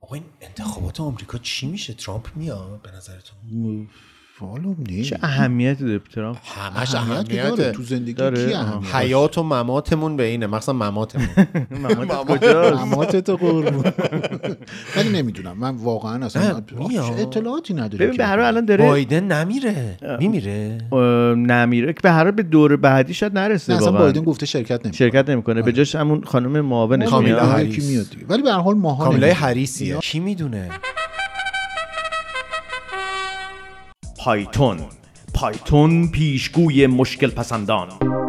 آقا این انتخابات آمریکا چی میشه؟ ترامپ میاد به نظرتون؟ معلوم نیست. چه اهمیتی داره ترامپ؟ همش اهمیت داره تو زندگی داره. کی اهمیت؟ حیات و مماتمون به اینه، مثلا مماتمون. مامانت کجاست؟ مماتت قربون. ولی نمیدونم من واقعا اصلا اطلاعاتی ندارم. ببین به هر حال الان داره بایدن نمیره، میمیره. نمیره که به هر حال به دور بعدی شاید نرسه. اصلا واقعا بایدن گفته شرکت نمیکنه. به جاش همون خانم معاونش کامیلا میاد. هریس. میاد. ولی به هر حال ماها کامیلای هریسیه. کی میدونه؟ پایتون پیشگوی مشکل پسندان.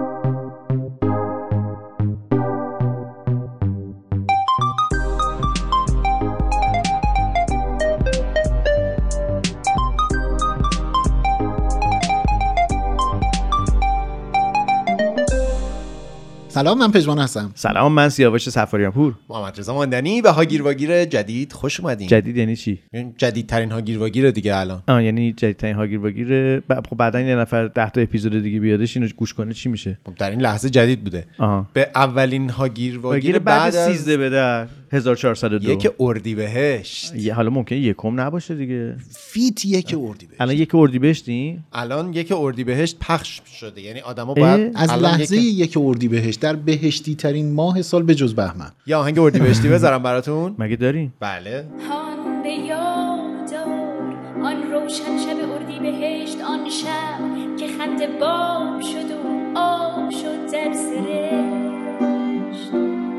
سلام، من پژمان هستم. سلام، من سیاوش صفاریان پور. محمد رضا ماندنی. به هاگیر واگیر جدید خوش اومدین. جدید یعنی چی؟ جدیدترین هاگیر واگیر دیگه الان. یعنی جدیدترین هاگیر واگیر. خب بعداً یه نفر 10 تا اپیزود دیگه بیادش اینو گوش کنه چی میشه؟ در این لحظه جدید بوده. به اولین هاگیر واگیر بعد از 13 به در 1402 یک اردیبهشت. حالا ممکنه یکم نباشه دیگه. فیت یک اردیبهشت. الان یک اردیبهشتی؟ الان یک اردیبهشت پخش شده، یعنی آدما باید از لحظه یک اردیبهشت در بهشتی ترین ماه سال به جز بهمن یا آهنگ اردیبهشتی بذارم براتون. مگه دارین؟ بله. هان به یاد آن روشن شب اردیبهشت، آن شب که خنده باب شد و آب شد در سرشت.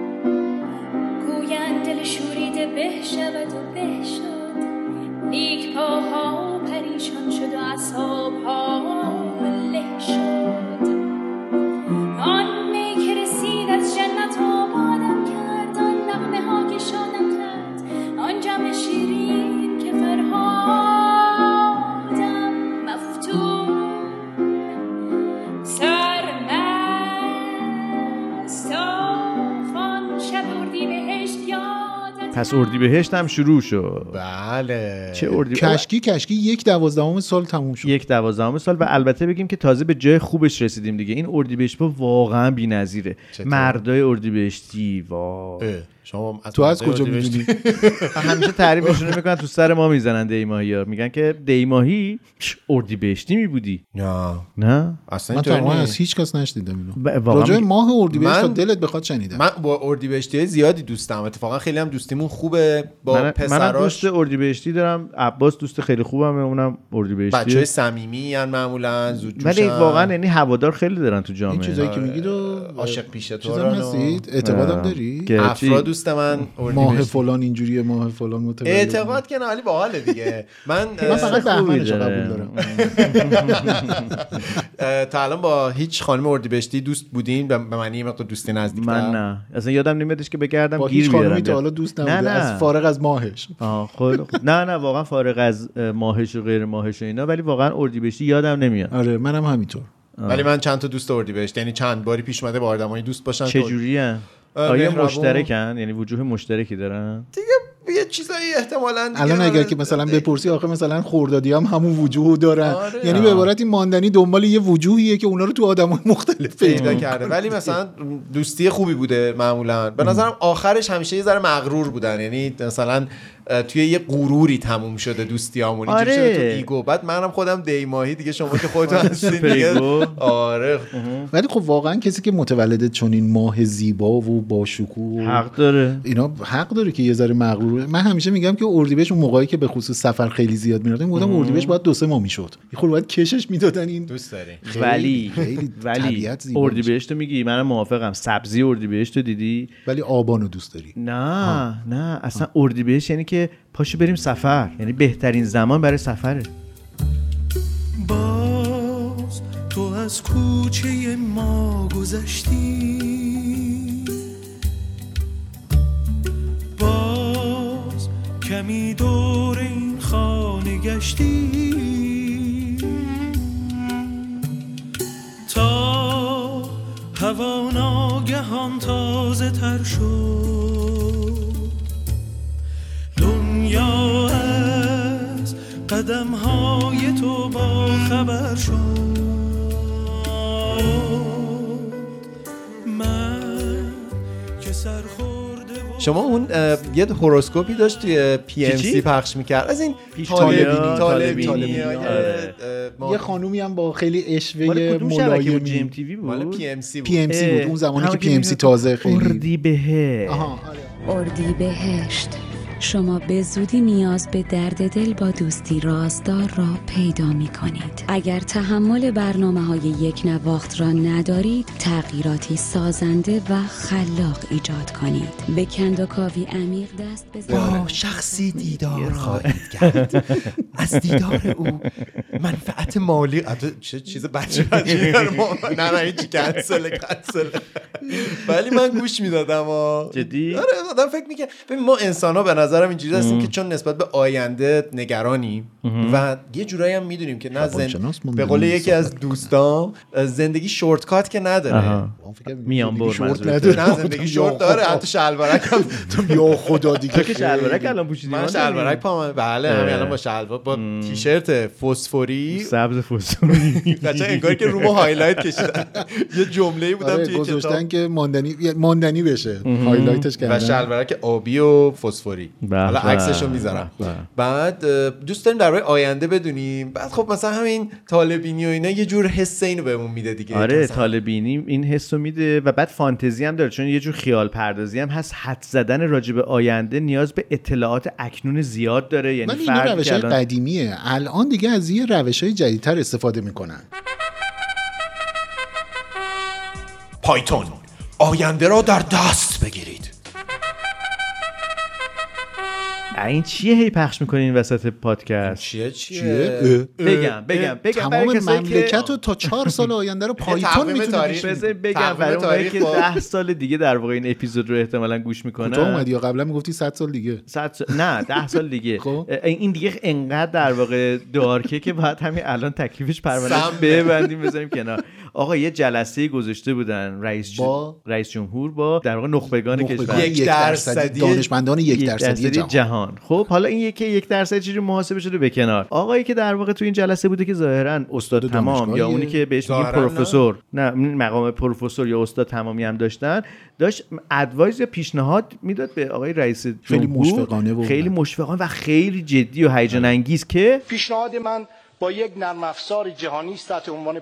گویند دل شوریده به شود و به شد، لیک پاها پریشان شد و اعصابها له شد. آن می که رسید از جنت آبادم کرد، آن نغمه ها که شادم کرد، آن جمع شیرین که فرهادم مفتون سرمست آن شب اردیبهشت یادت. پس اردیبهشت هم شروع شد. بله. چه اردیبهشت؟ کشکی 1/12 سال تموم شد. 1/12 سال. و البته بگیم که تازه به جای خوبش رسیدیم دیگه. این اردیبهشت واقعا بی‌نظیره. مردای اردیبهشتی شما تو از کجا میدونی؟ همیشه تعریفشون میکنن تو سر ما میزنن دیماهی‌ها، میگن که دیماهی اردیبهشتی میبودی. نه اصلا من تقریبا از هیچ کس نشنیدم اینو. راجع ماه اردیبهشت تا دلت بخواد شنیدم. من با اردیبهشتی زیادی دوستم، اتفاقا خیلی هم دوستیمون خوبه با پسراش. من دوست اردیبهشتی دارم. عباس دوست خیلی خوبمه، اونم اردیبهشتی. بچهای صمیمی ان معمولا، زودجوشن. ولی واقعا یعنی هوادار خیلی دارن تو جامعه. این چیزایی که میگی رو عاشق پیش تو چیزا هستید؟ اعتقادم داری؟ افراد دوست من ماه فلان اینجوریه، ماه فلان متولد. اعتقاد که نه، ولی باحال دیگه. من فقط بهمنش قبول دارم. تا الان با هیچ خانم اردیبهشتی دوست بودین؟ به معنی مقدار دوستی نزدیک‌تر؟ من نه، اصلا یادم نمیادش که بگردم با گیر هیچ بیارم. خانمی تا حالا دوست نبوده از فارغ از ماهش. خب نه واقعا فارغ از ماهش و غیر ماهش و اینا، ولی واقعا اردیبهشتی یادم نمیاد. آره منم همینطور. ولی من چند تا دوست اردیبهشت، یعنی چند باری پیش اومده با آدمایی دوست باشن. چه جوریه؟ آیا مشترکن؟ یعنی وجوه مشترکی دارن؟ دیگه یه چیزایی احتمالاً الان اگر که مثلا بپرسی آخه مثلا خوردادی هم همون وجوهو دارن. یعنی به عبارتی ماندنی دنبال یه وجوهیه که اونا رو تو آدمای مختلف پیدا کرده. ولی مثلا دوستی خوبی بوده معمولاً. به نظرم آخرش همیشه یه ذره مغرور بودن، یعنی مثلا توی یه غروری تموم شده دوستیامون. اینجوری شده تو ایگو. بعد منم خودم دیماهی دیگه، شما که خودتون هستین دیگه. آره. ولی خب واقعا کسی که متولد چنین ماه زیبا و با شکوه حق داره. اینا حق داره که یه ذره مغرور. من همیشه میگم که اردیبهشت اون موقعی که به خصوص سفر خیلی زیاد میرفتم، گفتم اردیبهشت باید 2-3 ماه میشد. یه خورده باید کشش میدادن. این دوست داری. ولی اردیبهشت میگی، منم موافقم. سبزی اردیبهشت رو دیدی؟ ولی آبانو دوست داری؟ نه اصلا اردیبهشت یعنی که پاشو بریم سفر، یعنی بهترین زمان برای سفره. باز تو از کوچه ما گذشتی، باز کمی دور این خانه گشتی، تا هوا ناگهان تازه تر شد، دنیا از قدم های تو با خبر شد. من که سر خورده شما اون یه هوروسکوپی داشت توی PMC پخش میکرد از این طالبینی. یه خانومی هم با خیلی اشوه ملایمی مال PMC بود. اون زمانی که PMC تازه خیلی اردیبهشت. شما به زودی نیاز به درد دل با دوستی رازدار را پیدا می کنید. اگر تحمل برنامه‌های یک نواخت را ندارید، تغییراتی سازنده و خلاق ایجاد کنید. به کندوکاوی عمیق دست بزنید. با شخصی دیدار خواهید کرد. از دیدار او منفعت مالی چه چیز بچه نه هیچی کنسل. ولی من گوش میدادم. جدی؟ آره آدم فکر میکنه ببین ما انسان‌ها به نظرم اینجوری هستیم که چون نسبت به آینده نگرانیم و یه جورایی هم میدونیم که نه به قول یکی از دوستام زندگی شورتکات که نداره. میانبر نه زندگی شورت داره. حتی شلوارک هم تو یا خدا دیگه تو که شلوارک الان پوشیدی. من شلوارک پامه بله همین الان با شلوار با تیشرت فسفوری سبز فسفوری قشنگ انگار که رومو هایلایت کشیدن. یه جمله‌ای بودم توی گذاشتن که ماندنی بشه هایلایتش کردن و شلوارک آبی و فسفوری. حالا عکسشو میذارم. بعد دوست داریم درباره آینده بدونیم. بعد خب مثلا همین طالبینی و اینا یه جور حس اینو بهمون میده دیگه. آره طالبینی این حسو میده و بعد فانتزی هم داره چون یه جور خیال پردازی هم هست. حد زدن راجع به آینده نیاز به اطلاعات اکنون زیاد داره. یعنی این روش‌های قدیمیه. الان دیگه از یه روش‌های جدیدتر استفاده میکنن. پایتون آینده را در دست بگیرید. این چیه هی پخش میکنین وسط پادکست؟ چیه؟ بگم تمام مملکت رو تا 4 سال آینده رو پایتون میتونه بگم برای اونایی که 10 سال دیگه در واقع این اپیزود رو احتمالاً گوش میکنن. تو اومدی یا قبلا میگفتی 100 سال دیگه؟ نه 10 سال دیگه. این دیگه انقدر در واقع دارکه که باید همین الان تکلیفش پرونده ببندیم بذاریم کنار. آقا یه جلسه گذاشته بودن رئیس جمهور با در واقع نخبگان کشور 1% دانشمندان 1% جهان. خب حالا این 1% چیزی محاسبه شده به کنار. آقایی که در واقع تو این جلسه بوده که ظاهرا استاد تمام یا اونی که بهش میگن پروفسور، نه مقام پروفسور یا استاد تمامی هم داشت ادوایس یا پیشنهاد میداد به آقای رئیس جمهور. خیلی مشفقانه و خیلی جدی و هیجان انگیز که پیشنهاد من با یک نرم افزار جهانی است تحت عنوان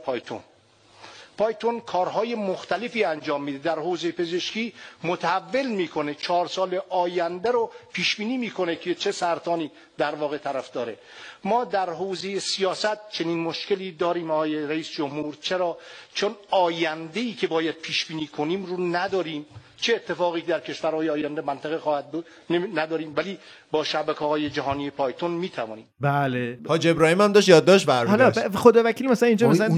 پایتون کارهای مختلفی انجام میده. در حوزه پزشکی متحول میکنه، 4 سال آینده رو پیش بینی میکنه که چه سرطانی در واقع طرف داره. ما در حوزه سیاست چنین مشکلی داریم آقای رئیس جمهور. چرا؟ چون آینده‌ای که باید پیش بینی کنیم رو نداریم. چه اتفاقی در کشورهای آینده منطقه خواهد بود نداریم، ولی با شبکه‌های جهانی پایتون میتوانیم. بله حاج ابراهیم هم داشت یادداشت برمی‌داشت. حالا خدا وکیل مثلا اینجا مثلا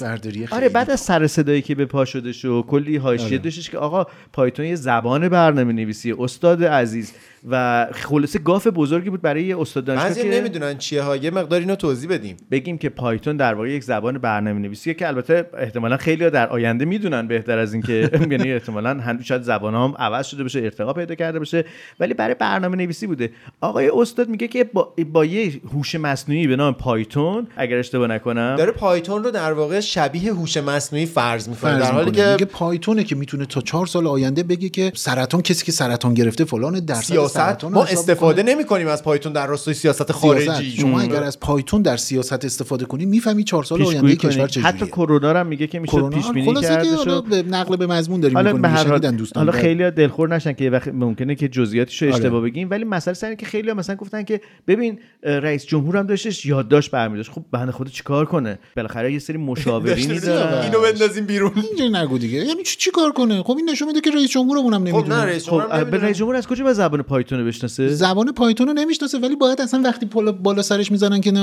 بعد از سر صدایی که به پا شده شو کلی حاشیه داشتش که آقا پایتون یه زبان برنامه‌نویسی استاد عزیز و خلاصه گاف بزرگی بود برای استاد دانشگاه که نمیدونن چیه ها. یه مقدار اینو توضیح بدیم. بگیم که پایتون در واقع یک زبان برنامه‌نویسیه که البته احتمالاً خیلی‌ها در آینده میدونن بهتر از این که یعنی احتمالاً شاید زبان‌ها هم عوض شده بشه، ارتقا پیدا کرده بشه، ولی برای برنامه‌نویسی بوده. آقای استاد میگه که با یه هوش مصنوعی به نام پایتون، اگر اشتباه نکنم، داره پایتون رو در واقع شبیه هوش مصنوعی فرض می‌کنه، در حالی که میگه پایتونه که میتونه تا 4 سال آینده بگه که سرطان، کسی که سرطان گرفته فلان درصد سرطان. ما استفاده نمی‌کنیم از پایتون در راستای سیاست خارجی. شما اگر از پایتون در سیاست استفاده کنی میفهمی 4 سال آینده کشور چجوریه. حتی کرونا هم میگه که میشه پیش بینی کرده شد. نقل به مضمون داریم می‌کنیم دوستان. حالا خیلی‌ها دلخور نشن که وقت ممکنه که جزئیاتشو اشتباه بگیم، ولی مسئله سر اینه که خیلی‌ها مثلا گفتن که ببین رئیس جمهور هم داشتش یادداشت برمی‌داشت. خب بنده خدا چیکار کنه؟ بالاخره یه سری مشاورینی داره، اینو بندازیم بیرون. اینجوری نگو دیگه. یعنی چیکار کنه؟ خب این نشون میده که رئیس جمهورمون هم نمیدونه. خب نه رئیس جمهور هم رئیس جمهور از کجا به زبان پایتون رو بشناسه؟ زبان پایتون رو نمیشناسه، ولی باید اصلا وقتی بالا سرش میذارن که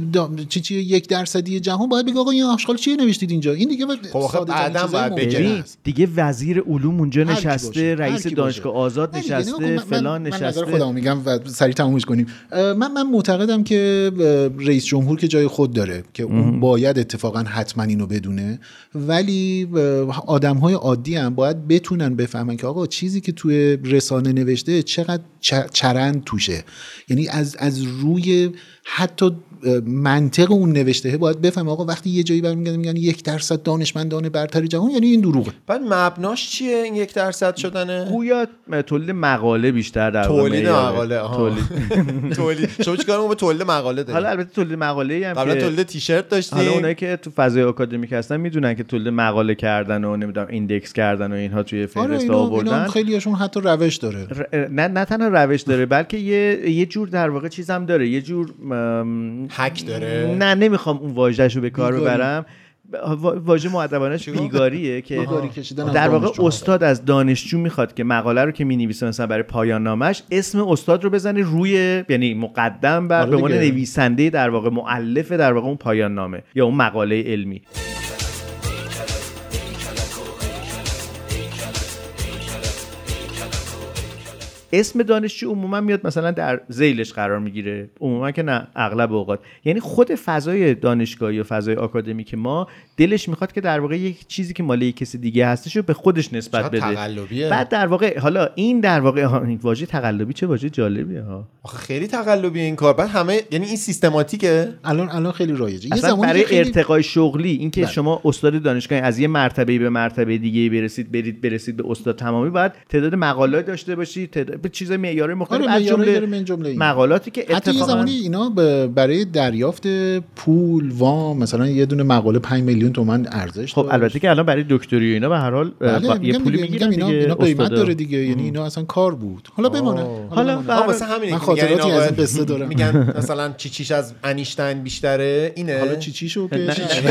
چی 1% جهان، باید بگه آقا این آشغال چیه نوشتید اینجا. این دیگه بعداً باید بگه دیگه وزیر علوم اونجا نشسته، رئیس دانشگاه آزاد نشسته، فلان نشسته. من نظر خودمو میگم و سریع تمومش کنیم. من معتقدم که رئیس جمهور که جای خود داره که اون باید اتفاقا حتما اینو بدونه، ولی آدم‌های عادی هم باید بتونن بفهمن که آقا چیزی که توی رسانه نوشته چقدر چقدر چرند توشه. یعنی از روی حتی منطق اون نوشته باید بفهم آقا وقتی یه جایی برمیگردن میگن 1% دانشمندان برتر جهان، یعنی این دروغه. بعد مبناش چیه این 1% شدنه؟ گویا تولید مقاله بیشتر در تولید مقاله تولید شما چیکار با تولید مقاله دارید؟ حالا البته تولید مقاله هم قبلا تولید تیشرت داشتیم. حالا اونایی که تو فضای آکادمیک هستن میدونن که تولید مقاله کردن و نمیدونم ایندکس کردن و اینها توی فهرست آوردن. خیلیاشون حتی روش داره. نه تنها روش داره بلکه یه جور در واقع چیزام داره، یه جور هک داره. نه نمیخوام اون واژه‌شو به کار ببرم، واژه مؤدبانه‌اش بیگاریه که در واقع استاد از دانشجو میخواد که مقاله رو که مینویسه مثلا برای پایان نامش اسم استاد رو بزنه روی، یعنی مقدم بر به عنوان نویسنده در واقع مؤلف در واقع اون پایان نامه یا اون مقاله علمی. اسم دانشجو عموما میاد مثلا در ذیلش قرار میگیره، عموما که نه اغلب اوقات. یعنی خود فضای دانشگاهی و فضای آکادمیک ما دلش میخواد که در واقع یک چیزی که مال یک کسی دیگه هستش رو به خودش نسبت بده. تقلبیه. بعد در واقع حالا این در واقع این واژه تقلبی چه واژه جالبیه ها. آخه خیلی تقلبیه این کار. بعد همه یعنی این سیستماتیکه. الان خیلی رایجه. یه زمانی برای ارتقای شغلی اینکه شما استاد دانشگاهی از یه مرتبه به مرتبه دیگه برسید به استاد تمامی، بعد تعداد مقالات داشته باشید، به چیز معیار مختلف از جمله مقالاتی که حتی یه زمانی اینا برای دریافت پول وام مثلا یه دونه مقاله 5 میلیون تومان ارزش. خب البته که الان برای دکتری و اینا به هر حال یه پولی میگیرن دیگه. اینا قیمت داره دیگه، یعنی اینا اصلا کار بود. حالا بمونه. حالا واسه همینه من خاطراتی از این قصه دارم. میگن مثلا چیچیش از انیشتین بیشتره. اینه حالا چیچیشو که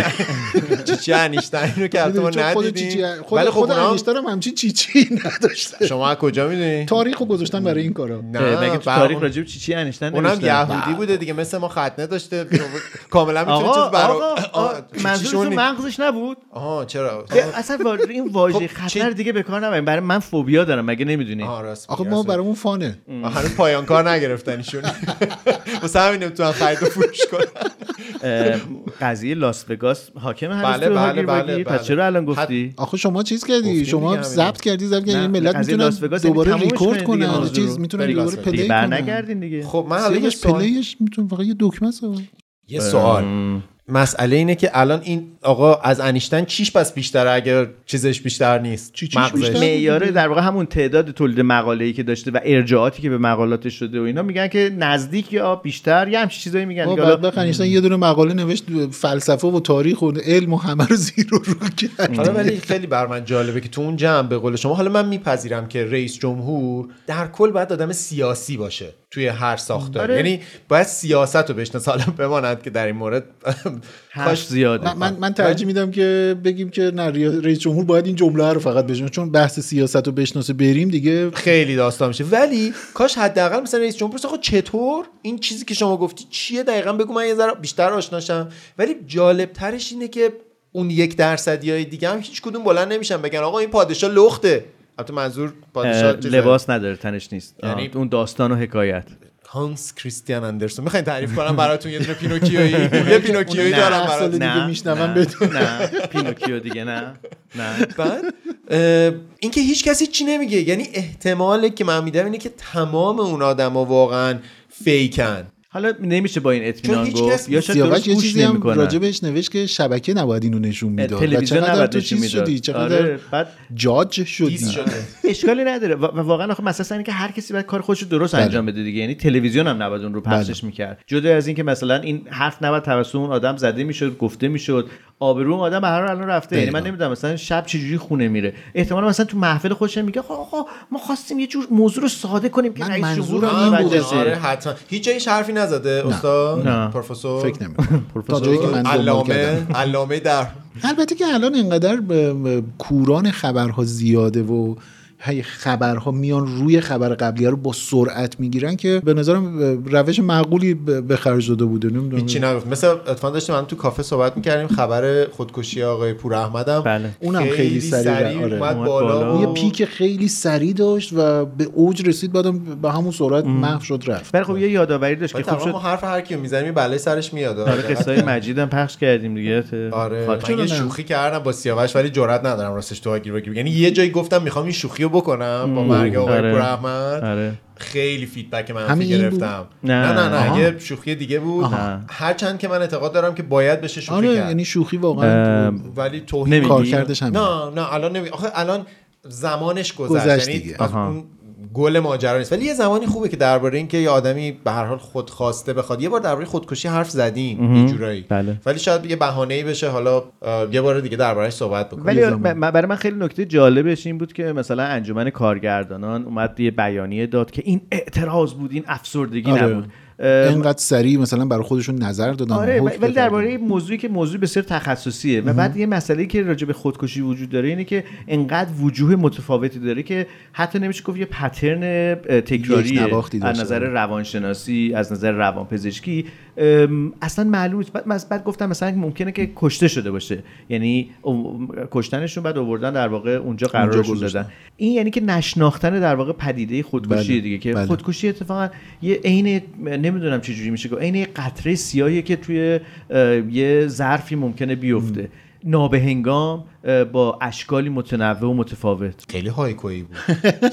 چیچی انیشتین رو که البته ما ندیدیم، ولی خود انیشتین هم همچین چیچی نداشته. شما از کجا میدونی؟ تاریخو گذاشتن برای این کارا. نه مگه تو تاریخ راجب چی انیشتین اونم یهودی بوده دیگه، مثل ما ختنه داشته کاملا میتونه چیز برای منظورش مغزش نبود. چرا اصلا این واژه ختنه دیگه به کار نبریم، برای من فوبیا دارم مگه نمیدونی؟ آخه ما برامون فانه. هنوز پایان کار نگرفتن ایشون. واسه همین نمیتونن خرید و فروش کنن. قضیه لاس وگاس حاکم هست. بله. پس چرا الان گفتی؟ آخه شما چیز کردی، شما ضبط کردی این ملت میتونن دوباره ریکورد کنن، چیز میتونن دوباره پلی کنن. برنگردین دیگه. خب من حالا یه پلیش میتونه فقط یه دکمه است. یه سوال مسئله اینه که الان این آقا از انیشتین چیش پس بیشتره اگر چیزش بیشتر نیست؟ مغزش معیاره در واقع همون تعداد تولید مقاله‌ای که داشته و ارجاعاتی که به مقالاتش شده و اینا میگن که نزدیک یا بیشتر یا همین چیزایی میگن. حالا انیشتین یه دونه مقاله نوشت فلسفه و تاریخ و علم و همه رو زیر و رو کرد. حالا ولی خیلی بر من جالبه که تو اون جمع به قول شما، حالا من میپذیرم که رئیس جمهور در کل باید آدم سیاسی باشه توی هر ساختار. یعنی باید سیاست رو بشناسه. حالا بماند که در این مورد کاش زیاده. من ترجیح میدم که بگیم که نه رئیس جمهور باید این جمله رو فقط بشناسه، چون بحث سیاست رو بشناسه بریم دیگه خیلی داستان میشه. ولی کاش حداقل مثلا رئیس جمهور آقا چطور این چیزی که شما گفتی چیه دقیقاً بگو، من یه ذره بیشتر آشناشم. ولی جالب ترش اینه که اون 1%های دیگه هم هیچ کدوم بلند نمیشن بگن آقا این پادشاه لخته. البته منظور پادشاه لباس نداره تنش نیست، یعنی اون داستان و حکایت. هانس کریستیان اندرسون میخواین تعریف کنم براتون؟ یه دونه پینوکیویی، یه پینوکیویی دارم براتون دیگه میشنوم بدون. نه پینوکیو دیگه نه. بعد این که هیچ کسی چی نمیگه، یعنی احتماله که من میدم اینه که تمام اون آدما واقعا فیکن. حالا نمیشه با این اطمینان گفت، یا شاید درست یه گوش چیزی هم نمی‌کنن. راجبش نوشت که شبکه نباید اینو نشون میداد، تلویزیون نباید نشون میداد، چقدر جاج شدی. اشکالی نداره و واقعا آخه مثلا اینه که هر کسی باید کار خودش رو درست انجام بده دیگه. یعنی تلویزیون هم نباید اون رو پخشش میکرد. جدا از این که مثلا این حرف نباید توسط اون آدم زده میشد، گفته میشد، آبرو اون آدم به هر حال الان رفته. یعنی من نمیدونم مثلا شب چجوری خونه میره، احتمالاً مثلا تو محفل خودش میگه آقا ما خواستیم یه جور موضوع رو ساده کنیم که رئیس جمهور این بوده. آره حتما هیچ جایی حرفی نزده استاد پروفسور، فکر نمی‌کنم تا جایی که من علامه در. البته که الان اینقدر کوران خبرها زیاده و خبرها میان روی خبر قبلیه رو با سرعت میگیرن که به نظرم روش معقولی به خرج داده بوده. نمیدونم هیچی نگفت. مثلا اتفاقا داشتیم هم تو کافه صحبت میکردیم خبر خودکشی آقای پوراحمدم. بله. اونم خیلی سریع اومد بالا. یه پیک خیلی سریع داشت و به اوج رسید، بعدم به همون سرعت محو شد رفت. ولی خب یه یادآوری داشت که خوب شد ما حرف هر کیو میزنیم بلای سرش میاد. آره قصه مجیدم پخش کردیم دیگه. آره من یه شوخی کردم با سیاوش ولی جرئت ندارم راستش تو آگیر بگیرم. یعنی یه جایی گفتم میخوام این شوخی رو بکنم با مرگ آقای پوراحمد. خیلی فیدبک منفی گرفتم. نه یه شوخی دیگه بود. هرچند که من اعتقاد دارم که باید بشه شوخی کرد. یعنی شوخی واقعا ولی توهین کارکردش همین. نه الان آخه الان زمانش گذشت. یعنی اون گل ماجرا نیست. ولی یه زمانی خوبه که درباره این که یه آدمی به هر حال خودخواسته بخواد. یه بار درباره خودکشی حرف زدیم یه جورایی. ولی شاید یه بهانه‌ای بشه حالا یه بار دیگه درباره‌اش صحبت بکنیم. ولی برای من خیلی نکته جالبش این بود که مثلا انجمن کارگردانان اومد یه بیانیه داد که این اعتراض بود، این افسردگی نبود. اینقدر سریع مثلا برای خودشون نظر دادن. ولی درباره موضوعی که موضوع بسیار تخصصیه و بعد یه مسئله‌ای که راجع به خودکشی وجود داره اینه که انقدر وجوه متفاوتی داره که حتی نمیشه گفت یه پترن تکراریه از نظر روانشناسی، از نظر روانپزشکی اصلا معلوم نیست. بعد گفتم مثلا ممکنه که کشته شده باشه، یعنی کشتنشون بعد آوردن در واقع اونجا قرارشون دادن. این یعنی که نشناختن در واقع پدیده خودکشی دیگه که خودکشی اتفاقا یه عین نمیدونم چه جوری میشه گفت عین قطره سیاهی که توی یه ظرفی ممکنه بیفته نابهنگام با اشکالی متنوع و متفاوت. خیلی هایکویی بود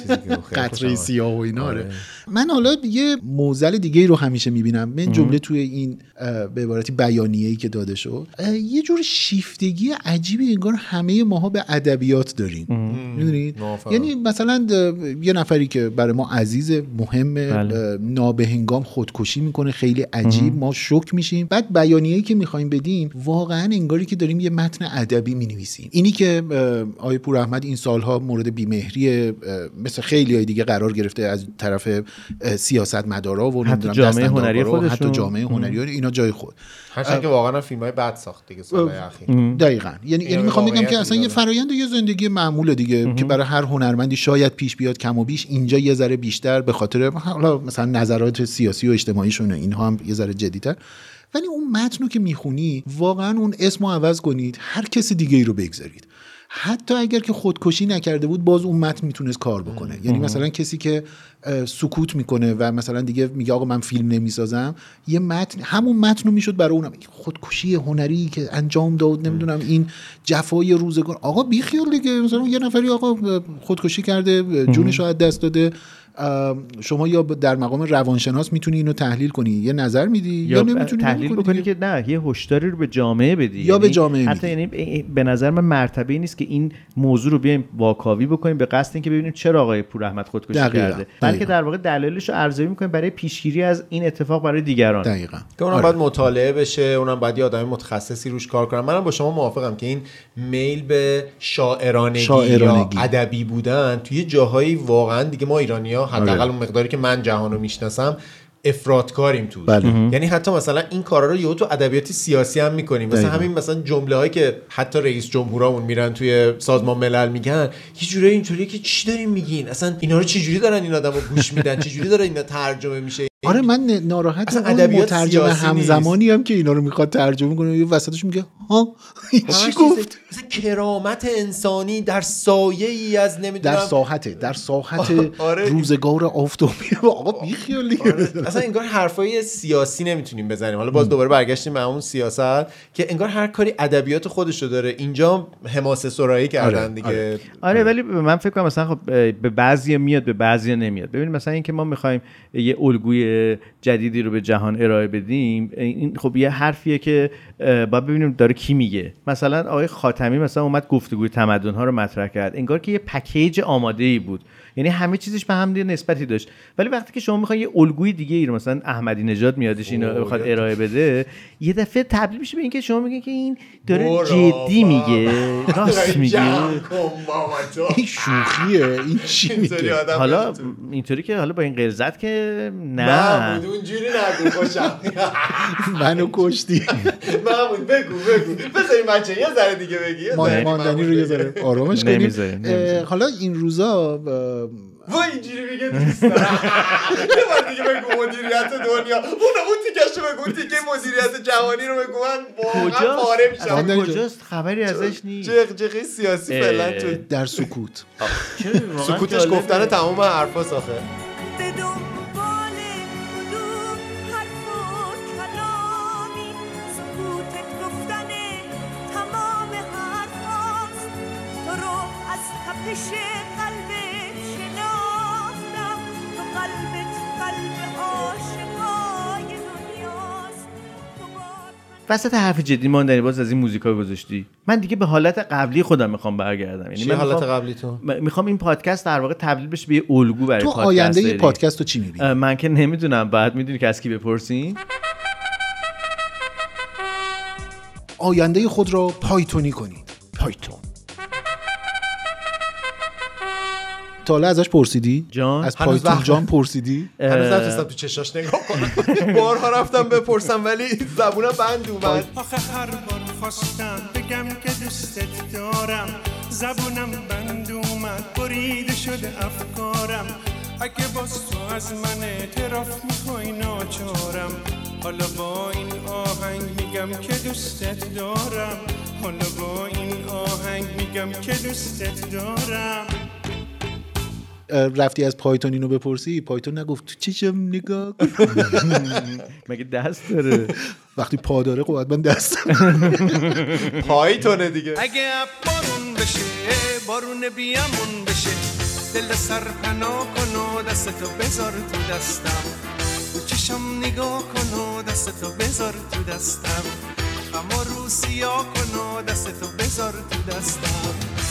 قطره سیاه و اینا. من حالا یه موزل دیگه رو همیشه میبینم من جمله توی این به عبارتی بیانیه‌ای که داده شد، یه جور شیفتگی عجیبی انگار همه ماها به ادبیات داریم. میدونید یعنی مثلا یه نفری که برای ما عزیز مهم نابهنگام خودکشی میکنه، خیلی عجیب، ما شوک میشیم. بعد بیانیه‌ای که میخوایم بدیم واقعا انگاری که داریم یه متن ادبی مینویسیم. اینی که آقای پوراحمد این سالها مورد بیمهری مثل خیلی های دیگه قرار گرفته از طرف سیاستمدارا و حتی جامعه هنری خودشون، حتی جامعه هنری اینا جای خود، هرچند که واقعا فیلم‌های بد ساخت دیگه سالهای اخیر. دقیقاً یعنی میخوام بگم که اصلا یه فرآیند یه زندگی معموله دیگه که برای هر هنرمندی شاید پیش بیاد، کم و بیش اینجا یه ذره بیشتر به خاطر حالا مثلا نظرات سیاسی و اجتماعیشون اینها هم یه ذره جدی‌تر. ولی اون متنو که میخونی واقعا اون اسمو عوض کنید، هر کسی دیگه ای رو بگذارید، حتی اگر که خودکشی نکرده بود باز اون متن میتونست کار بکنه. یعنی مثلا کسی که سکوت میکنه و مثلا دیگه میگه آقا من فیلم نمیسازم، یه متن همون متن رو میشد برای اونم خودکشی هنری که انجام داد، نمیدونم این جفای روزگار، آقا بیخیال دیگه. مثلا یه نفری آقا خودکشی کرده، جونش رو از دست داده، شما یا در مقام روانشناس میتونی اینو تحلیل کنی، یه نظر میدی، یا نمیتونی تحلیل بکنی که نه یه هشداری رو به جامعه بدی، یا به جامعه حتی یعنی به نظر من مرتبه‌ای نیست که این موضوع رو بیایم واکاوی بکنیم به قصد اینکه ببینیم چرا آقای پوراحمد خودکشی کرده، بلکه در واقع دلایلش رو ارزیابی می‌کنیم برای پیشگیری از این اتفاق برای دیگران. دقیقاً که اونم باید مطالعه بشه، اونم باید یه آدم متخصصی روش کار کنه. منم با شما موافقم که این میل به شاعرانگی یا ادبی بودن توی جاهایی واقعا دیگه ما ایرانی‌ها حداقل اون مقداری که من جهانو میشناسم افراطکاریم توش. یعنی حتی مثلا این کارا رو یهو تو ادبیات سیاسی هم میکنیم. مثلا همین مثلا جمله‌هایی که حتی رئیس جمهورامون میرن توی سازمان ملل میگن یه جوری اینطوریه که چی دارین میگین، اصلا اینا رو چه جوری دارن این آدمو گوش میدن، چه جوری داره اینا ترجمه میشه. آره من ناراحتم اون مترجم همزمانی هم که اینا رو میخواد ترجمه کنه، یه وسطش میگه ها چی گفت؟ مثلا کرامت انسانی در سایه‌ای از نمیدونم در ساحت روزگار آفتابی. آقا بیخیال دیگه. اصلا انگار حرفای سیاسی نمیتونیم بزنیم. حالا باز دوباره برگشتیم به اون سیاست که انگار هر کاری ادبیات خودشو داره. اینجا حماسه سرایی کردن دیگه. آره ولی من فکر کنم مثلا خب به بعضیا میاد به بعضیا نمیاد. ببین مثلا اینکه ما می‌خوایم یه الگوی جدیدی رو به جهان ارائه بدیم، این خب یه حرفیه که باید ببینیم داره کی میگه. مثلا آقای خاتمی مثلا اومد گفتگوی تمدن‌ها رو مطرح کرد، انگار که یه پکیج آماده‌ای بود، یعنی همه چیزش به هم دیگه نسبتی داشت. ولی وقتی که شما میخواین یه الگوی دیگه ای رو مثلا احمدی نژاد میادش اینو بخواد ارائه بده، یه دفعه تبدیل میشه به اینکه شما میگین که این داره جدی میگه، راست میگه، این شوخیه، این چی میگه. حالا اینطوری که حالا با این غلظت که نه اونجوری نگو، خوشم منو کشتی. محمود بگو بذاری بچه یه ذره دیگه بگی، ماندنی رو یه ذره آرامش کنیم. حالا این روزا وای اینجوری میگه دوست دارم. یه بار دیگه بگو مدیریت دنیا، اون تیکشو بگو، اون تیکه مدیریت جهانی رو بگو، من واقعا پاره میشم. کجاست خبری ازش نیست. جغ سیاسی فعلا تو در سکوت. سکوتش گفتن تمام حرفاست آخه. وسط حرف جدی ماندنی باز از این موزیکا گذاشتی. من دیگه به حالت قبلی خودم میخوام برگردم. یعنی من حالت قبلی تو میخوام این پادکست در واقع تبدیل بشه به یه الگو برای تو پادکست. آینده ی پادکست رو چی می‌بینی؟ من که نمیدونم، بعد میدونی که از کی بپرسین. آینده خود رو پایتونی کنید. پایتون. تا حالا ازش پرسیدی؟ جان از پایتون جان پرسیدی؟ هنوز نتونستم تو چشاش نگاه کنم. بارها رفتم بپرسم ولی زبونم بند اومد. آخه هر بار خواستم بگم که دوستت دارم، زبونم بند اومد، بریده شده افکارم. اگه باز تو از من اعتراف میخوای ناچارم، حالا با این آهنگ میگم که دوستت دارم، حالا با این آهنگ میگم که دوستت دارم. رفتی از پایتون اینو بپرسی؟ پایتون نگفت تو چشم نگاه کن. مگه دست داره؟ وقتی پا داره خب حتما دست پایتونه دیگه. اگه بارون بشه، بارون بیامون بشه، دل سر پناه کن و دستتو بذار تو دستم، تو چشم نگاه کن و دستتو بذار تو دستم، اما رو سیاه کن و دستتو بذار تو دستم.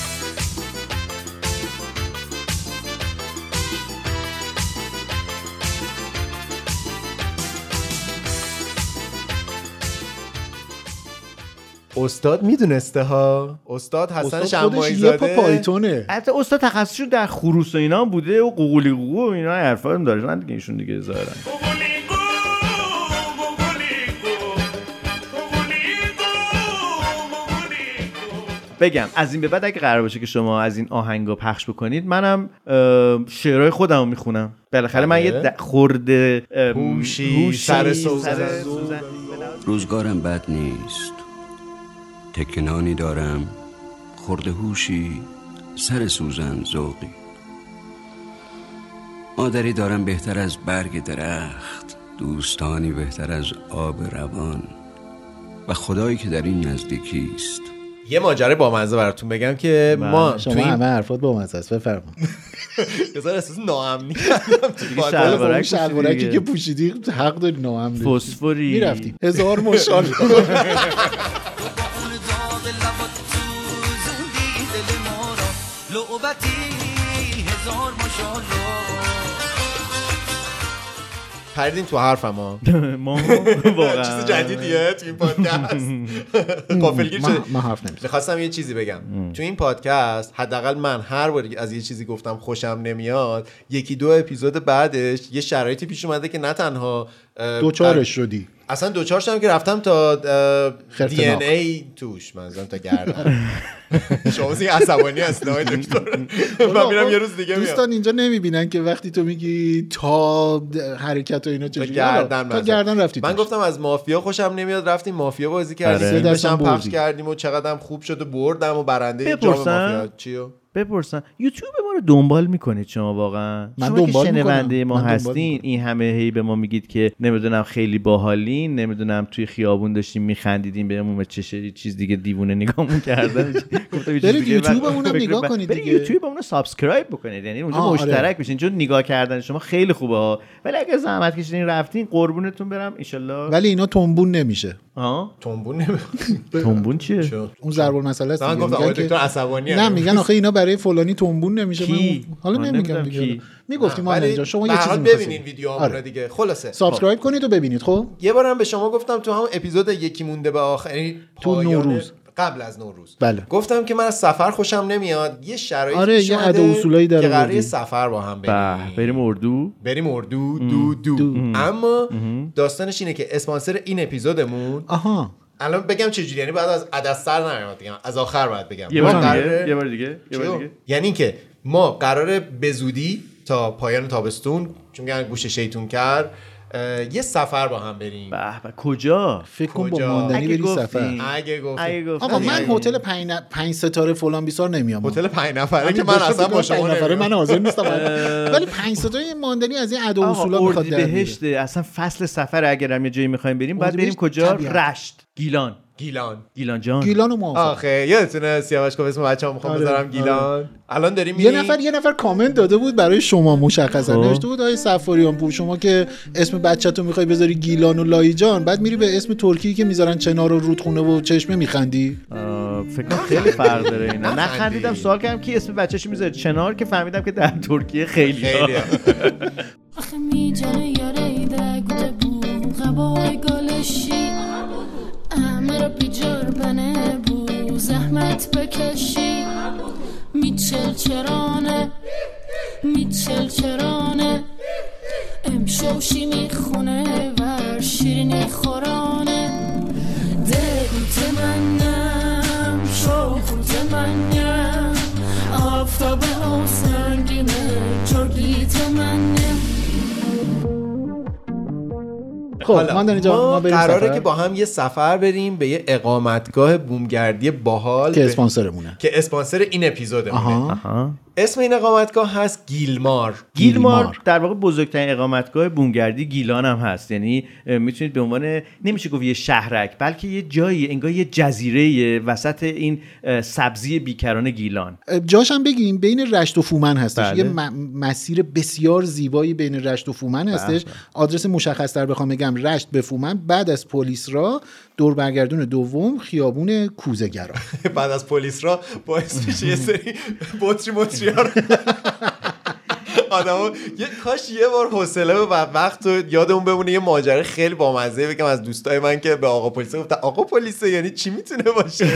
استاد میدونسته ها، استاد حسن شماعی زاده پایتونه. حتی استاد تخصصشون در خروس و اینا بوده و قوقلی قو و اینا حرفا هم داره دیگه، ایشون دیگه ظاهرا بگم از این به بعد اگه قرار باشه که شما از این آهنگا پخش بکنید، منم شعرهای خودمو میخونم. بالاخره من یه خورده هوشی سر سوزن. روزگارم بد نیست، تکنانی دارم، خورده هوشی سر سوزن ذوقی. مادری دارم بهتر از برگ درخت، دوستانی بهتر از آب روان، و خدایی که در این نزدیکی است. یه ماجرا با مزه براتون بگم که ما شما همه حرفات با مزه است. بفرما. یه احساس ناامنی کردم. شلوارکی که پوشیدی حق داری ناامنی. فسفوری میرفتی. هزار ماشاءالله. پردین تو حرفم ها. ما واقعا چیز جدیدیه تو این پادکست. غافلگیر شده. من حرف نمیزنم. می‌خواستم یه چیزی بگم. تو این پادکست حداقل من هر بار از یه چیزی گفتم خوشم نمیاد، یکی دو اپیزود بعدش یه شرایطی پیش اومده که نه تنها دوچارش شدی، اصلا دوچار شدم که رفتم تا دی ان ای توش، منظورم تا گردن. شما زی عصبانی هستید آقای دکتر. من میرم یه روز دیگه میام. دوستان اینجا نمیبینن که وقتی تو میگی تا حرکت و اینا چجوری تا گردن رفتی. من گفتم از مافیا خوشم نمیاد، رفتیم مافیا بازی کردیم، فیلمشم پخش کردیم و چقدرم خوب شد و بردم و برنده جام مافیا. چیو بپرسن یوتیوب ما رو دنبال میکنید شما واقعا؟ شما که شنونده ما هستین این همه هی به ما میگید که نمیدونم خیلی باحالین، نمیدونم توی خیابون داشتیم میخندیدیم بهمون چه چیز دیگه دیوونه نگامون کردن. برید یوتیوبمون رو نگاه کنید دیگه، یوتیوبمون رو سابسکرایب بکنید، یعنی اونجا مشترک بشین، چون نگاه کردن شما خیلی خوبه ها. ولی اگه زحمت کشیدین رفتین قربونتون برم ان شاء الله. ولی اینا تنبون نمیشه. تنبون نمیشه. تنبون چیه؟ اون ضرب المثل است. من گفتم آقای دکتر عصبانی نه میگن آخه اینا برای فلانی تنبون نمیشه. حالا نمیگم دیگه. میگفتیم ما اینجا شما یه چیزی ببینین ویدیوامون دیگه. خلاصه سابسکرایب کنید و ببینید. خب یه بارم به شما گفتم تو هم اپیزود یکی مونده به آخر، یعنی تو نوروز، قبل از نوروز، بله، گفتم که من از سفر خوشم نمیاد. یه شرایطی یه عده اصولایی داره که قراره سفر با هم بریم اردو دو. اما داستانش اینه که اسپانسر این اپیزودمون الان بگم چه جوری، یعنی بعد از عدس‌سر نمیاد دیگه، از آخر باید بگم. یه بار دیگه یعنی که ما قراره به زودی تا پایان تابستون، چون میگن گوش شیطون کرد، یه سفر با هم بریم. به کجا؟ فکر کن با ماندنی بری سفر. اگه گفتیم آقا من هتل 5 ستاره فلان بیسار نمیام. هتل 5 نفره که من اصلا با شما 5 نفره من حاضر نیستم. ولی 5 ستاره ماندنی از این ادا اصولا میخواد بهشت. اصلا فصل سفر اگرم یه جایی میخوایم بریم بعد بریم کجا؟ رشت، گیلان. گیلان جان. گیلانو موافق. آخه یادتونه سیاوش گفت اسم بچه‌ام می‌خوام بذارم گیلان. الان داریم یه نفر کامنت داده بود برای شما مشخصا نوشته بود آقای صفاریان پور شما که اسم بچه‌تو می‌خوای بذاری گیلان و لایجان بعد میری به اسم ترکی که میذارن چنار و رودخونه و چشمه میخندی. فکر کنم خیلی فرق داره اینا. نخندیدم سوال کردم کی اسم بچه‌ش میذاره چنار که فهمیدم که در ترکیه خیلی آخه میجانه یاره گوده بو غبای گالشی همه رو بیجار بنه بو زحمت بکشی میچل چرانه امشوشی میخونه ور شیرینی خورانه دلت منم شوخت منم آفتاب و سنگینه چرگیت منم. خب ما قراره که با هم یه سفر بریم به یه اقامتگاه بومگردی باحال که اسپانسرمونه، که اسپانسر این اپیزودمونه. اسم این اقامتگاه هست گیلمار. در واقع بزرگترین اقامتگاه بومگردی گیلان هم هست. یعنی میتونید به عنوان نمیشه گفت یه شهرک بلکه یه جایی انگار یه جزیره وسط این سبزی بیکران گیلان. جاش هم بگیم بین رشت و فومن هستش. بله. یه مسیر بسیار زیبایی بین رشت و فومن هستش. آدرس مشخص تر بخوام بگم رشت به فومن، بعد از پلیس را دور برگردون دوم خیابون کوزه‌گرا. بعد از پلیس را باعث میشه یه سری بطری آدمو کاش یه بار حوصله و وقت و یادمون بمونه یه ماجرا خیلی بامزه بگم از دوستای من که به آقا پلیس گفتن آقا پلیس یعنی چی میتونه باشه.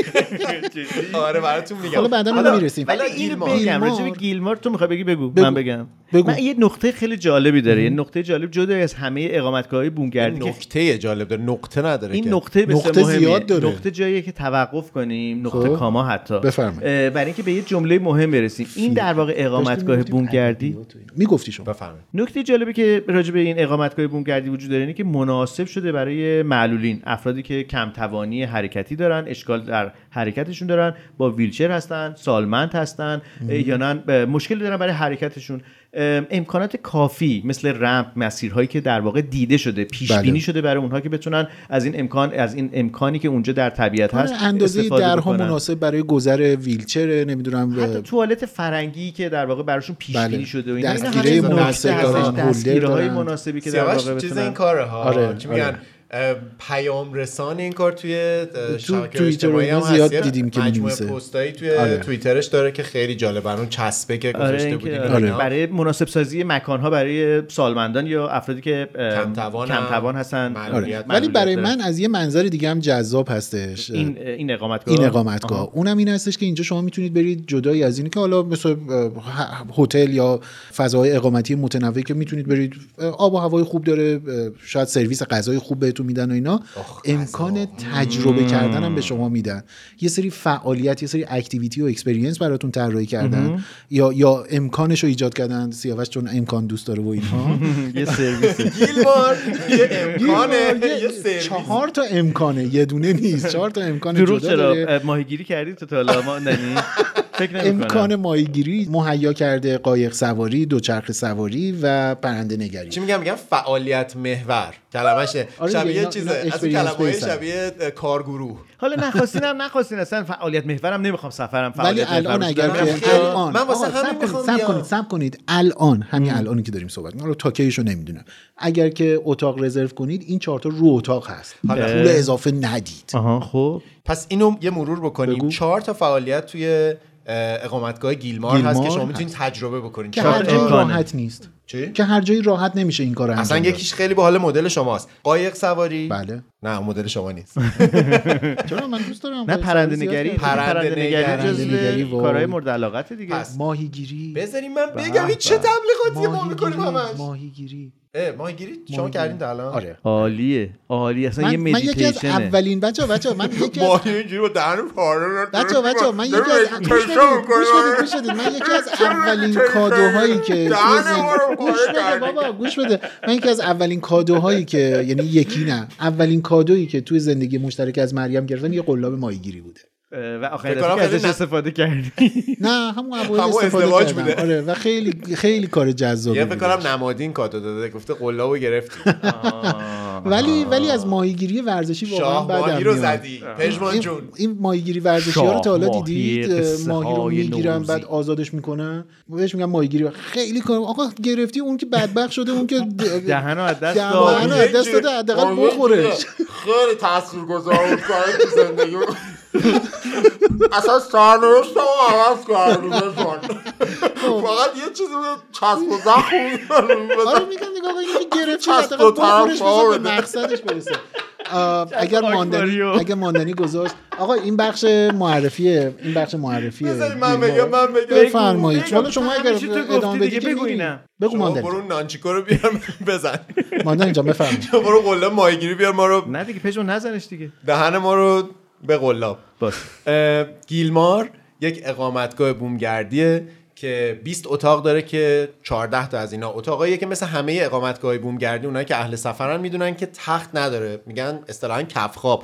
آره براتون میگم حالا بعدا میرسیم. ولی اینو بگم راجع به گیلمار تو میخوای بگو. من بگم من یه نقطه خیلی جالبی داره. یه نقطه جالب جدا از همه اقامتگاه‌های بومگردی نقطه جالب داره، نقطه نداره. این نقطه زیاد داره. نقطه جاییه که توقف کنیم، نقطه کاما حتی. بفرمایید. برای اینکه به یه جمله مهم برسیم. این در واقع اقامتگاه بومگردی میگفتی شما. بفرمایید. نکته جالبی که راجع به این اقامتگاه بومگردی وجود داره اینه که مناسب شده برای معلولین، افرادی که کم توانی حرکتی دارن، اشکال در حرکتشون دارن، با ویلچر هستن، سالمند هستن یا نه مشکلی دارن برای حرکتشون. امکانات کافی مثل رمپ، مسیرهایی که در واقع دیده شده، پیش بینی شده برای اونها که بتونن از این امکانی که اونجا در طبیعت هست اندازه درها مناسب برای گذر ویلچر، نمیدونم حتی توالت فرنگی که فرنگی براشون پیش بینی شده و اینا دستگیره مناسب دارن، دستگیرهای مناسبی که در واقع چیز این کاره ها چی میگن پیام رسان این کار توی شبکه‌های اجتماعی هم زیاد دیدیم که مجموعه پستایی توی توییترش داره که خیلی جالبه. اون چسبه که گذاشته بودیم برای مناسب سازی مکان‌ها برای سالمندان یا افرادی که کم توان هستن. ولی برای من از یه منظر دیگه هم جذاب هستش این اقامتگاه. اونم این هستش که اینجا شما میتونید برید جدای از اینی که حالا مثلا هتل یا فضای اقامتی متنوعی که میتونید برید، آب و هوای خوب داره، شاید سرویس غذای خوب بهتون میدن و اینا، امکان تجربه کردن هم به شما میدن. یه سری فعالیت، یه سری اکتیویتی و اکسپریانس براتون طراحی کردن یا امکانش رو ایجاد کردن. سیاوش چون امکان دوست داره و اینها یه سرویس گیلمار یه امکانه، یه سرویس 4 تا امکانه، یه دونه نیست، 4 تا امکان جدا داره. ماهیگیری کردید تو حالا ما امکان ماهیگیری مهیا کرده، قایق سواری، دوچرخه سواری و پرنده نگری. چی میگم فعالیت محور کلمشه. شبیه چیزه از کلمه‌های شبیه کارگروه. حالا نخواستین اصلا فعالیت محورم نمیخوام سفرم ولی الان اگر الان من واسه همین میخوام صبر کنید الان همین الانی که داریم صحبت می‌کنیم، تاکیشو نمیدونم، اگر که اتاق رزرو کنید این 4 تا رو اتاق هست، پول اضافه ندید. خب پس اینو یه مرور بکنیم. 4 تا فعالیت توی اقامتگاه گیلمار هست که شما میتونید تجربه بکنید که هر جایی راحت نیست. چی؟ که هر جایی راحت نمیشه این کارو انجام داد. اصلا یکیش خیلی باحال، مدل شماست. قایق سواری. بله. نه مدل شما نیست. چرا من دوست دارم. نه پرنده نگری جزو کارهای مورد علاقت دیگه. ماهیگیری. بذارین من بگم این چه تبلیغاتی ما میکنیم همش. ماهیگیری شما کردین تا الان؟ آره. عالیه اساس یه مدیتیشن. من یکی از اولین بچا من یکی از ماهیگیری رو دهن پاره. بچا من یکی از گوش بدید من یکی از اولین کادوهایی که گوش بده من یکی از اولین کادوهایی که یعنی یکی نه اولین کادویی که توی زندگی مشترک از مریم گرفتم یه قلاب ماهیگیری بوده. و آخرین دفعه ازش استفاده کردی؟ نه همون استفاده کردم. آره و خیلی خیلی کار جذابی. فکر کنم نمادین کادو داده، گفته قلابو گرفتی. ولی از ماهیگیری ورزشی واقعا بدم ماهی رو زدی پژمان جون. این ماهیگیری ورزشی ها رو تا حالا دیدید؟ ماهی رو میگیرن بعد آزادش میکنن، بهش میگن ماهیگیری. خیلی کار آقا گرفتی اون که بدبخت شده، اون که دهنو از دست داده حداقل بخورش. خیلی تاثیرگذار بود تو زندگی. اصلا سرنوشت رو عوض کردیم فقط یه چیزی بود چسب و زخم. آره میگم نگاه کنید گرفتی حداقل بخورش بذار به مقصدش برسه. اگر ماندنی گذاشت. آقا این بخش معرفیه. من بگم بفرمایید. حالا شما اگر ادامه بدید بگو اینا. بگو ماندنی. برو نانچیکو رو بیار بزن. ماندنی جان بفرمایید. برو قلاب ماهیگیری بیار ما رو. نه دیگه پژمان نزنش دیگه. دهن ما رو به قلاب. باش. گیلمار یک اقامتگاه بومگردیه که 20 اتاق داره که 14 تا از اینا اتاقاییه که مثل همه اقامتگاه بومگردی اونایی که اهل سفرن میدونن که تخت نداره، میگن اصطلاحاً کف خواب.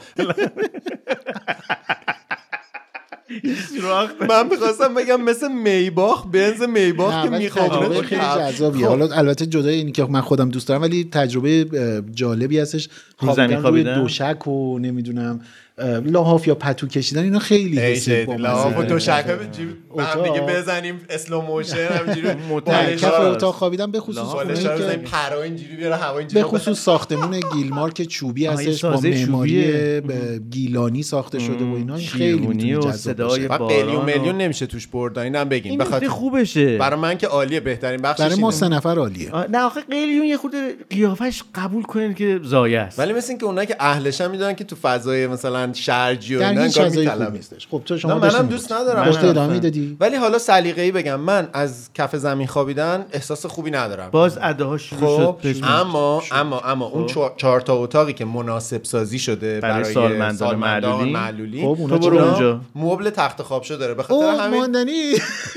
من می‌خواستم بگم مثل میباخ، بنز میباخ که میخوابونه. خیلی جذابیه. حالا البته جدای این که من خودم دوست دارم ولی تجربه جالبی هستش. روی دوشک و نمیدونم لحاف یا پتو کشیدن، اینا خیلی حسه. لحاف و دوشک با هم دیگه بزنیم اسلو موشن همینجوری کف اتاق خوابیدن، به خصوص اونایی که پرا اینجوری بیاره هوا اینجوری، به خصوص ساختمون گیلمار که چوبی هستش با معماری گیلانی ساخته شده و اینا خیلی صدای باران. قلیون میلیون نمیشه توش برد. اینم بگین بخاطر خوبشه. برای من که عالیه، بهترین بخشش برای ما 3 نفر عالیه. نه آخه قلیون یه خورده قیافش قبول کنین که زایه است، ولی مثل اینکه اونایی که اهلشن میدونن که تو فضای مثلا شرجی و اینا انگار میطلب نیستش. خب تو شما منم دوست ندارم. ادامه دادی. ولی حالا سلیقه‌ای بگم، من از کف زمین خوابیدن احساس خوبی ندارم. باز اداها شروع شد. اما اون 4 تا اتاقی که مناسب سازی شده برای سالمندان معلولی، خب تو برو اونجا. مبل تخت خوابشو داره. به خاطر همین ماندنی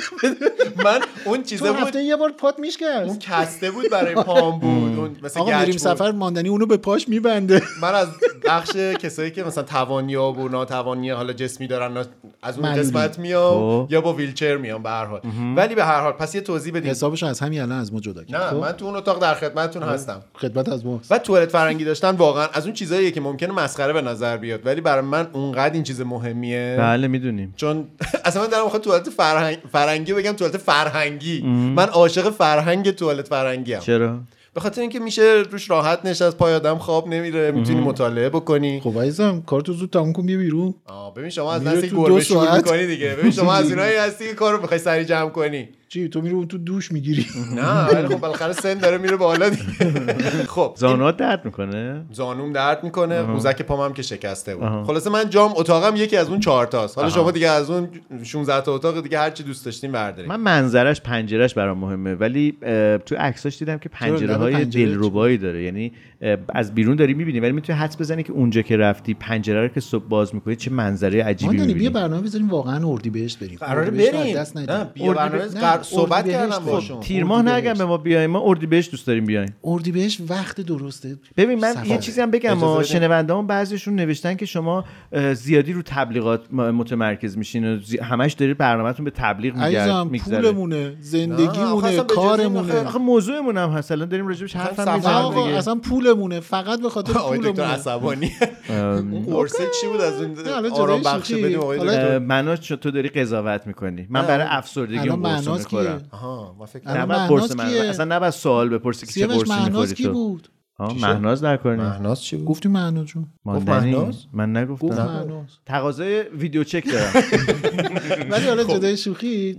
من اون چیزا بود، هفته یه بار پات میشکست، اون کسته بود برای پام بود. اون مثلا آقا میریم سفر ماندنی اونو به پاش میبنده. من از بخش کسایی که مثلا توانیا و ناتوانی حالا جسمی دارن از اون قسمت میام یا با ویلچر میام به هر حال. ولی به هر حال پس یه توضیح بدید. حسابشو از همین الان از ما جدا کرد. نه من تو اون اتاق در خدمتتون هستم. خدمت از ما. و توالت فرنگی داشتن واقعا از اون چیزاییه که ممکنه مسخره به نظر بیاد ولی برای من اونقدر این چیز مهمیه. بله میدونیم. چون اصلا من دارم میخوام توالت فرنگی بگم توالت فرهنگی. من عاشق فرهنگ توالت فرنگی ام. چرا؟ به خاطر اینکه میشه روش راحت نشست، پای آدم خواب نمیره، میتونی مطالعه بکنی. خب عزیزم کارتو زود تموم کن بیا بیرون. ببین شما از نسی گربه شروع میکنی دیگه. ببین شما از اینایی هستی که کارو میخوای سریع جمع کنی. چی تو میری تو دوش میگیری؟ نه ولی خب بالاخره سن داره میره بالا دیگه. خب زانوات درد میکنه؟ زانوم درد میکنه، قوزک پامم که شکسته بود. خلاصه من جام اتاقم یکی از اون 4 تاست. حالا شما دیگه از اون 16 تا اتاق دیگه هر چی دوست داشتین بردارید. من منظرش پنجرهش برام مهمه ولی تو عکساش دیدم که پنجره‌های دلربایی داره، یعنی از بیرون داری میبینی ولی میتونی حدس بزنی که اونجا که رفتی پنجره رو که صبح باز میکنی چه منظره عجیبی میبینی. بیا برنامه بذاریم واقعا اردیبهشت بریم. قراره بریم. نه بیا برنامه صحبت کردم باشون. تیر ماه نگم به ما بیایم، ما اردیبهشت دوست داریم بیایم. اردیبهشت وقت درسته. ببین من یه چیزی هم بگم، ما شنوندهام بعضیشون نوشتن که شما زیادی رو تبلیغات متمرکز میشین و همش دارید برنامه‌تون به تبلیغ میگذره. پولمونه، زندگیمونه، کارمونه. آخه موضوعمون هم هستن داریم راجعش حرف هم میزنیم دیگه. اصلا پولمونه، فقط به خاطر پولمونه. دکتر عصبانی. اون قرصه چی بود از اون آرام بخش بدیم آقای دکتر؟ مناش تو داری قضاوت میکنی. من برای افسردگی اون قرصو میخورم. آها ما فکر اصلا نباید سوال بپرسی که چه قرصی میخوری تو. بود؟ مهناز در کاری. مهناز چی بود؟ گفتی مهناز جون. مهناز؟ من نگفتم. تقاضای ویدیو چک دارم. ولی حالا جدای شوخی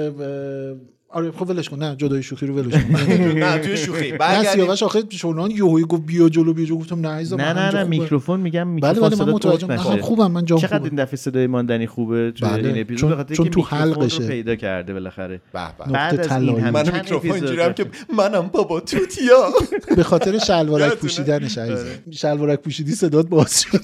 آره خب ولش کن. نه جدای شوخی رو ولش کن. نه توی شوخی بعد سیاوش آخه شونان یهویی گفت بیا جلو گفتم نه عزیزم. نه میکروفون میگم میکروفون. بله من متوجهم. خوبم من جام. چقدر این دفعه صدای ماندنی خوبه تو این اپیزود بخاطر اینکه تو حلقشه پیدا کرده بالاخره. بعد از این من میکروفون اینجوریام که منم بابا توتیا به خاطر شلوارک پوشیدنش عزیزم. شلوارک پوشیدی صدات باز شد.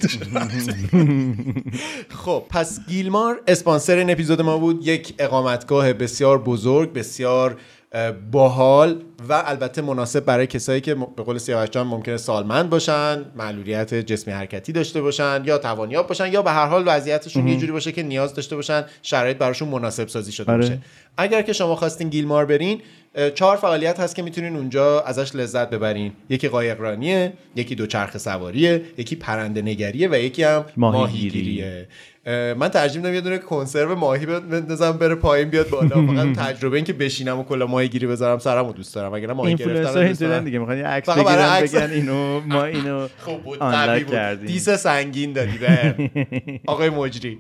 خب پس گیلمار اسپانسر این اپیزود ما بود. یک اقامتگاه بسیار بزرگ، بسیار باحال و البته مناسب برای کسایی که به قول سیاوش جان ممکنه سالمند باشن، معلولیت جسمی حرکتی داشته باشن یا توانیاب باشن یا به هر حال وضعیتشون یه جوری باشه که نیاز داشته باشن شرایط براشون مناسب سازی شده باشه. اگر که شما خواستین گیلمار برین 4 فعالیت هست که میتونین اونجا ازش لذت ببرین. یکی قایقرانیه، یکی دوچرخه سواریه، یکی پرنده نگریه و یکی هم ماهیگیریه. من ترجیح میدم یه دونه کنسرو ماهی بندازم بره پایین بیاد بالا. فقط تجربه این که بشینم و کلا ماهیگیری بذارم سرمو دوست دارم. اگر ماهی گرفتن دوست دارم دیگه میخوان یه عکس بگیرن بگن اینو ما اینو خوب بود، آنلاین کردیم. دیس سنگین دادی به آقای مجری.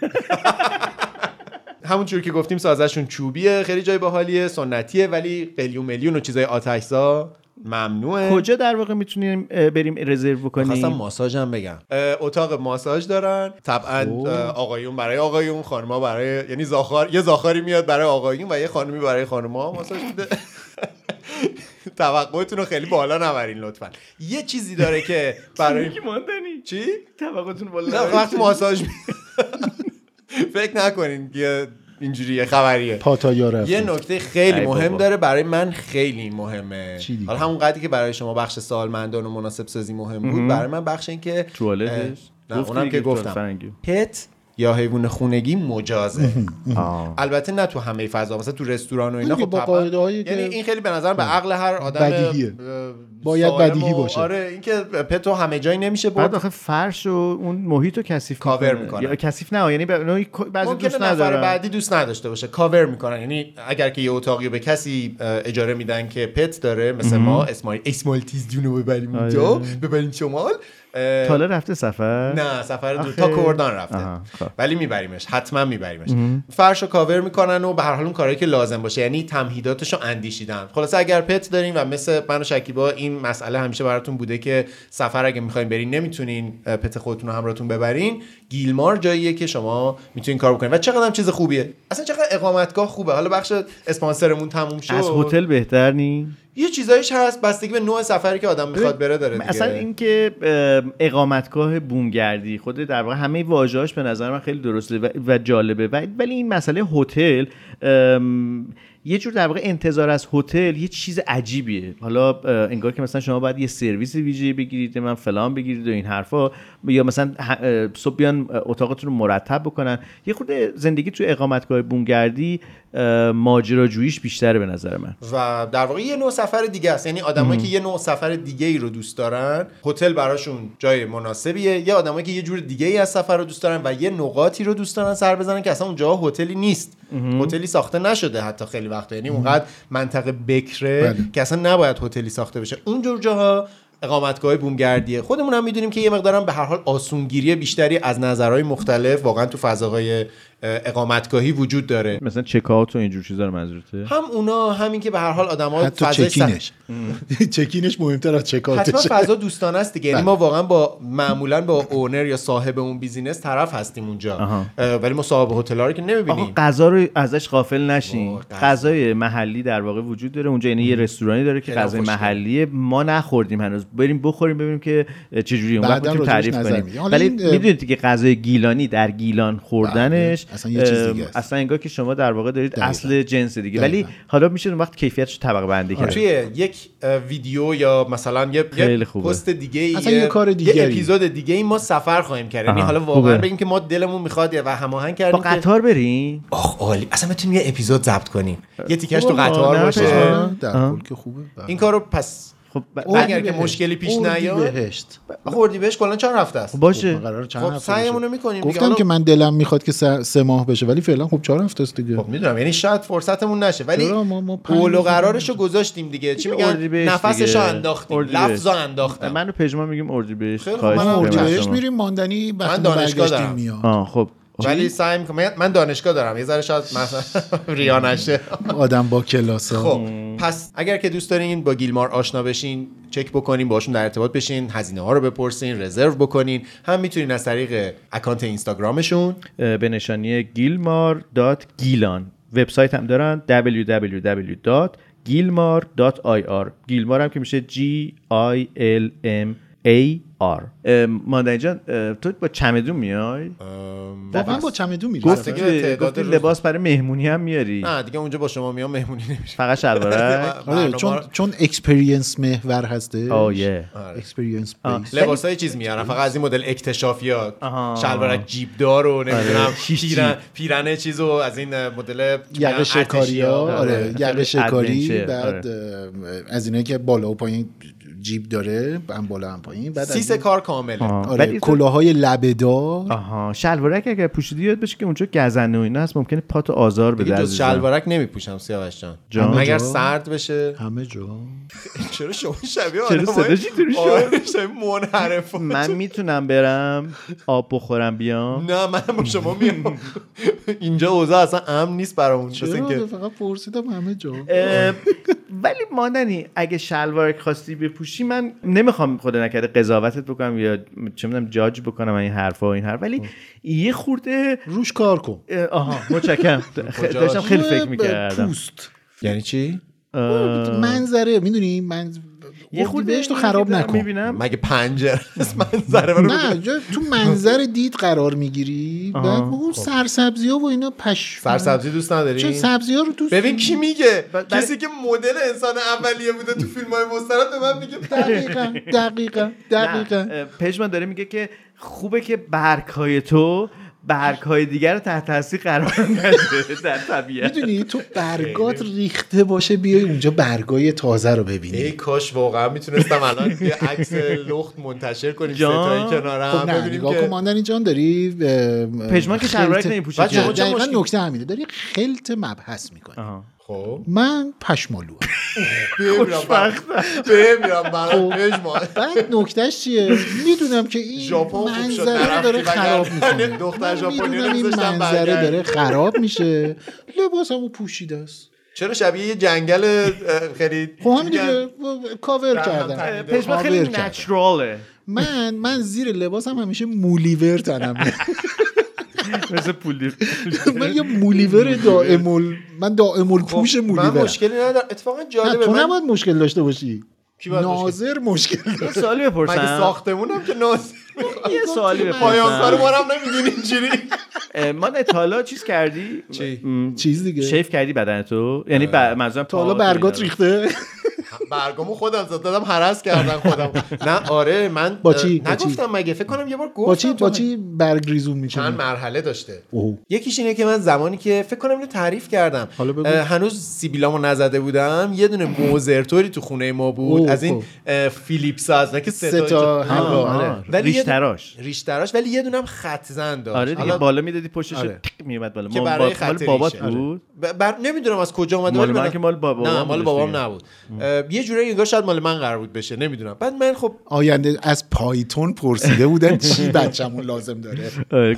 همونجور که گفتیم سازشون چوبیه، خیلی جای باحالیه، سنتیه، ولی میلیون و چیزای آتش‌زا ممنوعه. کجا در واقع میتونیم بریم رزرو کنیم؟ خواستم ماساژ هم بگم. اتاق ماساژ دارن طبعا. آقایون برای آقایون، خانم‌ها برای، یعنی یه زاخاری میاد برای آقایون و یه خانمی برای خانم‌ها ماساژ میده. توقعتون رو خیلی بالا نبرین لطفا. یه چیزی داره که برای چی؟ توقعتون بالا نبرین. وقتی ماساژ فکر نکنین که اینجوریه خبریه. پاتایا رفت. یه نکته خیلی مهم داره برای من، خیلی مهمه. حالا همون قدری که برای شما بخش سالمندان و مناسب سازی مهم بود، برای من بخش این که توالتش، نه اونم که گفتم پت یا حیوان خونگی مجازه. البته نه تو همه فضا، مثلا تو رستوران و اینا. خب طبعا یعنی این خیلی به نظر به عقل هر آدم بدیهیه. باید بدیهی باشه. آره این که پتو همه جایی نمیشه بعد آخه فرش و اون محیطو کثیف کاور میکنن. یا کثیف نه، یعنی بعضی دوست ندارن، بعدی دوست نداشته باشه، کاور میکنن. یعنی اگر که یه اتاقی به کسی اجاره میدن که پت داره، مثل ما اسمال تیز جونو ببریم اونجا، ببریم شمال. تاله رفته سفر؟ نه سفر تا کردان رفته. ولی میبریمش، حتما میبریمش. فرشو کاور میکنن و به هر حال اون کارهایی که لازم باشه، یعنی تمهیداتشو اندیشیدن. خلاصه اگر پت دارین و مثل من و شکیبا این مسئله همیشه براتون بوده که سفر اگه میخواین برین نمیتونین پت خودتون رو همراهتون ببرین، گیلمار جاییه که شما میتونین کار بکنین. و چقدر هم چیز خوبیه، اصلا چقدر اقامتگاه خوبه. حالا بخش اسپانسرمون تموم شد، از هتل بهتر نی؟ یه چیزایش هست، بستگی به نوع سفری که آدم میخواد بره داره دیگه. اصلا اینکه اقامتگاه بومگردی خود در واقع همه واژه‌اش به نظر من خیلی درسته و جالبه، ولی این مسئله هتل یه جور در واقع انتظار از هتل یه چیز عجیبیه. حالا انگار که مثلا شما باید یه سرویس ویژه بگیرید، من فلان بگیرید و این حرفا، یا مثلا صبح بیان اتاقتون رو مرتب بکنن. یه خورده زندگی توی اقامتگاه بومگردی ماجراجوییش بیشتره به نظر من. و در واقع یه نوع سفر دیگه است. یعنی آدمایی که یه نوع سفر دیگه ای رو دوست دارن، هتل براشون جای مناسبیه. یه آدمایی که یه جور دیگه ای از سفر رو دوست دارن و یه نقاطی رو دوست دارن سر بزنن که اصلا اونجا هتلی نیست. هتلی ساخته نشده حتی خیلی وقتا، یعنی اونقدر منطقه بکره که اصلا نباید هتلی ساخته بشه. اونجور جاها اقامتگاه بومگردیه. خودمون هم میدونیم که یه مقدارم به هر حال آسونگیری بیشتری از نظرهای مختلف واقعا تو فضاهای اقامتگاهی وجود داره. مثلا چک اوت و اینجور چیزا رو منظورته؟ هم اونا، همین که به هر حال آدم‌ها حتی چکینش مهمتر از چک اوتش. حتما فضا دوستانه است دیگه. یعنی ما واقعا معمولا با اونر یا صاحب اون بیزینس طرف هستیم اونجا، ولی ما صاحب هتل‌ها رو که نمی‌بینیم. غذا رو ازش غافل نشین. غذای محلی در واقع وجود داره اونجا، یعنی یه رستورانی داره که غذای محلیه، ما نخوردیم هنوز، بریم بخوریم ببینیم که چه جوریه، اون وقت تعریف کنیم. ولی میدونید دیگه غذای گیلانی در گیلان خوردنش اصلا یه چیز دیگه است. اصلا انگار که شما در واقع دارید اصل جنس دیگه. ولی حالا میشه اون وقت کیفیتش طبقه بندی کرد. توی یک ویدیو یا مثلا یه پست دیگه، یه کار دیگه، یه اپیزود دیگه ای ما سفر خواهیم کرد. یعنی حالا واقعا بگیم که ما دلمون میخواد و هماهنگ کردیم با قطار بریم. آخ عالی، اصلا بتونیم یه اپیزود ضبط کنیم، یه تیکش تو قطار باشه. در کل که خوبه. این کارو پس اگر که مشکلی پیش نیاد، اردیبهشت کلا چند هفته است باشه. خب سعیمون رو میکنیم. گفتم که من دلم میخواد که 3 ماه بشه، ولی فعلا خب 4 هفته است دیگه. خب میدونم، یعنی شاید فرصتمون نشه، ولی قول و قرارشو گذاشتیم دیگه. چی میگن؟ نفسشو انداختیم، لفظو انداختم. منو پژمان میگیم اردیبهشت. اردیبهشت میریم ماندنی، وقتی برگشتیم میاد. خب ولی سعی میکنم، من دانشگاه دارم، یه ذره شاید مثلا ریا نشه آدم با کلاسا. خب پس اگر که دوست دارین با گیلمار آشنا بشین، چک بکنین، باشون در ارتباط بشین، هزینه ها رو بپرسین، رزرو بکنین. هم میتونین از طریق اکانت اینستاگرامشون به نشانی gilmar.gilan، وبسایت هم دارن www.gilmar.ir. گیلمار هم که میشه GILMAR مادر جان تو با چمدون میای؟ واقعا با چمدون میری؟ گفتی لباس برای مهمونی هم میاری؟ نه دیگه اونجا با شما میام مهمونی نمیشه، فقط شلوارک. آره چون اکسپریانس محور هسته. اکسپریانس بیس. لباسای چیز میارن فقط از این مدل اکتشافیات، شلوارک جیب دار و نمیدونم پیرنه چیزو از این مدل یقه شکاریا. آره یقه شکاری. بعد از اینایی که بالا و پایین جیب داره، هم بالا هم پایین. بعد سیس کار کامله. آره کلاهای لبه‌دار. شلوارک اگه پوشیدی یاد باشه که اونجا گزنه و اینا هست، ممکنه پاتو آزار بده. جز شلوارک نمیپوشم سیاوش جان، مگر سرد بشه. همه جا. چرا شما شبیه چرا صداش اینطوری شد؟ منحرف. من میتونم برم آب بخورم بیام؟ نه من با شما میام. اینجا اوضاع اصلا امن نیست برامون. چرا فقط پرسیدم همه جا. ولی ماندنی اگه شلوارک خواستی بپوشی، من نمیخوام خدا نکرده قضاوتت بکنم یا چه میدونم جاج بکنم این حرفا و این حرف، ولی یه خورده روش کار کن. متشکرم. داشتم خیلی فکر میکردم. پوست یعنی چی؟ منظره میدونی من یه خورده بهش تو خراب نکن. مگه پنجره است منظره؟ نه تو منظر دید قرار میگیری. بعد اون سرسبزی‌ها و اینا سرسبزی دوست نداری؟ چه سبزی‌ها رو دوست ببین کی میگه؟ کسی که مدل انسان اولیه بوده تو فیلم‌های مستند به من میگه دقیقاً. پژمان داره میگه که خوبه که برگ‌های تو برگ‌های دیگر رو تحت تاثیر قرار نده در طبیعت. میدونی تو برگات ریخته باشه بیای اونجا برگای تازه رو ببینی. ای کاش واقعا میتونستم الان یه عکس لخت منتشر کنیم ستایی کنارم. خب نه نگاه کن ماندنی جان داری پژمان که شلوارک نمیپوشه. دقیقاً نکته همینه، داری خلط مبحث میکنی. خب من پشمالو بمیرم برای پژمان. بعد نکتهش چیه؟ میدونم که این منظره داره خراب میکنه. دختر ژاپنی این منظره داره خراب میشه. لباسمو پوشیده است. چرا شبیه یه جنگل خیلی خب همین دیگه کاور کردم. پژمان خیلی نچراله. من زیر لباسم همیشه مولیور تنم. مثل پولیور. من یه مولیور دائم پوش مولیور. من مشکلی ندارم. اتفاقا جالبه. تو نباید مشکل داشته باشی. ناظر مشکل داره. سوالی بپرسم. مگه ساختمونم که ناظر؟ یه سوالی بپرسم. پایان‌کار ما رو هم نمی‌دونی اینجوری. من تا چیز کردی؟ چیز دیگه. شیف کردی بدنتو؟ یعنی منظورم تا حالا برگات ریخته؟ برگامو خودم دادم هرس کردن خودم. نه آره من نگفتم مگه فکر کنم یه بار گفتم. با چی برگ ریزون میکنی؟ چند مرحله داشته. یکیش اینه که من زمانی که فکر کنم اینو تعریف کردم هنوز سیبیلامو نزده بودم، یه دونه موزرتوری تو خونه ما بود از این فیلیپس هست که سه تا ریشتراش ولی یه دونه هم خط زن داشت. آره دیگه بالا میدادی پشتش میومد بالا. که برای خط بابات بود. نمیدونم از کجا اومده ولی مال بابام. نه مال بابام نبود. یه جوری انگار شاید مال من قرار بود بشه، نمیدونم. بعد من خب آینده از پایتون پرسیده بودن چی بچه‌مون لازم داره.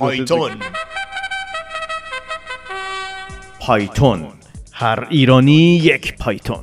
پایتون هر ایرانی یک پایتون.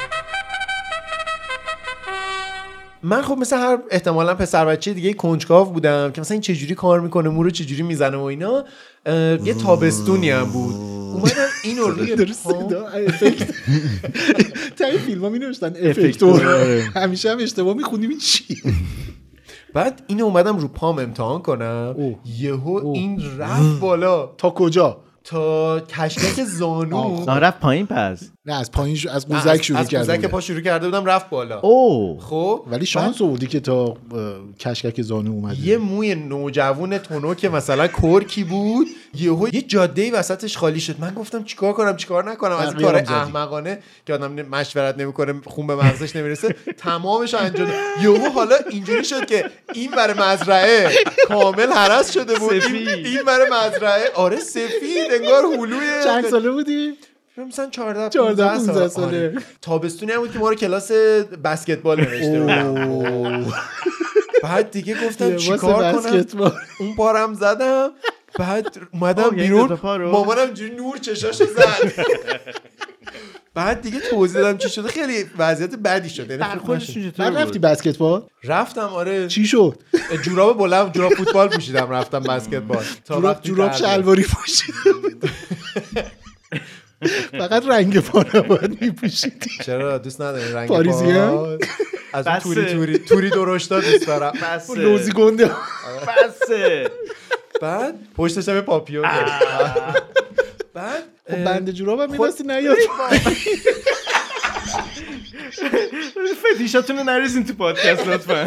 من خب مثل هر احتمالاً پسر بچه دیگه کنجکاو بودم که مثلا این چجوری کار میکنه، مو رو چجوری میزنه و اینا. یه تابستونی هم بود اومدم اینو روی صدا افکت تا این فیلم‌ها می‌نوشتن افکتور، همیشه هم اشتباه می‌خونیم این چی. بعد اینو اومدم رو پام امتحان کنم، یهو این رفت بالا. تا کجا؟ تا کشکک زانو. رفت پایین. پس نه از پایین از قوزک شروع کرده. از قوزک پا شروع کرده بودم رفت بالا. خب ولی شانس آوردی که تا کشکک زانو اومد. یه موی نوجوان تونو که مثلا کرکی بود یهو یه جاده‌ای وسطش خالی شد. من گفتم چیکار کنم چیکار نکنم. از این کار احمقانه که آدم مشورت نمیکنه خون به مغزش نمیرسه تمامش انجام. یهو حالا اینجوری شد که این برای مزرعه کامل هرس شده بود، این برای مزرعه آره سفید انگار هلوی. چند ساله بودی؟ مثلا 14 ساله. تابستونی هم بود که ما رو کلاس بسکتبال نوشته بودن. بعد دیگه گفتم چیکار کنم، اون پارم زدم. بعد اومدم بیرون مامانم جوری نور چشاشو زد. بعد دیگه توضیح دادم چی شده، خیلی وضعیت بدی شد. بعد رفتی بسکتبال؟ رفتم آره. چی شد؟ جوراب بلند، جوراب فوتبال پوشیدم رفتم بسکتبال. جوراب شلواری پوشیدم. فقط رنگ پا نباید میپوشیدی. چرا دوست نداری رنگ پاریزیه؟ از اون توری درشتا دوست دارم. روزی گنده. بسه. بعد پشتش هم پاپیون. بعد بنده جورابم می‌رسی نیاد. فتیشاتون رو نریزین تو پادکست لطفاً.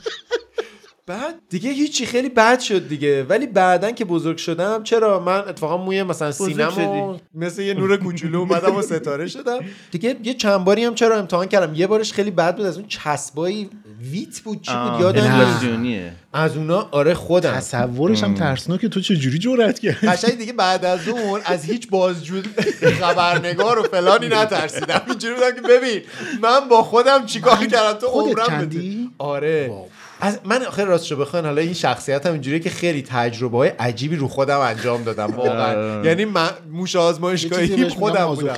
بعد دیگه هیچی، خیلی بد شد دیگه. ولی بعدن که بزرگ شدم، چرا من اتفاقا موی مثلا سینمو مثل یه نور کوچولو اومدم و ستاره شدم دیگه. یه چند باری هم چرا امتحان کردم، یه بارش خیلی بد بود، از اون چسبای ویت بود چی بود یادم نیست از اونا. آره خودم تصورش هم ترسناکه، تو چه جوری جرأت کردی؟ قشنگ دیگه بعد از اون از هیچ بازجوی خبرنگار و فلانی نترسیدم. اینجوری بودم که ببین من با خودم چیکار کردم تو عمرم بدی. آره از من آخر راستشو بخواین، حالا این شخصیتم اینجوریه که خیلی تجربه‌های عجیبی رو خودم انجام دادم واقعا. یعنی من موش آزمایشگاهی خودم بودم.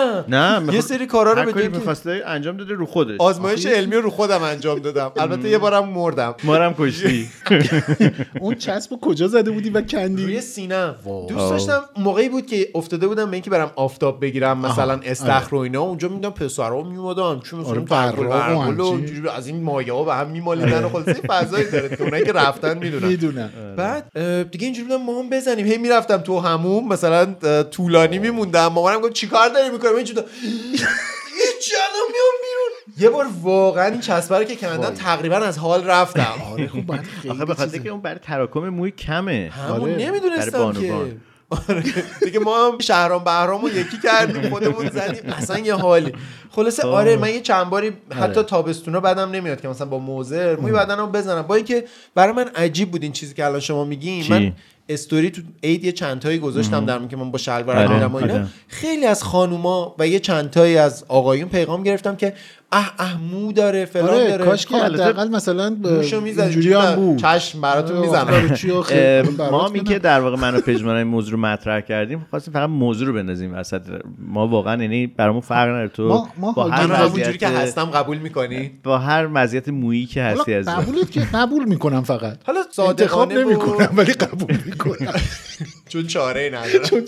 نه یه سری کارا رو بدون می‌خواسته انجام داده رو خودش. آزمایش علمی رو خودم انجام دادم. البته یه بارم مردم. مارم کشتی. اون چسبو کجا زده بودی و کندی؟ روی سینه‌ام. دوست داشتم موقعی بود که افتاده بودم به اینکه برم آفتاب بگیرم مثلا استخر و اینا، اونجا می‌دیدم پسرا میومدن چون مثلا برقل و از این مایه‌ها به هم می‌مالیدن و خلاص فضایی داره که اونایی که رفتن میدونن. بعد دیگه اینجوری بودم مامان بزنیم، هی میرفتم تو حموم مثلا طولانی میموندم، مامانم گفت چیکار داری می‌کنی؟ اینجوری هیچ الان میام بیرون. یه بار واقعا این چسبه رو که کندم تقریبا از حال رفتم. آره خوب بعد خیلی آخه به خاطر که اون برای تراکم موی کمه. همون نمیدونستم که آره دیگه ما هم شهرام بهرامو یکی کردیم خودمون زدیم اصلا یه حالی. خلاصه آره من یه چند باری حتی تابستونا بعدم نمیاد که مثلا با موزر موی بدنمو بزنم. با اینکه برای من عجیب بود این چیزی که الان شما میگین. من استوری تو عید یه چند تایی گذاشتم در مورد که من با شلوار میرم و اینا. خیلی از خانوما و یه چند تایی از آقایون پیغام گرفتم که مو داره فلان داره. کاش که حداقل مثلا اینجوری هم بود چشم براتون میزنم. ما می که در واقع منو پژمانای موضوع رو مطرح کردیم خواستیم فقط موضوع رو بندازیم وسط. ما واقعا یعنی برامون فرق نداره تو با هر همونجوری که هستم قبول میکنی، با هر مزیت مویی که هستی از قبولت که قبول میکنم، فقط حالا انتخاب نمیکنم ولی قبول میکنم چون چاره‌ای ندارم.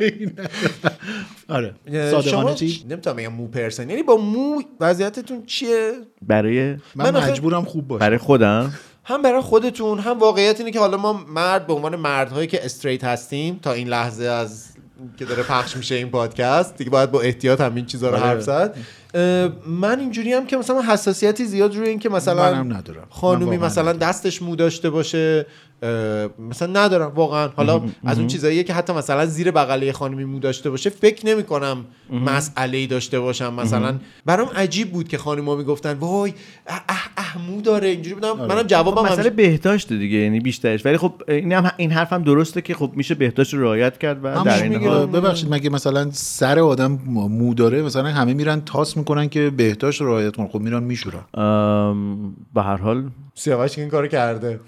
آره صادقانه چی نمیتونم بگم مو پرسن، یعنی با مو وضعیتتون چیه؟ برای من مجبورم خوب باشم برای خودم، هم برای خودتون، هم واقعیت اینه که حالا ما مرد به عنوان مردهایی که استریت هستیم تا این لحظه از که داره پخش میشه این پادکست دیگه باید با احتیاط هم این چیزا رو حرف زد. من اینجوری هم که مثلا حساسیتی زیاد روی این که مثلا خانومی مثلا دستش مو داشته باشه مثلا ندارم واقعا. حالا از اون چیزاییه که حتی مثلا زیر بغل خانومی مو داشته باشه فکر نمی کنم مسئله‌ای داشته باشم. مثلا برام عجیب بود که خانوما میگفتن وای مو داره اینجوری بودم. منم جوابم مسئله بهداشت دیگه یعنی بیشترش. ولی خب این حرفم درسته که خب میشه بهداشت رو رعایت کرد و در این حال ببخشید مگه مثلا سر آدم مو داره مثلا همه میرن تاس میکنن که بهداشت رو رعایت کن، خب میرن میشورن. به هر حال سیاوش این کارو کرده.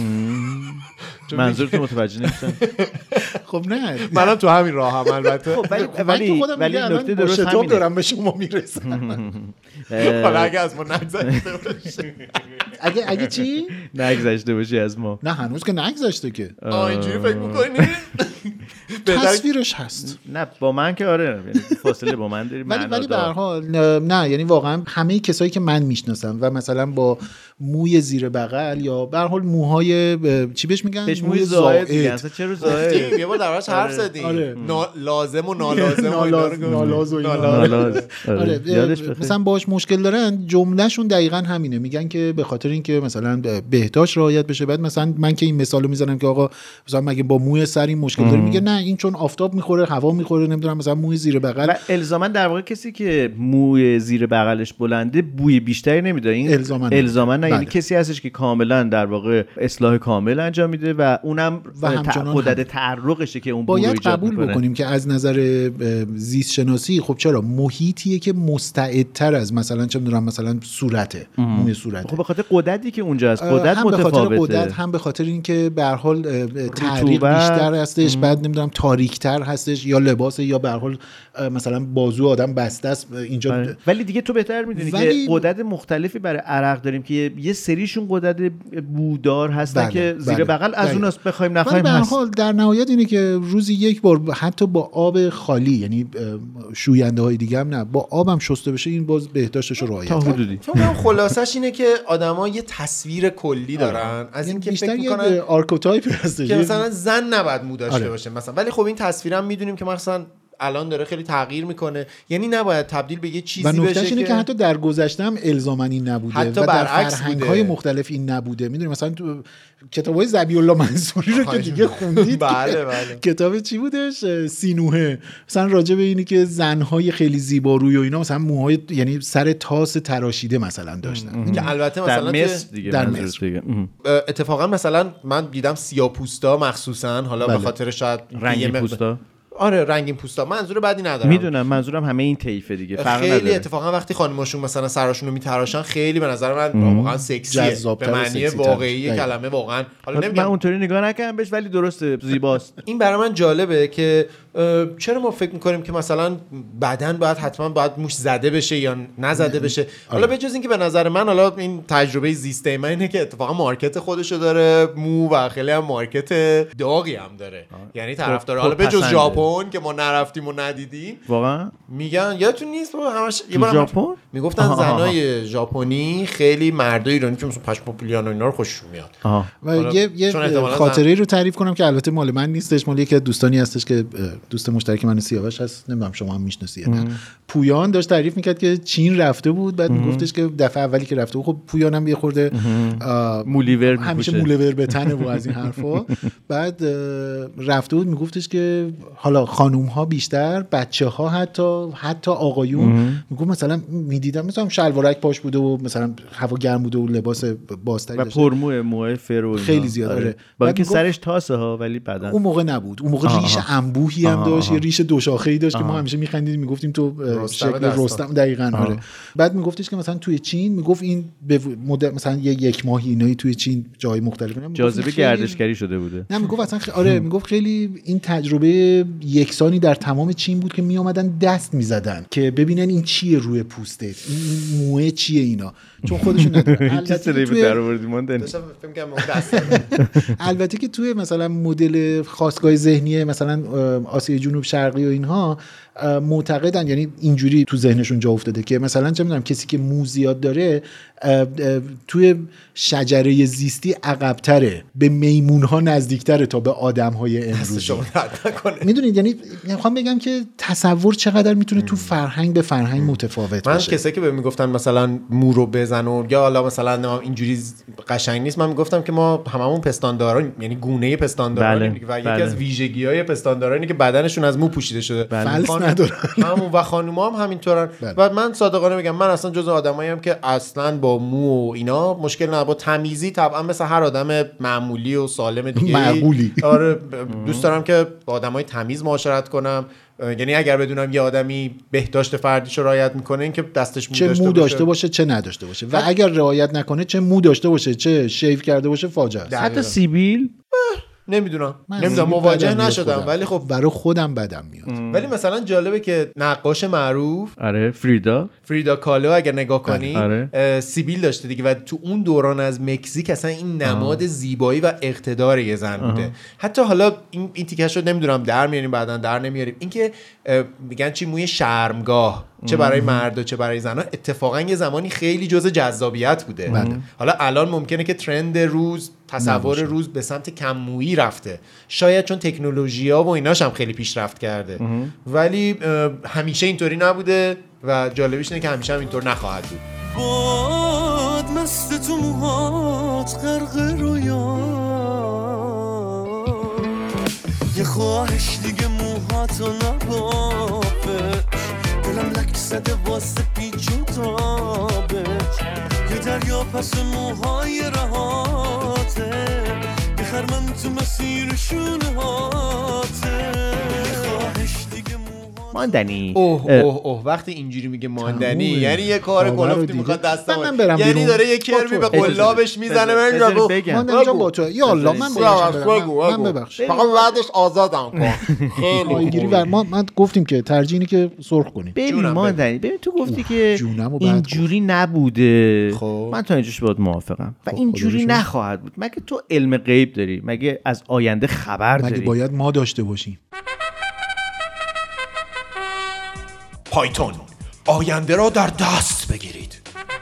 منظورت متوجه نمیشم. خب نه منم تو همین راهم البته. ولی نکته درست همینه. دارم به شما میرسم. حالا اگه از ما نگذشته باشه. اگه چی؟ نگذشته باشی از ما. نه هنوز که نگذشته که. اینجوری فکر می‌کنی؟ تصویرش هست. نه با من که آره یعنی فاصله با من داری. ولی به هر حال نه یعنی واقعا همه کسایی که من میشناسم و مثلا با موی زیر بغل یا به هر حال موهای چی بهش میگن موی زائد میگن. اصلا چرا زائد؟ یه بار دربارش حرف زدیم. لازم و نالازم نالاز و آره مثلا باهاش مشکل دارن. جملهشون دقیقاً همینه، میگن که به خاطر اینکه مثلا بهداشت رعایت بشه. بعد مثلا من که این مثالو میزنم که آقا مثلا مگه با موی سر این مشکل داره، میگه نه این چون آفتاب میخوره هوا میخوره نمیدونم مثلا موی زیر بغل. و الزاما در واقع کسی که موی زیر بغلش بلنده بوی بیشتری نمیده. این الزاما نه یعنی کسی هستش که کاملا در واقع اصلاح کامل انجام میده و اونم قدرت تعرقشه که اون بوی رو ایجاد قبول بکنیم که از نظر زیست شناسی خب چرا محیطیه که مستعدتر از مثلا چه میدونم مثلا صورته موی صورته. خب به خاطر قدرتی که اونجا هست قدرت متفاوته. هم به خاطر اینکه به هر حال تعریق بیشتر هستش. بعد نمیدونم تاریک‌تر هستش یا لباس یا به هر حال مثلا بازو آدم بسته است اینجا. ولی دیگه تو بهتر میدونی که غدد مختلفی برای عرق داریم که یه سریشون غدد بودار هستن که زیر بغل از اوناست بخوایم نخوایم هست. به هر حال در نهایت اینه که روزی یک بار حتی با آب خالی، یعنی شوینده های دیگه هم نه، با آبم شسته بشه، این باز بهداشتش رو رعایت تا حدودی. خلاصش اینه که آدما یه تصویر کلی دارن از این که فکر می‌کنن آرکوتایپ هست که مثلا زن نباید مو داشته باشه مثلا، ولی خب این تصویرم میدونیم که مثلا الان داره خیلی تغییر میکنه، یعنی نباید تبدیل به یه چیزی بشه. و نکتهش اینه که حتی در گذشته هم الزاما این نبوده، حتی و در برعکس فرهنگ‌های مختلف این نبوده. میدونی مثلا تو کتابای ذبیح الله منصوری رو که دیگه خوندید بله. کتاب چی بودش؟ سینوحه، مثلا راجع به اینی که زن‌های خیلی زیباروی و اینا مثلا موهای یعنی سر تاس تراشیده مثلا داشتن، که البته مثلا در مصر دیگه، در مصر اتفاقا مثلا من دیدم سیاه‌پوستا مخصوصا، حالا به خاطر شاید رنگین پوستا، آره رنگین پوستا، منظور بعدی ندارم، میدونم منظورم همه این طیفه دیگه، فرق نداره. خیلی اتفاقا وقتی خانماشون مثلا سراشون رو میتراشن خیلی به نظر من واقعا سکسیه، به معنی واقعی کلمه واقعا. حالا من اونطوری نگاه نکردم بهش، ولی درسته زیباست. این برای من جالبه که چرا ما فکر میکنیم که مثلا بدن باید حتما باید موش زده بشه یا نزده بشه. حالا بجز اینکه به نظر من، حالا این تجربه زیسته من اینه که اتفاقا مارکت خودشو داره مو و خیلی هم مارکت داغی هم داره، یعنی طرفدار حالا بجز ژاپن که ما نرفتیم و ندیدیم واقعا میگن یادتون نیست همش یه بار ژاپن میگفتن زنای ژاپنی خیلی مردای ایرانی که مثلا پشم پولیان و اینا رو خوششون میاد. و یه خاطره رو تعریف کنم که البته مال من نیستش، مال یکی از دوستانی هستش که دوست مشترک من سیاوش هست، نمیدونم شما هم میشناسی نه. پویان داشت تعریف میکرد که چین رفته بود، بعد میگفتش که دفعه اولی که رفته بود، خب پویان هم یه خورده مولیور همیشه مولیور به تنه و از این حرفا، بعد رفته بود میگفتش که حالا خانوم ها بیشتر، بچه ها حتی آقایون، میگفت مثلا میدیدم مثلا شلوارک پاش بوده و مثلا هوا گرم بوده و لباس بازتری داشته و پرموه موهای فرو خیلی زیاد. آره با اینکه سرش تاسه ها ولی بدن اون موقع نبود، اون موقع ریش انبوهی هم داشت، یه ریش دو شاخه‌ای داشت که ما همیشه میخندیدیم میگفتیم تو شکل رستم. دقیقاً آره. بعد میگفتش که مثلا توی چین، میگفت این مثلا یک ماهی اینایی توی چین جای مختلف جاذبه گردشگری شده بوده. نه میگفت اصلا آره میگفت خیلی این تجربه یکسانی در تمام چین بود که میآمدن دست میزدن که ببینن این چیه روی پوسته، این موه چیه اینا، چون خودشون ندارن. البته که توی مثلا مدل خاستگاه ذهنی مثلا آسیای جنوب شرقی و اینها معتقدن، یعنی اینجوری تو ذهنشون جا افتاده که مثلا چه میدونم کسی که مو زیاد داره توی شجره زیستی عقب‌تره، به میمون‌ها نزدیک‌تره تا به آدم‌های امروزی. میدونید یعنی میخوام بگم که تصور چقدر میتونه تو فرهنگ به فرهنگ متفاوت من باشه. من کسی که به میگفتن مثلا مو رو بزن و یا حالا مثلا اینجوری قشنگ نیست، من میگفتم که ما هممون پستانداران، یعنی گونه پستاندارانیم و یکی از ویژگی‌های پستاندارا اینه که بدنشون از مو پوشیده شده. فلس ندارن. همون و خانوما هم همینطورن. و من صادقانه میگم من اصلا جزء آدماییم که اصلا با مو و اینا مشکل ندارم، با تمیزی طبعا مثل هر آدم معمولی و سالم دیگه معقولی. آره دوست دارم که با آدمای تمیز معاشرت کنم، یعنی اگر بدونم یه آدمی بهداشت فردیش رو رعایت میکنه این که دستش مو داشته باشه چه نداشته باشه، و اگر رعایت نکنه چه مو داشته باشه چه شیو کرده باشه فاجعه است. حتی سیبیل نمیدونم مواجه نشدم ولی خب برای خودم بدم میاد. ولی مثلا جالبه که نقاش معروف آره فریدا کالو اگر نگاه کنی سیبیل داشته دیگه و تو اون دوران از مکزیک اصلا این نماد زیبایی و اقتدار یه زن بوده. حتی حالا این تیکش رو نمیدونم در میاریم بعدن در نمیاریم، اینکه میگن چی موی شرمگاه چه برای مرد و چه برای زن‌ها اتفاقا یه زمانی خیلی جزء جذابیت بوده. حالا الان ممکنه که ترند روز تصور روز به سمت کم مویی رفته، شاید چون تکنولوژی‌ها و ایناش هم خیلی پیشرفت کرده، ولی همیشه اینطوری نبوده و جالبیش اینه که همیشه هم اینطور نخواهد بود. باد مست تو موهات غرق رویا، یه خواهش دیگه موهاتو نبافه، دلم لک زده واسه پیچ و تابت، یه دریا پس موهای رهاته، یه خرمن تو مسیر شونه هاته، یه خواهش دیگه موهات. ماندنی اوه وقتی اینجوری میگه ماندنی یعنی یه کار گلفتی میخواد دستم یعنی داره یه کرمی به قلابش میزنه. ماندنی جان با تو یا الله من ببخش فقط بعدش آزادم کن. خیلی من گفتیم که ترجیحی که سرخ کنیم. ببین ماندنی، ببین تو گفتی که اینجوری نبوده، من تا اینجاش باهات موافقم و اینجوری نخواهد بود. مگه تو علم غیب داری؟ مگه از آینده خبر داری؟ مگه باید ما داشته باشیم؟ پایتون آینده را در دست بگیرید.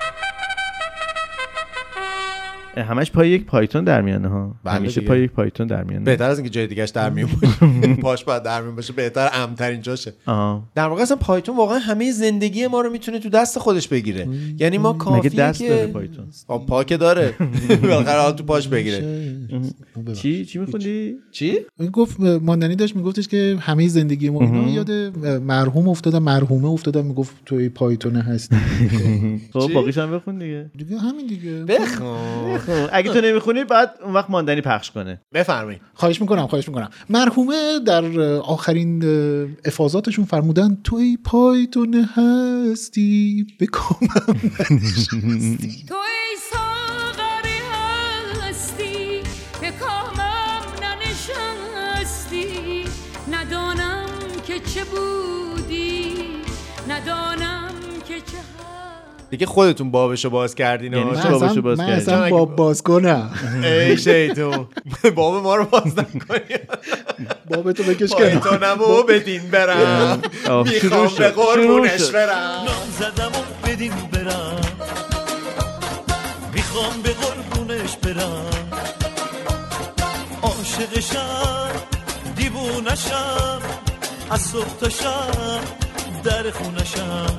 همش پای یک پایتون در میانه ها. همیشه پای یک پایتون در میانه. بهتر از اینکه جای دیگه‌اش در میون پاش باید در میون باشه، بهتر امن‌ترین جاشه. در واقع اصلا پایتون واقعا همه زندگی ما رو میتونه تو دست خودش بگیره. یعنی ما کافیه دست که داره پایتون. پا که داره بالاخره تو پاش بگیره. چی میخوندی؟ چی؟ این گفت ماندنی داشت میگفتش که همه زندگی ما اینا یاد مرحوم افتادم، مرحومه افتادم، میگفت توی پایتون هست. خب باقیش هم بخون دیگه. دیگه همین دیگه. بخون. اگه تو نمیخونی بعد اون وقت ماندنی پخش کنه. بفرمایید. خواهش میکنم. مرحومه در آخرین افاضاتشون فرمودن توی پایتون هستی به کامم ننشستی. توی ساغری هستی به کامم ننشستی. ندانم که چه بودی، ندانم که چه دیگه خودتون بابشو باز کردین. یعنی بابشو باز کردین؟ من اصلا باب باز کنم. ای شیطون باب ما رو باز نکنی. بابتو بکش کنم. پایتونمو بدین برم، میخوام به قربونش برم. نام زدم و بدین برم، میخوام به قربونش برم. عاشقشم دیوونشم، از صبح تا شب در خونشم.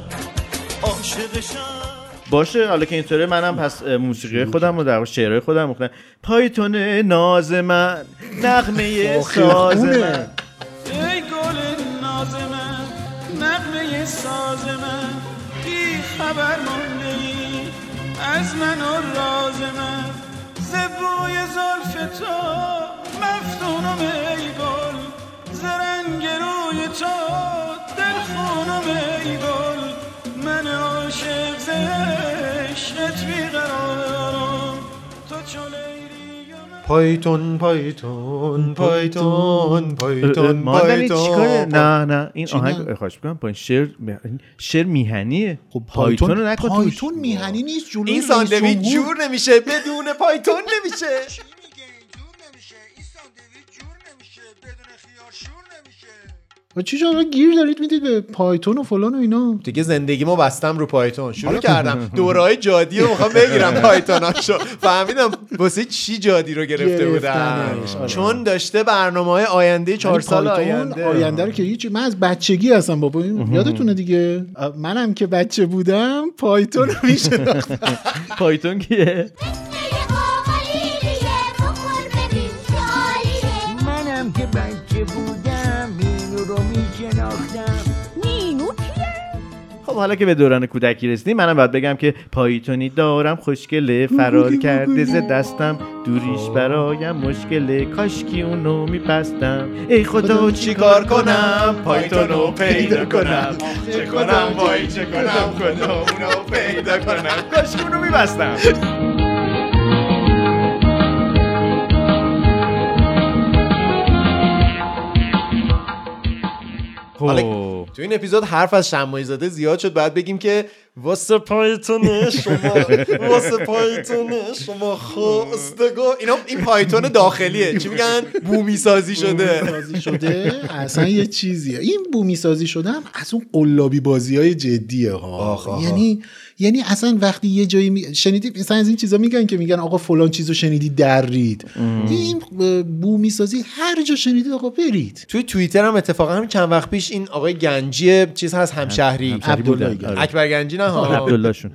باشه حالا که اینطوره منم پس موسیقی خودم و در شعرهای خودم میخونم. پایتون ناز من، نغمه ساز من، ای گل ناز من، نغمه ساز من، بی خبر مونده‌ای از من و راز من. زبوی زلف تو مفتونم ای گل، زرنگ روی تو دلخونم ای گل. من عاشق ز عشقت بیقرارم، تو چو لیلی پایتون پایتون پایتون پایتون ماندنی چیکاره؟ نه این آهنگ خواهش میکنم با این شعر میهنیه. خب پایتون رو نکن. پایتون میهنی نیست. جلوی این ساندویچ جور نمیشه بدون پایتون نمیشه. چی میگه این جور نمیشه، این ساندویچ جور نمیشه، بدون خیار شور نمیشه. چی شما گیر دارید میدید به پایتون و فلان و اینا؟ دیگه زندگیمو بستم رو پایتون، شروع کردم دورهای جادی رو میخوام بگیرم. پایتوناشو فهمیدم واسه چی جادی رو گرفته بودم، چون داشته برنامه‌های آینده 4 سال آینده رو که هیچ. من از بچگی هستم بابا، یادتونه دیگه، منم که بچه بودم پایتون رو میشناختم. پایتون کیه؟ منم که بچه بودم اینو رو میشناختم. نینو کیه؟ خب حالا که به دوران کودکی رسیدیم منم باید بگم که پایتونی دارم خوشگله، فرار کرده ز دستم، دوریش برایم مشکله، کاشکی اونو میبستم. ای خدا چی کار کنم پایتونو پیدا کنم، چه کنم وای چه کنم خدا اونو پیدا کنم، کاشکی اونو میبستم. حالا تو این اپیزود حرف از شماعی زاده زیاد شد، باید بگیم که واسه پایتون شما خواستگاه این پایتون داخلیه. چی میگن؟ بومی سازی شده. اصلا یه چیزیه این بومی سازی شده هم از اون قلابی بازی‌های جدیه ها. یعنی اصلا وقتی یه جایی شنیدی مثلا از این چیزا میگن که میگن آقا فلان چیزو شنیدی درید، این بومی سازی هر جا شنیدید آقا برید. توی توییتر هم اتفاقا هم چند وقت پیش این آقای گنجی چیز هست، همشهری اکبر گنجی نه ها عبدالله شون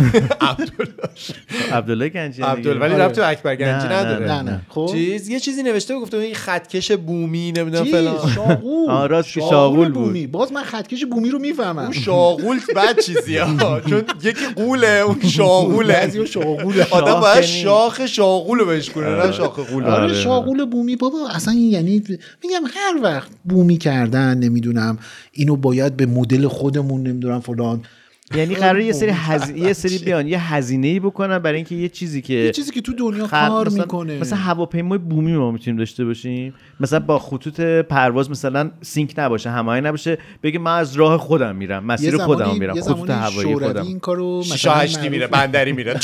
عبدالله گنجی ولی ربط به اکبر گنجی نداره. نه خب چیز یه چیزی نوشته گفته این خطکش بومی نمیدونم فلان شاغول. راست که شاغول بود. باز من خطکش بومی رو میفهمم. اون شاغول بد چیزیه چون یه یکی قوله، اون شاغوله. بعضی شاغوله. آدم باید شاخ شاغولو بشکنه نه شاخ قوله. آره شاغول بومی بابا اصلا یعنی میگم هر وقت بومی کردن نمیدونم اینو باید به مدل خودمون نمیدونم فلان، یعنی قراره یه سری بیان یه هزینه‌ای بکنن برای اینکه یه چیزی که تو دنیا کار میکنه. مثلا هواپیمای بومی ما میتونیم داشته باشیم، مثلا با خطوط پرواز مثلا سینک نباشه، هماهنگ نباشه، بگه من از راه خودم میرم، مسیر خودم میرم، خطوط هوایی خودم. این کارو مثلا 8 میره، بندری میره.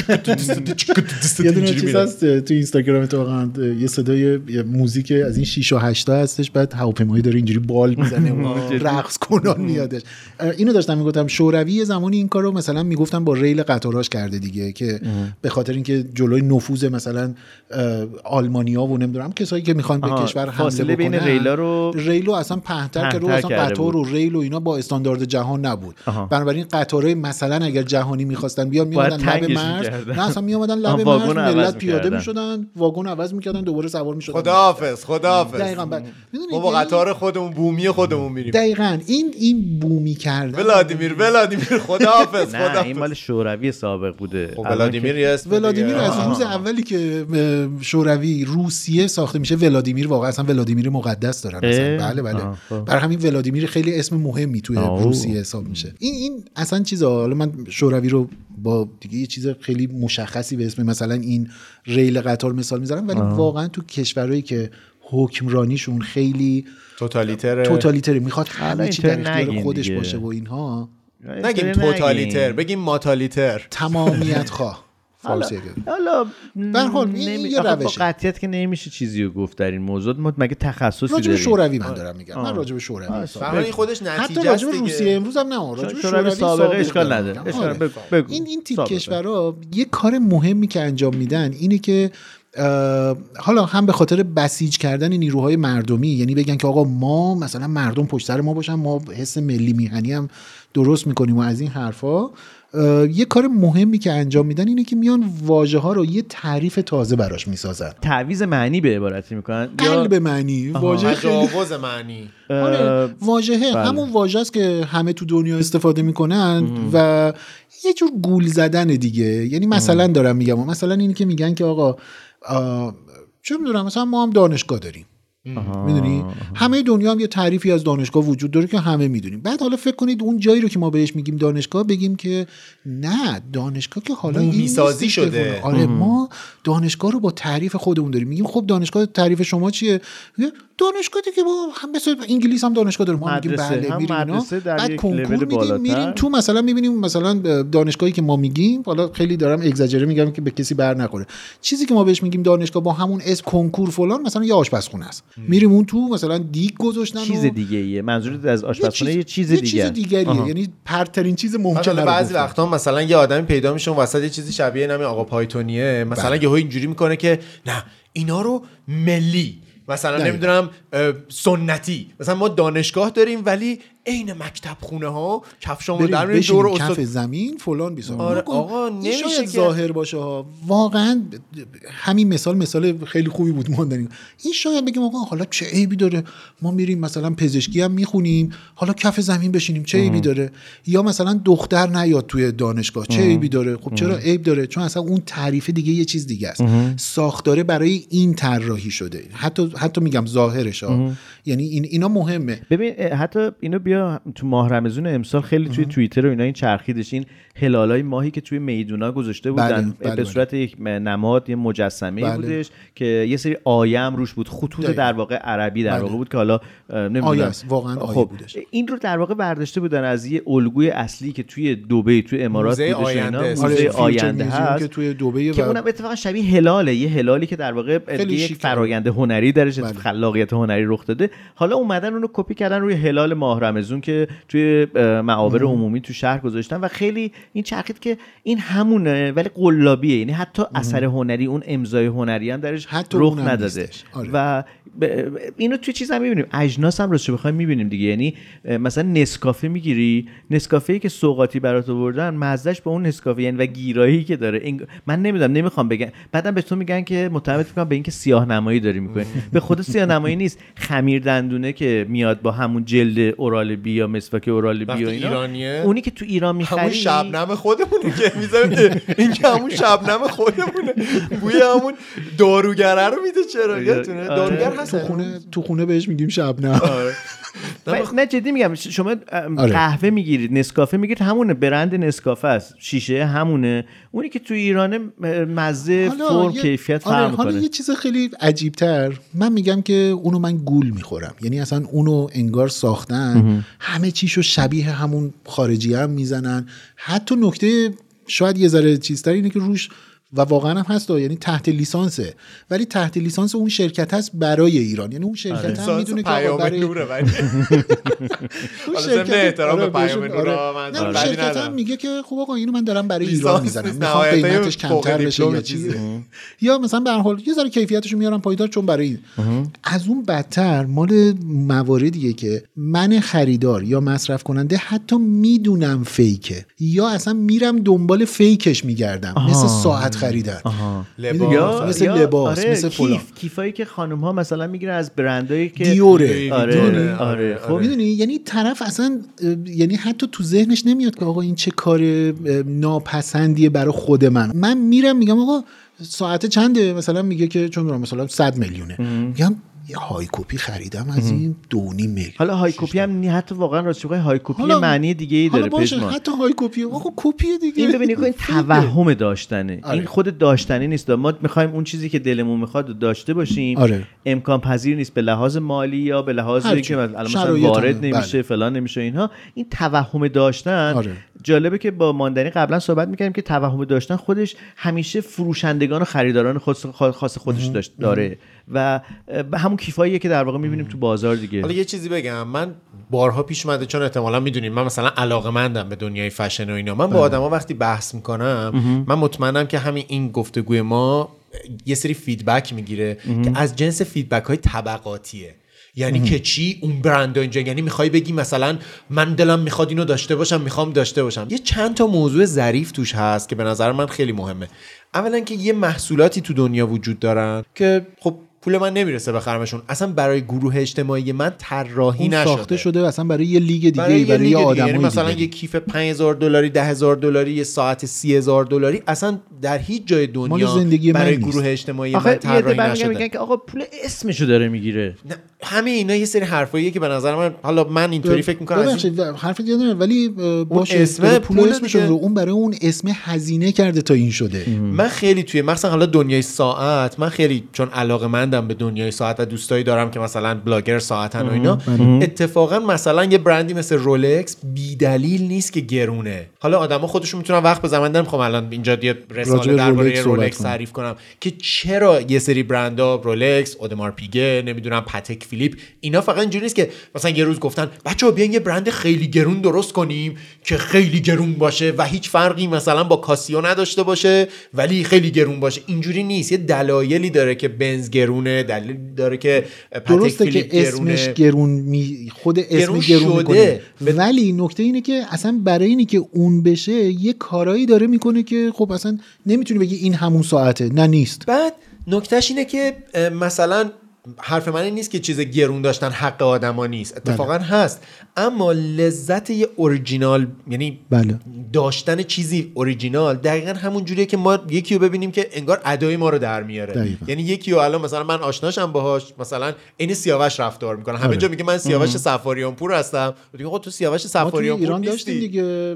یه دونه چیز هست تو اینستاگرام تو واقعا یه صدای موزیک از این 6 و 8 هستش، بعد هواپیمایی داره اینجوری بال میزنه و رقص کنان میادش. اینو داشتم میگفتم شوروی زمانی این کارو مثلا میگفتن با ریل قطاراش کرده دیگه، که به خاطر اینکه جلوی نفوذ مثلا آلمانیا و نمیدونم کسایی که میخوان به کشور حمله بکنن، ریلو اصلا پهن‌تر که رو اصلا قطار و ریل و اینا با استاندارد جهان نبود. بنابراین قطارهای مثلا اگر جهانی میخواستن بیان میومدن لب مرز، نه اصلا میومدن لب مرز، ملت پیاده میشدن، واگن عوض میکردن، دوباره سوار میشدن. خداحافظ. دقیقاً. ما با قطار خودمون بومی خودمون میریم. دقیقاً این بومی کردن. ولادیمیر خداحافظ. نه این مال شوروی سابق بوده. ولادیمیر از روز اولی که شوروی روسیه ساخته میشه ولادیمیر، واقعا اصلا ولادیمیر مقدس دارن مثلا. بله برای همین ولادیمیر خیلی اسم مهمی توی روسیه حساب میشه. این اصلا چیزا، حالا من شوروی رو با دیگه یه چیز خیلی مشخصی به اسم مثلا این ریل قطار مثال میذارم، ولی واقعا تو کشورهایی که حکمرانیشون خیلی توتالیتره میخواد همه چی در اختیار خودش باشه و اینها، نگیم توتالیتر، بگیم ماتالیتر، تمامیت خواه. حالا به هر حال این یه روشه. با قطعیت که نمیشه چیزی رو گفت در این موضوع. ما مگه تخصصی داریم؟ راجع به شوروی من دارم میگم. من راجع به شوروی. این خودش نتیجه است. حتی راجع به روسیه امروز هم نه، راجع به شوروی سابقه اشکال نداره. این تیپ کشورها یه کار مهمی که انجام میدن اینه که حالا هم به خاطر بسیج کردن نیروهای مردمی، یعنی بگن که آقا ما مثلا مردم پشت سر ما باشن، ما حس ملی میهنی هم درست میکنیم و از این حرفا. یه کار مهمی که انجام میدن اینه که میان واژه ها رو یه تعریف تازه براش میسازن، تعویض معنی به عبارتی میکنن، قلب معنی، واژه تجاوز معنی. واژه همون واژه است که همه تو دنیا استفاده میکنن و یه جور گول زدن دیگه. یعنی مثلا دارم میگم، مثلا اینی که میگن که آقا چه میدونم مثلا ما هم دانشگاه داریم، میدونی همه دنیا هم یه تعریفی از دانشگاه وجود داره که همه میدونیم. بعد حالا فکر کنید اون جایی رو که ما بهش میگیم دانشگاه بگیم که نه، دانشگاه که حالا این میسازی شده. آره ما دانشگاه رو با تعریف خودمون داریم. میگیم خب دانشگاه تعریف شما چیه؟ دانشگاه دیگه با هم مثل انگلیس هم دانشگاه داریم. ما میگیم بله میریم اینا، بعد کنکور میدیم میریم تو، مثلا میبینیم مثلا دانشگاهی که ما میگیم، حالا خیلی دارم اگزاجره میگم که به کسی بر نخوره، چیزی که ما بهش میگیم دانشگاه با همون اسم کنکور فلان، مثلا یه آشپزخونه است، میریم اون تو مثلا دیگ گذاشتن، چیز دیگه ایه. منظورت از آشپزخونه یه چیز دیگه، یعنی پرترین چیز ممکنه. بعضی وقتا مثلا یه آدمی پیدا میشه وسط یه چیزی شبیه نمی آقا پایتونیه، مثلا یهو اینجوری میکنه که نه اینا رو ملی، مثلا نمیدونم سنتی، مثلا ما دانشگاه داریم ولی عین مکتب خونه ها کفشامون در میاریم دور استاد کف زمین فلان بیسار. آره آقا نمیشه که ظاهر باشه ها. واقعا همین مثال خیلی خوبی بود ماندنی. این شاید بگیم آقا حالا چه عیبی داره ما میریم مثلا پزشکی هم میخونیم، حالا کف زمین بشینیم چه عیبی داره؟ یا مثلا دختر نیاد توی دانشگاه چه عیبی داره؟ خب چرا عیب داره؟ چون اصلا اون تعریف دیگه یه چیز دیگه است. ساختاره برای این طراحی شده. حتی میگم ظاهرش ها. یعنی اینا مهمه. ببین حتی اینو بیا تو ماه رمضان امسال خیلی توی توییتر و اینا این چرخیدش، این هلالای ماهی که توی میدونا گذاشته بودن به صورت یک نماد، یه مجسمه بودش که یه سری آیه هم روش بود، خطوط در واقع عربی در واقع بود که حالا نمیدونم واقعا آیه بودش. این رو در واقع برداشته بودن از یه الگوی اصلی که توی دبی توی امارات بودش، موزه آینده هست که توی دبی که اونم اتفاقا شبیه هلاله، یه هلالی که در واقع یک فرآیند هنری درش، خلاقیت هنری رخ داده. حالا اومدن اونو کپی کردن روی هلال ماه رمضان که توی معابر عمومی تو شهر گذاشتن و خیلی این چرخید که این همونه ولی قلابیه، یعنی حتی اثر هنری، اون امضای هنری هم درش رخ نداده. و اینو توی چیز هم می‌بینیم، اجناس هم راستش بخوایم می‌بینیم دیگه. یعنی مثلا نسکافه میگیری، نسکافه‌ای که سوغاتی برات آوردن مزهش با اون نسکافه یعنی و گیرایی که داره، من نمیدونم بگم، بعدم به تو میگن که متهمت میکنن به اینکه سیاه‌نمایی داری می‌کنی. به خود سیاه‌نمایی نیست، خمیر دندونه که میاد با همون جلد اورال اورال بی یا مسواک اورال بی و اینا ایرانیه، اونی که تو ایران می‌خری همون شبنم خودمونه که میذاره، این که همون شبنم خودمونه، بوی همون داروگره رو میده. چرا یادتونه داروگر هست تو خونه بهش میگیم شبنم. نه جدی میگم، شما قهوه میگیرید، نسکافه میگیرید، همونه برند نسکافه است، شیشه همونه. اونی که تو ایرانه مزه، فرم، کیفیت فرق میکنه. حالا یه چیز خیلی عجیب‌تر، من میگم که اونو من گول میخورم، یعنی اصلا اونو انگار ساختن همه چیشو شبیه همون خارجی هم میزنن. حتی نکته شاید یه ذره چیزتر اینه که روش و واقعا هم هست، یعنی تحت لیسانسه، ولی تحت لیسانس اون شرکت هست برای ایران، یعنی اون شرکت هم میدونه که برای نوره، ولی اون شرکت احترام به پیام نورا، من شرکت هم میگه که خب آقا اینو من دارم برای ایران میزنم، میخوام قیمتش کمتر بشه یا چیزی، یا مثلا به هر حال یه ذره کیفیتشو میارم پایدار چون برای این. از اون بدتر مال مواردیه که من خریدار یا مصرف کننده حتی میدونم فیکه، یا اصلا میرم دنبال فیکش میگردم، مثل ساعت خریدن، لباس، مثل لباس، مثل فلان، کیفایی که خانم ها مثلا میگیرن از برندایی که دیوره. آره خب میدونی، یعنی طرف اصلا یعنی حتی تو ذهنش نمیاد که آقا این چه کار ناپسندیه برای خود من میرم میگم آقا ساعت چنده، مثلا میگه که چون مثلا 100 میلیونه، میگم یه های کپی خریدم از این 2.5 میلیون. حالا های کپی هم حتی واقعا راستش بخوای های کپی معنی دیگه ای داره پشمان، حتی های کپی آقا کپی دیگه. این ببینید این توهم داشتنه، این خود داشتنی نیست. ما میخوایم اون چیزی که دلمون میخواد داشته باشیم، امکان پذیر نیست به لحاظ مالی یا به لحاظ اینکه مثلا وارد نمیشه فلان نمیشه اینها. این توهم داشتن جالبه که با ماندنی قبلا صحبت میکردیم که توهم داشتن خودش همیشه فروشندگان و خریداران خاص خودش داره و همون کیفاییه که در واقع میبینیم تو بازار دیگه. حالا یه چیزی بگم، من بارها پیش اومده، چون احتمالاً میدونید من مثلا علاقه‌مندم به دنیای فشن و اینا، من با آدما وقتی بحث میکنم من مطمئنم که همین این گفتگوی ما یه سری فیدبک میگیره که از جنس فیدبک های طبقاتیه. یعنی که چی اون برند اینجا، یعنی میخوای بگی مثلا من دلم میخواد اینو داشته باشم، میخوام داشته باشم. یه چند تا موضوع ظریف توش هست که به نظر من خیلی مهمه. اولا که یه محصولاتی تو دنیا وجود دارن که خب پول من نمیرسه بخرمشون، اصلا برای گروه اجتماعی من طراحی نشده، ساخته شده اصلا برای یه لیگ دیگه، برای یه آدمای یعنی مثلا یه کیف $5,000 $10,000 یه ساعت $30,000 اصلا در هیچ جای دنیا برای گروه اجتماعی من طراحی نشده. میگن که آقا پول اسمشو داره میگیره. همه اینا یه سری حرفاییه که به نظر من، حالا من اینطوری فکر میکنم حرفت یادم، ولی باشه اسم پول اسمشو اون برای اون اسم هزینه کرده تا این شده. من خیلی توی مثلا حالا دنیای ساعت، من خیلی چون علاقه‌مندم به دنیای ساعت و دوستایی دارم که مثلا بلاگر ساعتن و اینا، اتفاقا مثلا یه برندی مثل رولکس بی دلیل نیست که گرونه. حالا آدما خودشون میتونن وقت بزنن، نمیخوام الان اینجا یه رساله درباره رولکس تعریف کنم که چرا یه سری برندها، رولکس، اودمار پیگه، نمیدونم پاتک فیلیپ، اینا فقط اینجوری نیست که مثلا یه روز گفتن بچه‌ها بیاین یه برند خیلی گرون درست کنیم که خیلی گرون باشه و هیچ فرقی مثلا با کاسیو نداشته باشه ولی خیلی گرون باشه. اینجوری نیست. یه دلایلی داره که بنز گرونه، دلیل داره که پاتک فیلیپ که اسمش گرون خود اسم گرون میکنه، ولی نکته اینه که اصلا برای اینی که اون بشه یه کارایی داره میکنه که خب اصلا نمیتونی بگی این همون ساعته، نه نیست. بعد نکتهش اینه که مثلا حرف من این نیست که چیز گرون داشتن حق آدما نیست، اتفاقا هست، اما لذت یه اوریجینال، یعنی داشتن چیزی اوریجینال دقیقاً همون جوریه که ما یکی رو ببینیم که انگار ادای ما رو در میاره. یعنی یکی رو الان مثلا من آشناشم باهاش، مثلا این سیاوش رفتار میکنه، همه جا میگه من سیاوش سفاریان پور هستم، میگه آقا تو سیاوش سفاریان پور ایران داشتیم دیگه،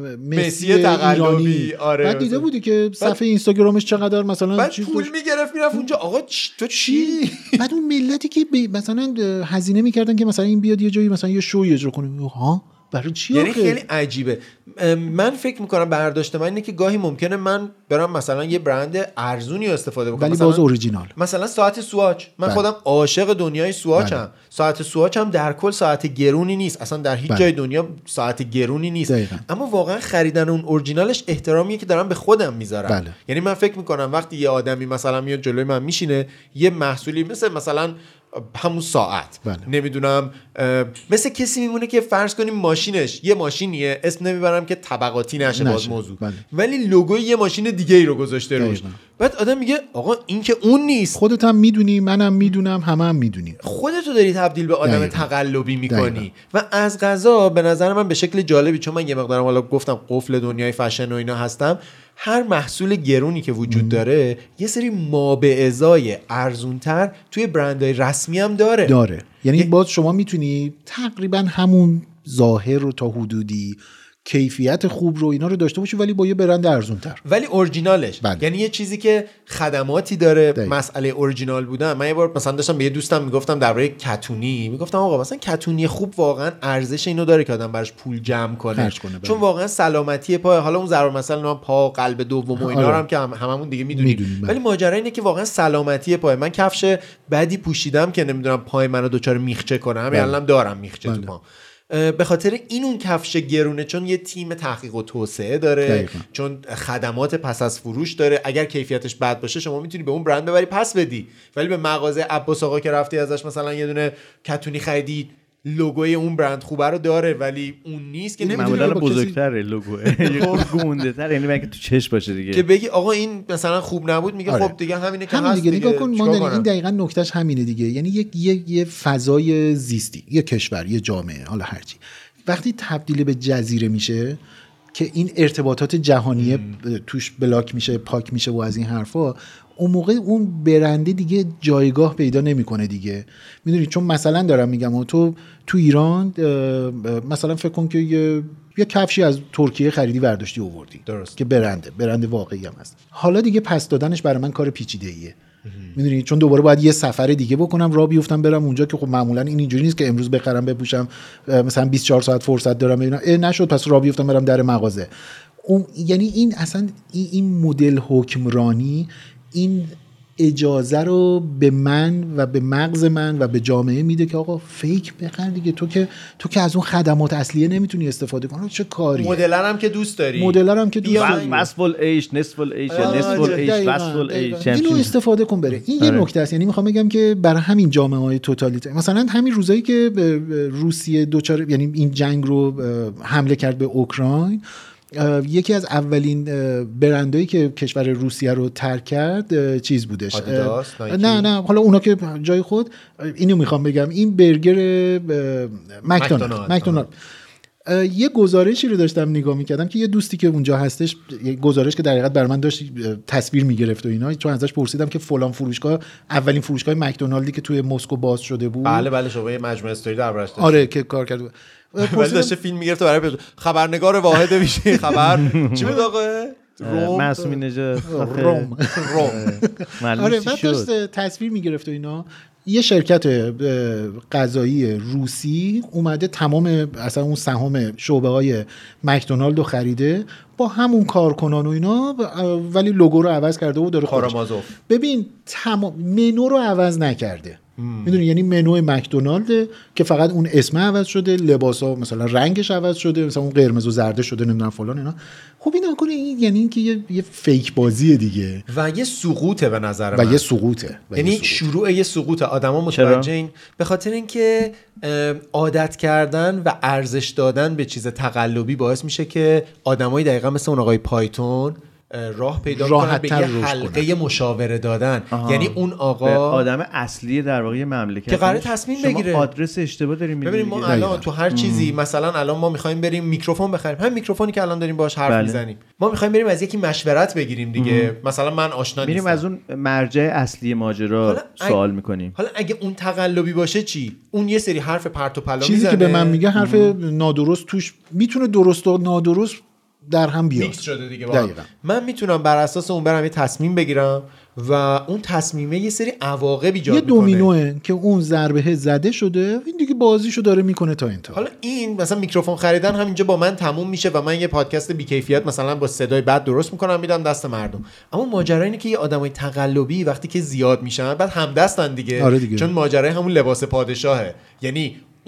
مسی تقلبی. آره بعد دیده بودی که صفحه اینستاگرامش چقدر مثلا بعد پول میگرفت میرفت اونجا. آقا تو چی؟ بعد اون ملتی که مثلا هزینه میکردن که مثلا این بیاد یه جایی مثلا یه شو اجرا کنه، ها برای چی؟ یعنی خیلی عجیبه. من فکر میکنم برداشت من اینه که گاهی ممکنه من برام مثلا یه برند ارزونی استفاده بکنم، ولی باز اوریجینال. مثلا ساعت سواچ، من خودم عاشق دنیای سواچم. ساعت سواچم در کل ساعت گرونی نیست، اصلا در هیچ جای دنیا ساعت گرونی نیست، اما واقعا خریدن اون اورجینالش احترامیه که دارم به خودم میذارم. یعنی من فکر میکنم وقتی یه آدمی مثلا میاد جلوی من میشینه یه محصولی مثلا همون ساعت. بله. نمیدونم مثل کسی میمونه که فرض کنیم ماشینش یه ماشینیه، اسم نمیبرم که طبقاتی نشه باز موضوع، بله. ولی لوگوی یه ماشین دیگه ای رو گذاشته روش. بعد آدم میگه آقا این که اون نیست. خودت هم میدونی، منم میدونم، همه هم میدونی، خودتو داری تبدیل به آدم تقلبی میکنی. و از قضا به نظر من به شکل جالبی، چون من یه مقدارم حالا گفتم قفل دنیای فشن و اینا هستم، هر محصول گرونی که وجود داره یه سری ما به ازای ارزونتر توی برندهای رسمی هم داره. یعنی باز شما میتونی تقریبا همون ظاهر رو تا حدودی کیفیت خوب رو اینا رو داشته باشی ولی با یه برند ارزونتر، ولی اورجینالش. بله. یعنی یه چیزی که خدماتی داره. دقیقا. مسئله اورجینال بودن. من یه بار مثلا داشتم به یه دوستم میگفتم درباره کتونی، میگفتم آقا مثلا کتونی خوب واقعا ارزش اینو داره که آدم براش پول جمع کنه. چون واقعا سلامتی پای، حالا اون ضرر مثلا پا قلب دوم و اینا رو هم که هممون دیگه میدونیم، ولی ماجرا اینه که واقعا سلامتی پای. من کفش بدی پوشیدم که نمیدونم پای منو دوچار میخچه کنه، همین الانم دارم میخچه تو پام. به خاطر این اون کفش گرونه، چون یه تیم تحقیق و توسعه داره. دقیقا. چون خدمات پس از فروش داره. اگر کیفیتش بد باشه شما میتونی به اون برند ببری پس بدی، ولی به مغازه عباس آقا که رفتی ازش مثلا یه دونه کتونی خریدی لوگوی اون برند خوبه رو داره ولی اون نیست، که نمیتونی معمولا بزرگتره لوگو گونده تر، یعنی مگه تو چشم باشه دیگه که بگی آقا این مثلا خوب نبود، میگه خب دیگه همینه که هست دیگه. نگاه کن ما این دقیقاً نکتهش همینه دیگه. یعنی یه فضای زیستی، یه کشور، یه جامعه، حالا هرچی وقتی تبدیل به جزیره میشه که این ارتباطات جهانی توش بلاک میشه، پاک میشه و از این حرفا، اون موقع اون برنده دیگه جایگاه پیدا نمیکنه دیگه. میدونی چون مثلا دارم میگم تو ایران مثلا فکر کن که یه کفشی از ترکیه خریدی برداشتی آوردی، درست، که برند واقعی هم هست. حالا دیگه پس دادنش برای من کار پیچیده‌ایه. میدونی چون دوباره باید یه سفر دیگه بکنم، راه بیفتم برم اونجا که خب معمولا این اینجوری نیست که امروز بخرم بپوشم مثلا 24 ساعت فرصت دارم ببینم نشد پس راه بیفتم برم در مغازه. یعنی این اصلا این مدل حکمرانی این اجازه رو به من و به مغز من و به جامعه میده که آقا فیک بخر دیگه. تو که از اون خدمات اصلیه نمیتونی استفاده کنی، چه کاریه؟ مدلرم که دوست داری، وصفل ایش، نصفل ایش یا نصفل ایش، وصفل ایش، اینو استفاده کن بره. این یه نکته است. یعنی میخوام بگم که برای همین جامعه‌های توتالیتر، مثلا همین روزایی که روسیه یعنی این جنگ رو حمله کرد به اوکراین، یکی از اولین برندایی که کشور روسیه رو ترک کرد چیز بودش. نه حالا اونا که جای خود، اینو میخوام بگم، این برگر مکدونالد. یه گزارشی رو داشتم نگاه میکردم که یه دوستی که اونجا هستش، یه گزارش که در حقیقت برای من داشت تصویر میگرفت و اینا، چون ازش پرسیدم که فلان فروشگاه اولین فروشگاه مکدونالدی که توی مسکو باز شده بود. بله شما یه مجموعه استوری دربارش داشت. آره که کار کرد. ولی داشته فیلم میگرفت برای خبرنگار واحد میشه خبر چی بود آقا؟ معصومی نژاد روم. آره بعد داشت تصویر میگرفت و اینا. یه شرکت غذایی روسی اومده تمام اصلا اون سهام شعبه های مکدونالد رو خریده با همون کارکنان و اینا، ولی لوگو رو عوض کرده و داره کارامازوف. ببین تمام منو رو عوض نکرده. میدونی یعنی منوی مکدونالد که فقط اون اسم عوض شده، لباسا مثلا رنگش عوض شده، مثلا اون قرمز و زرد شده، نمیدونم فلان اینا. خب اینا کنه یعنی اینکه یه فیک بازیه دیگه و یه سقوطه به نظر من. و یه سقوطه. یعنی شروع یه سقوطه. آدما متوجه این به خاطر اینکه عادت کردن و ارزش دادن به چیز تقلبی باعث میشه که آدمای دقیقاً مثل اون آقای پایتون راه پیدا کنن به یه حلقه مشاوره دادن. یعنی اون آقا آدم اصلی در واقع مملکت که قراره تصمیم بگیره. آدرس اشتباه داریم میدیم. ببینید ما الان تو هر چیزی مثلا الان ما می‌خوایم بریم میکروفون بخریم، همین میکروفونی که الان داریم باهاش حرف میزنیم، ما می‌خوایم بریم از یکی مشورت بگیریم دیگه. مثلا من آشنا نیستم، میریم از اون مرجع اصلی ماجرا سوال می‌کنیم. حالا اگه اون تقلبی باشه چی؟ اون یه سری حرف پرت و پلا میزنه، چیزی که به من میگه حرف نادرست توش میتونه درست و نادرست در هم بیاد. میکس شده دیگه. من میتونم بر اساس اون برم یه تصمیم بگیرم و اون تصمیمه یه سری عواقب ایجاد میکنه. یه دومینوه که اون ضربه زده شده، این دیگه بازیشو داره میکنه تا انتها. حالا این مثلا میکروفون خریدن همینجا با من تموم میشه و من یه پادکست بی‌کیفیت مثلا با صدای بد درست میکنم میدم دست مردم. اما ماجرا اینه که یه آدمای تقلبی وقتی که زیاد میشن بعد همدستن دیگه. آره دیگه. چون ماجرای همون لباس پادشاهه. یعنی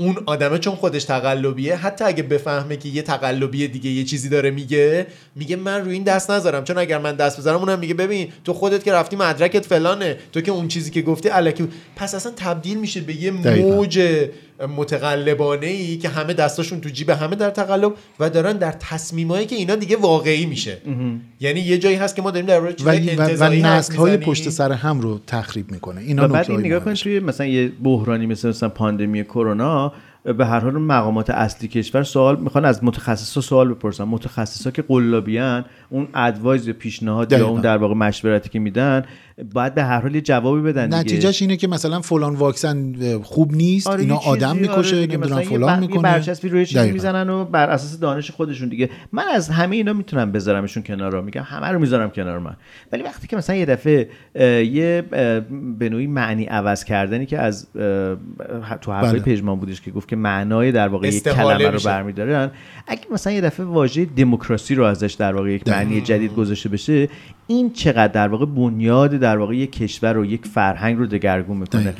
اون آدمه چون خودش تقلبیه، حتی اگه بفهمه که یه تقلبی دیگه یه چیزی داره میگه من روی این دست نذارم، چون اگر من دست بذارم اونم میگه ببین تو خودت که رفتی مدرکت فلانه، تو که اون چیزی که گفتی الکی، پس اصلا تبدیل میشه به یه موج متقلبانه‌ای که همه دستاشون تو جیب همه در تقلب و دارن در تصمیمایی که اینا دیگه واقعی میشه. یعنی یه جایی هست که ما داریم در و نسل‌های پشت سر هم رو تخریب میکنه. اینا بعد این نگاه کنید توی مثلا یه بحرانی مثلا پاندمی کرونا، به هر حال مقامات اصلی کشور سوال میخوان از متخصصا سوال بپرسن. متخصصا که قلابیان، اون ادوایز یا پیشنهاد یا اون در واقع مشورتی که میدن باید به هر حال یه جوابی بدن دیگه. نتیجهش اینه که مثلا فلان واکسن خوب نیست، اینا آدم میکشه، نمیدونم فلان میکنه، برچسبی روی چیزی میزنن و بر اساس دانش خودشون دیگه. من از همه اینا میتونم بذارمشون کنار، میگم همه رو میذارم کنار من. ولی وقتی که مثلا یه دفعه یه به نوعی معنی عوض کردنی که از تو حرفای پژمان بودش که گفت که معنای در واقع یک کلمه رو برمی‌دارن، اگه مثلا یه دفعه واژه دموکراسی رو ازش در واقع یک معنی جدید گذاشته بشه، این چقدر در واقع بنیاد در واقع یک کشور و یک فرهنگ رو دگرگون میکنه.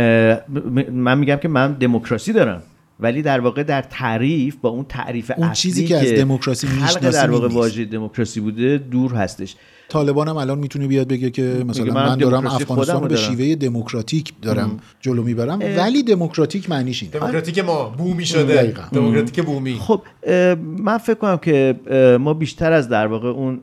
من میگم که من دموکراسی دارم، ولی در واقع در تعریف با اون تعریف اون اصلی چیزی که از دموکراسی میشناسیم در واقع واژه دموکراسی بوده دور هستش. طالبان هم الان میتونه بیاد بگه که مثلا من دارم افغانستان رو به شیوه دموکراتیک دارم جلو میبرم، ولی دموکراتیک معنیش اینه. دموکراتیک ما بومی شده. دموکراتیک بومی. خب من فکر کنم که ما بیشتر از در واقع اون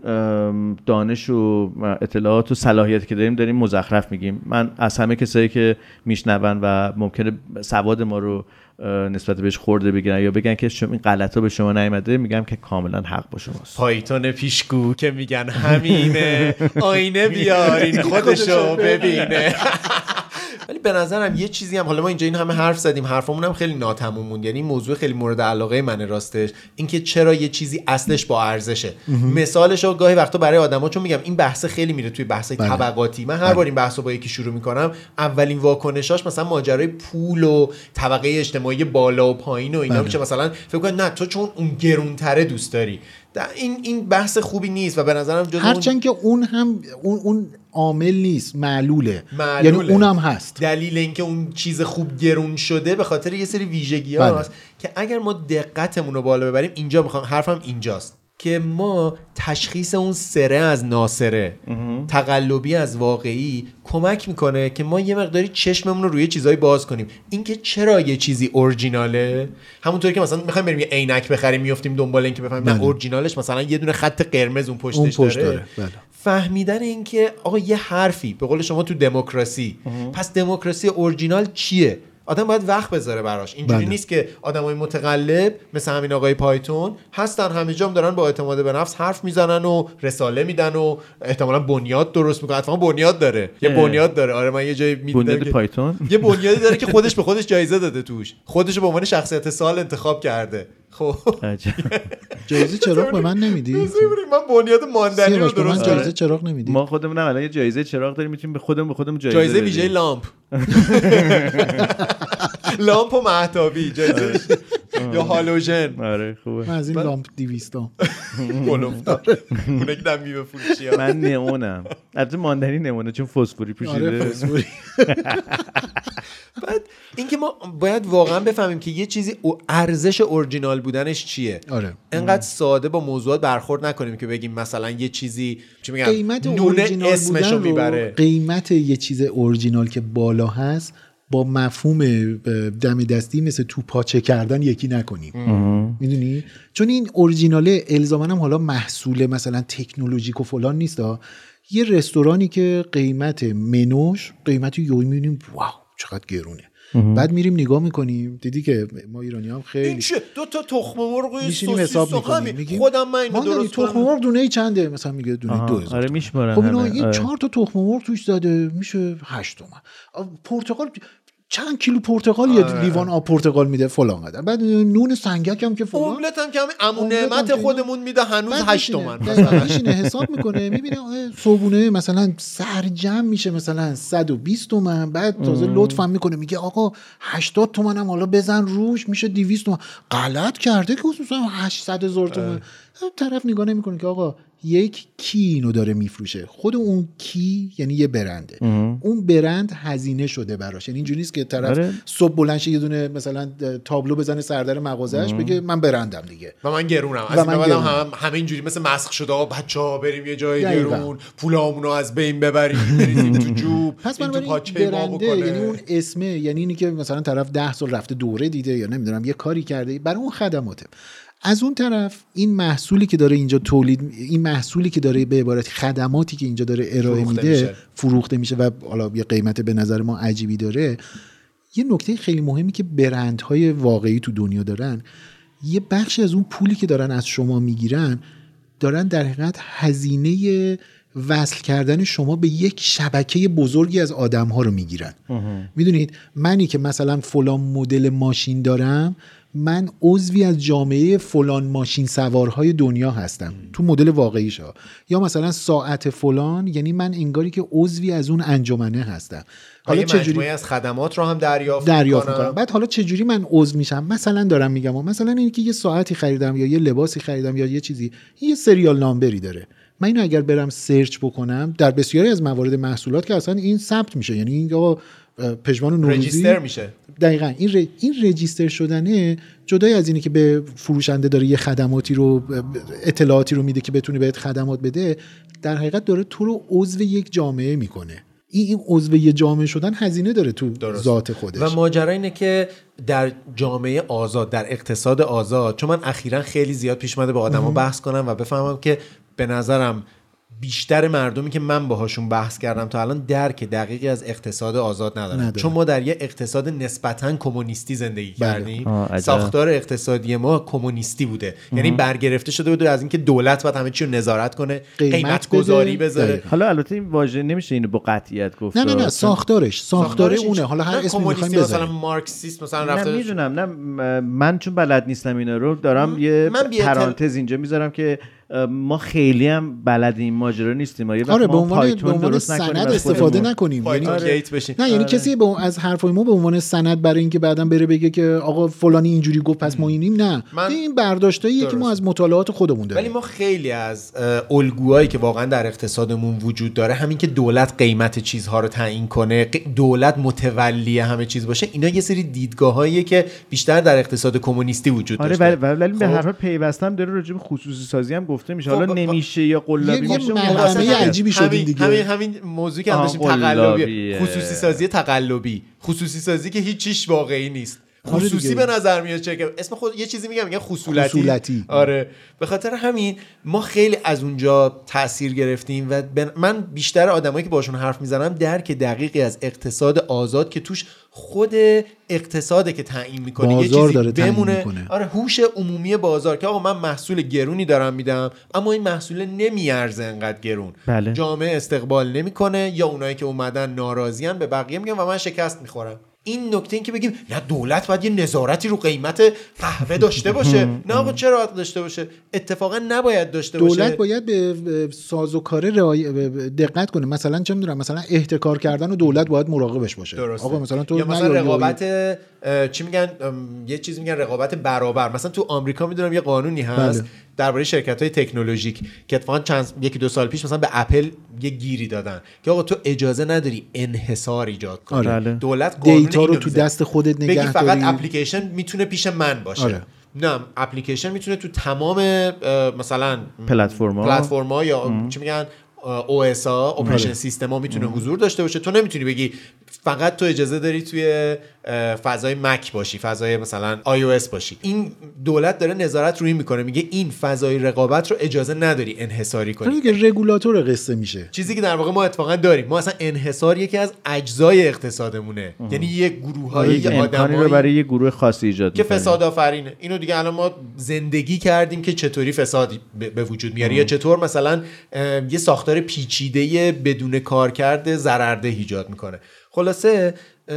دانش و اطلاعات و صلاحیتی که داریم مزخرف میگیم. من از همه کسایی که میشنون و ممکنه سواد ما رو نسبت بهش خورده بگیرن یا بگن که این غلطا به شما نیامده، میگم که کاملا حق با شماست. پایتون پیشگو که میگن همینه، آینه بیارین خودشو ببینه. ولی به نظرم یه چیزی هم، حالا ما اینجا این همه حرف زدیم، حرفمون هم خیلی ناتموم موند، یعنی موضوع خیلی مورد علاقه منه راستش، اینکه چرا یه چیزی اصلش با ارزشه. مثالشو گاهی وقتا برای آدما، چون میگم این بحث خیلی میره توی بحث طبقاتی، من هر بار این بحثو با یکی شروع میکنم اولین واکنشاش مثلا ماجرای پول و طبقه اجتماعی بالا و پایین و اینا میشه. مثلا فکر کن نه تو چون اون گرونتره دوست داری. این بحث خوبی نیست و به نظرم جز هرچند که اون هم اون عامل نیست، معلوله. یعنی اونم هست. دلیل اینکه اون چیز خوب گرون شده به خاطر یه سری ویژگی‌ها هست که اگر ما دقتمون رو بالا ببریم، اینجا میخوام حرفم اینجاست که ما تشخیص اون سره از ناسره، تقلبی از واقعی کمک میکنه که ما یه مقداری چشممون رو روی چیزایی باز کنیم. اینکه چرا یه چیزی اورجیناله، همونطوری که مثلا میخوایم بریم یه عینک بخریم میافتیم دنبال اینکه بفهمیم نه اورجینالش مثلا یه دونه خط قرمز اون پشتش داره. فهمیدن اینکه آقا یه حرفی به قول شما تو دموکراسی، پس دموکراسی اورجینال چیه؟ آدم باید وقت بذاره براش. اینجوری نیست که آدمای متقلب مثل همین آقای پایتون هستن همه جام دارن با اعتماد به نفس حرف میزنن و رساله میدن و احتمالاً بنیاد درست میکنن. اتفاقا بنیاد داره، یه بنیاد داره. آره من یه جایی میدیدم بنیاد پایتون یه بنیادی داره که خودش به خودش جایزه داده، توش خودش رو به عنوان شخصیت سال انتخاب کرده. خب جایزه چراغ به من نمیدی؟ من بنیاد ماندنی رو درست کردم. جایزه چراغ نمیدی؟ ما خودمون الان یه جایزه چراغ داریم، میتونیم به خودمون جایزه ویژه لامپ لامپ و مهتابی جایزه یا هالوژن. آره خوبه. من از این لامپ 200 گلفتار اون یک دمی بفروشی. من نمونم البته ماندنی نمونه چون فسفوری پوشیده. آره فسفوری. بعد اینکه ما باید واقعا بفهمیم که یه چیزی ارزش اورجینال بودنش چیه. آره. انقدر ساده با موضوعات برخورد نکنیم که بگیم مثلا یه چیزی چی میگن قیمت نون اسمشو میبره. قیمت یه چیز اورجینال که بالا هست با مفهوم دم دستی مثل تو پاچه کردن یکی نکنیم. میدونی؟ چون این اورجیناله الزاماً هم حالا محصول مثلا تکنولوژیک و فلان نیست. یه رستورانی که قیمت منوش قیمتی یوی میبینیم واو چقدر گرونه، بعد میریم نگاه میکنیم دیدی که ما ایرانی هم خیلی این چه دو تا تخم مرغ سوسیس میکنیم خودم من اینو درست کنم. تخم مرغ دونه ای چنده؟ مثلا میگه دونه 2000. آره میشمارن. خب اینا یه 4 تا تخم مرغ توش زده میشه 8 تومن. پرتقال چند کیلو پرتقال یه لیوان آب پرتقال میده فلان قدر. بعد نون سنگک هم که فلان، اوملت هم که عمو نعمت خودمون میده هنوز 8 تومن. میشینه حساب میکنه میبینه صبحونه مثلا سرجم میشه مثلا 120 تومن. بعد تازه لطف هم میکنه میگه آقا 80 تومن هم حالا بزن روش میشه 200 تومن. غلط کرده که مثلا 800,000 تومن. طرف نگاه نمیکنه که آقا یک کی اینو داره میفروشه. خود اون کی یعنی یه برنده. اون برند هزینه شده براش. یعنی اینجوری نیست که طرف صبح بلند شه یه دونه مثلا تابلو بزنه سردر مغازه‌اش بگه من برندم دیگه و من گرونم. از این بعدم همه اینجوری مثل مسخ شده آقا بچه‌ها بریم یه جای گرون، پولامونو از بین ببریم بریزیم تو جوب. پس من برنده یعنی اون اسمه، یعنی اینی که مثلا طرف 10 سال رفته دوره دیده یا نمیدونم یه کاری کرده برای اون خدماته. از اون طرف این محصولی که داره اینجا تولید، این محصولی که داره به عبارت خدماتی که اینجا داره ارائه میده فروخته میشه و حالا یه قیمت به نظر ما عجیبی داره. یه نکته خیلی مهمی که برندهای واقعی تو دنیا دارن، یه بخشی از اون پولی که دارن از شما میگیرن دارن در حقیقت هزینه وصل کردن شما به یک شبکه بزرگی از آدم‌ها رو میگیرن. میدونید منی که مثلا فلان مدل ماشین دارم، من عضوی از جامعه فلان ماشین سوارهای دنیا هستم تو مدل واقعیشا، یا مثلا ساعت فلان، یعنی من انگاری که عضوی از اون انجمنه هستم. حالا چجوری از خدمات رو هم دریافت میکنم. بعد حالا چجوری من عضو میشم؟ مثلا دارم میگم مثلا اینی که یه ساعتی خریدم یا یه لباسی خریدم یا یه چیزی، یه سریال نامبری داره. من اینو اگر برم سرچ بکنم در بسیاری از موارد محصولات که اصلا این ثبت میشه، یعنی این آقا پژمان نوروزی رجیستر میشه. دقیقاً این رجیستر شدنه، جدای از اینی که به فروشنده داره یه خدماتی رو، اطلاعاتی رو میده که بتونه بهت خدمات بده، در حقیقت داره تو رو عضو یک جامعه میکنه. این عضو یک جامعه شدن هزینه داره تو ذات خودش. و ماجرا اینه که در جامعه آزاد، در اقتصاد آزاد، چون من اخیراً خیلی زیاد پیش اومده با آدما بحث کنم و بفهمم که به نظرم بیشتر مردمی که من باهاشون بحث کردم تا الان درک دقیقی از اقتصاد آزاد ندارن. چون ما در یه اقتصاد نسبتاً کمونیستی زندگی کردیم. ساختار اقتصادی ما کمونیستی بوده. یعنی برگرفته شده بود از اینکه دولت باید همه چی رو نظارت کنه، قیمت گذاری بذاره. حالا البته این واژه نمیشه اینو با قطعیت گفت. نه ساختارش اونه. حالا هر اسمی می‌خوایم بذاریم. مثلا مارکسیسم مثلا رفته. نمیدونم، نه من چون بلد نیستم اینا رو دارم یه پرانتز اینجا میذارم که ما خیلی هم بلد این ماجرا نیستیم. ما یه وقت به عنوان سند استفاده نکنیم. یعنی کسی از حرفای ما به عنوان سند برای اینکه بعداً بره بگه که آقا فلانی اینجوری گفت پس ما اینیم، نه. این برداشتاییه که ما از مطالعات خودمون داریم. ولی ما خیلی از الگوهایی که واقعا در اقتصادمون وجود داره، همین که دولت قیمت چیزها رو تعیین کنه، دولت متولی همه چیز باشه، اینا یه سری دیدگاهاییه که بیشتر در اقتصاد کمونیستی وجود داشته. ولی به هر حال پیوستم داره راجع به خصوصی سازی هم گفته میشه. حالا نمیشه یا قلابی میشه، یه عجیبی شدین دیگه. همین موضوعی که داشتیم تقلبی، خصوصی سازی تقلبی، خصوصی سازی که هیچ چیش واقعی نیست. خصوصی به نظر میاد چه اسم خود یه چیزی میگن خصولتی. آره، به خاطر همین ما خیلی از اونجا تاثیر گرفتیم و من بیشتر آدمایی که باشون حرف میزنم درک دقیقی از اقتصاد آزاد که توش خود اقتصاده که تعیین میکنه، یه چیزی بمونه. آره، هوش عمومی بازار که آقا من محصول گرونی دارم میدم اما این محصول نمیارزه انقدر گرون. بله. جامعه استقبال نمیکنه یا اونایی که اومدن ناراضیان به بقیه میگن و من شکست میخورم. این نکته این که بگیم نه دولت باید یه نظارتی رو قیمت قهوه داشته باشه. نه آقا چرا داشته باشه؟ اتفاقا نباید داشته باشه. دولت باید به سازوکار دقت کنه. مثلا چه میدونم، مثلا احتکار کردن و دولت باید مراقبش باشه. درسته. آقا مثلا تو یا مثلا رقابت چی میگن، یه چیز میگن رقابت برابر. مثلا تو آمریکا میدونم یه قانونی هست درباره شرکت‌های تکنولوژیک که اتفاقا یکی دو سال پیش مثلا به اپل یه گیری دادن که آقا تو اجازه نداری انحصار ایجاد کنی. دولت دیتا رو تو دست خودت نگه داری. بگی فقط اپلیکیشن میتونه پیش من باشه. نه، اپلیکیشن میتونه تو تمام مثلا پلتفرم‌ها یا چی میگن OS ها، اپریشن سیستم ها میتونه حضور داشته باشه. تو نمیتونی بگی فقط تو اجازه داری توی فضای مک باشی، فضای مثلا iOS باشی. این دولت داره نظارت روی میکنه، میگه این فضای رقابت رو اجازه نداری انحصاری کنی. میگه رگولاتور قصه میشه، چیزی که در واقع ما اتفاقا داریم. ما اصلا انحصار یکی از اجزای اقتصادمونه. یعنی یک گروه‌های آدمایی رو برای یه گروه خاصی ایجاد که فساد آفرینه. اینو دیگه الان ما زندگی کردیم که چطوری فساد به وجود میاره یا چطور مثلا یه ساختار پیچیده بدون کارکرد ضررده ایجاد میکنه. خلاصه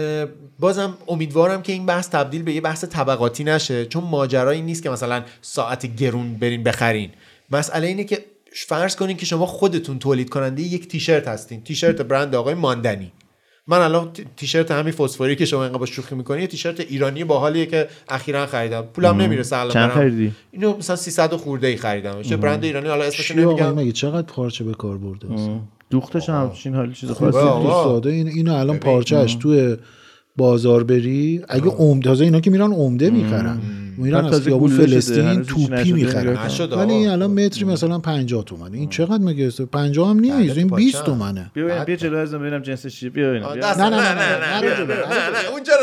بازم امیدوارم که این بحث تبدیل به یه بحث طبقاتی نشه، چون ماجرایی نیست که مثلا ساعت گرون برین بخرین. مسئله اینه که فرض کنین که شما خودتون تولید کننده یک تیشرت هستین، تیشرت برند آقای ماندنی. من الان تیشرت همین فسفوری که شما اینقدر با شوخی می‌کنی یه تیشرت ایرانی باحالیه که اخیراً خریدم، پولم نمیرسه الان. چند خریدی؟ اینو مثلا 300 خورده ای خریدم. چه برند ایرانی، حالا اسمش نمیگم. مگه چقدر پارچه به کار برده اصلا؟ دوختش هم همچین حالی چیز خاصی ساده. اینو الان پارچه‌اش تو بازار بری اگه عمده، اینا که میرن عمده میخرن، میرن از خیابون فلسطین توپی میخرن، ولی الان متری مثلا 50 تومنه. این چقدر مگه 50 هم نیست، این 20 تومنه. بیا جلو ازم ببینم جنسش چیه. بیا اینا. نه اونجا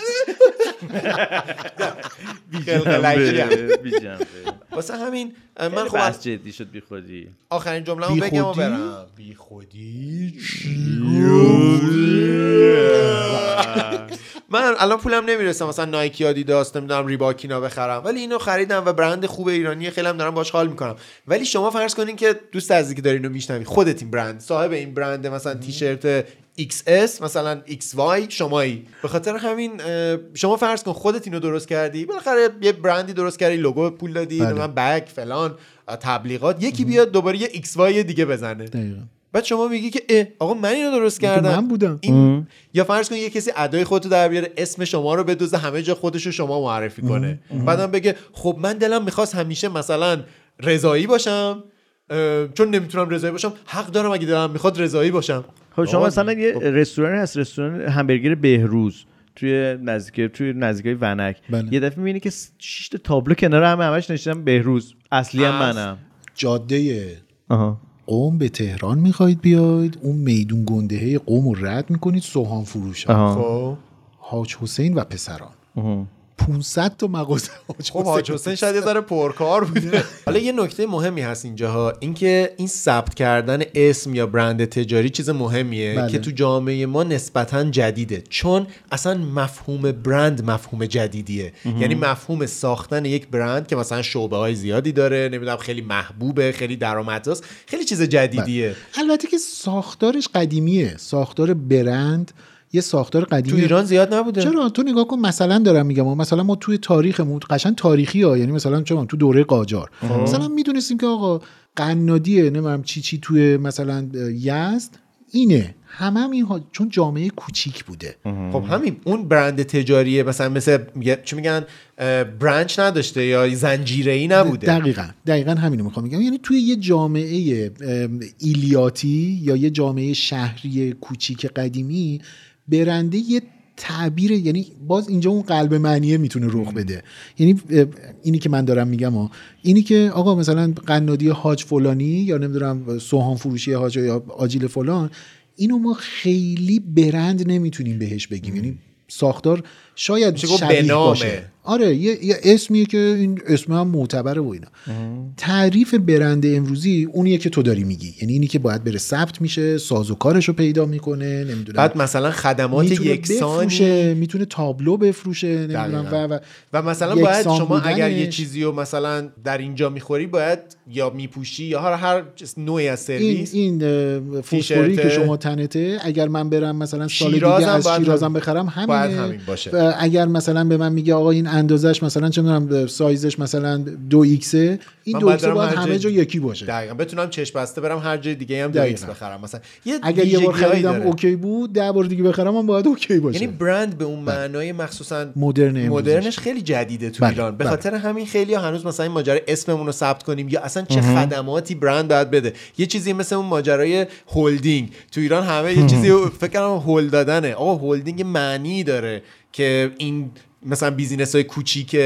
واسه همین من خب بس جدی شد بی خودی. آخرین جمله‌مو بگم و برم. بی خودی من الان پولم نمیرسه مثلا نایکی آدیداس نمیدونم ریباکینا بخرم، ولی اینو خریدم و برند خوب ایرانی خیلی هم دارم باهاش حال میکنم. ولی شما فرض کنین که دوست عزیزی که دارین رو میشنوی خودت این برند صاحب این برند، مثلا تیشرت XS مثلا XY شمایی، به خاطر همین شما فرض کن خودت اینو درست کردی، بالاخره یه برندی درست کردی، لوگو پول دادی، من بگ فلان تبلیغات، یکی بیاد دوباره یه XY دیگه بزنه. دقیقاً. بعد شما میگی که آقا من اینو درست کردم، من بودم. یا فرض کن یه کسی ادای خودتو در بیاره، اسم شما رو بدوزه، همه جا خودشو شما معرفی کنه، بعدم بگه خب من دلم میخواست همیشه مثلا رضایی باشم، چون نمیتونم رضایی باشم، حق دارم اگه دلم میخواد رضایی باشم. خب شما مثلا یه رستوران هست، رستوران همبرگر بهروز توی نزدیکای ونک، یه دفعه میبینی که 6 تا تابلو کنار همش نوشتن بهروز، اصلی هم منم. جاده قم به تهران میخواید بیاید، اون میدون گندهه قم رو رد میکنید، سوهان فروش ها، حاج حسین و پسران، 500 تا مغازه حاج حسین شاید یه ذره پرکار بوده. حالا یه نکته مهمی هست اینجاها، اینکه این ثبت کردن اسم یا برند تجاری چیز مهمیه که تو جامعه ما نسبتاً جدیده، چون اصلا مفهوم برند مفهوم جدیدیه. یعنی مفهوم ساختن یک برند که مثلا شعبه‌های زیادی داره، نمیدونم خیلی محبوبه، خیلی درآمدزاست، خیلی چیز جدیدیه. البته که ساختارش قدیمیه، ساختار برند یه ساختار قدیمی تو ایران زیاد نبوده. چرا؟ تو نگاه کن، مثلا دارم میگم، مثلا ما توی تاریخمون قشنگ تاریخی ها، یعنی مثلا چون تو دوره قاجار مثلا میدونستیم که آقا قنادیه نمیدونم چی توی مثلا یزد اینه، هم این چون جامعه کوچیک بوده. خب همین اون برند تجاریه، مثلا چی میگن برانچ نداشته یا زنجیره‌ای نبوده. دقیقاً همینو میخوام بگم. یعنی توی یه جامعه ایلیاتی یا یه جامعه شهری کوچیک قدیمی، برنده یه تعبیر، یعنی باز اینجا اون قلب معنیه میتونه رخ بده. یعنی اینی که من دارم میگم اینی که آقا مثلا قنادی حاج فلانی یا نمیدونم سوهان فروشی حاج یا آجیل فلان، اینو ما خیلی برند نمیتونیم بهش بگیم. یعنی ساختار شاید شبیه باشه، آره یه اسمیه که این اسم هم معتبره و اینا. تعریف برند امروزی اونیه که تو داری میگی، یعنی اینی که باید بره ثبت میشه، سازوکارشو پیدا میکنه، نمیدونم بعد مثلا خدمات یکسانی، میتونه تابلو بفروشه، نمیدونم و مثلا باید شما اگر یه چیزی رو مثلا در اینجا میخوری باید یا میپوشی یا هر نوعی از سرویس. این فوسفوری که شما تنته، اگر من برم مثلا سال دیگه از شیرازم بخرم همین باشه. اگر مثلا به من میگه آقا این اندازش مثلا چه میدونم سایزش مثلا 2x، این 2x باید همه جا یکی باشه. دقیقاً بتونم چشم بسته برم هر جای دیگه هم 2x بخرم. مثلا اگر یه بار خریدم اوکی بود، 10 بار دیگه بخرم هم باید اوکی باشه. یعنی برند به اون معنای مخصوصا مدرنش خیلی جدیده تو ایران. به خاطر همین خیلی‌ها هنوز مثلا این ماجرا اسممون رو ثبت کنیم یا اصلا چه خدماتی برند باید بده. یه چیزی مثل اون ماجرای هولدینگ تو ایران، همه یه چیزی فکر کنم هول دادنه. آقا هولدینگ معنی داره که این مثلا بیزینس‌های کوچیک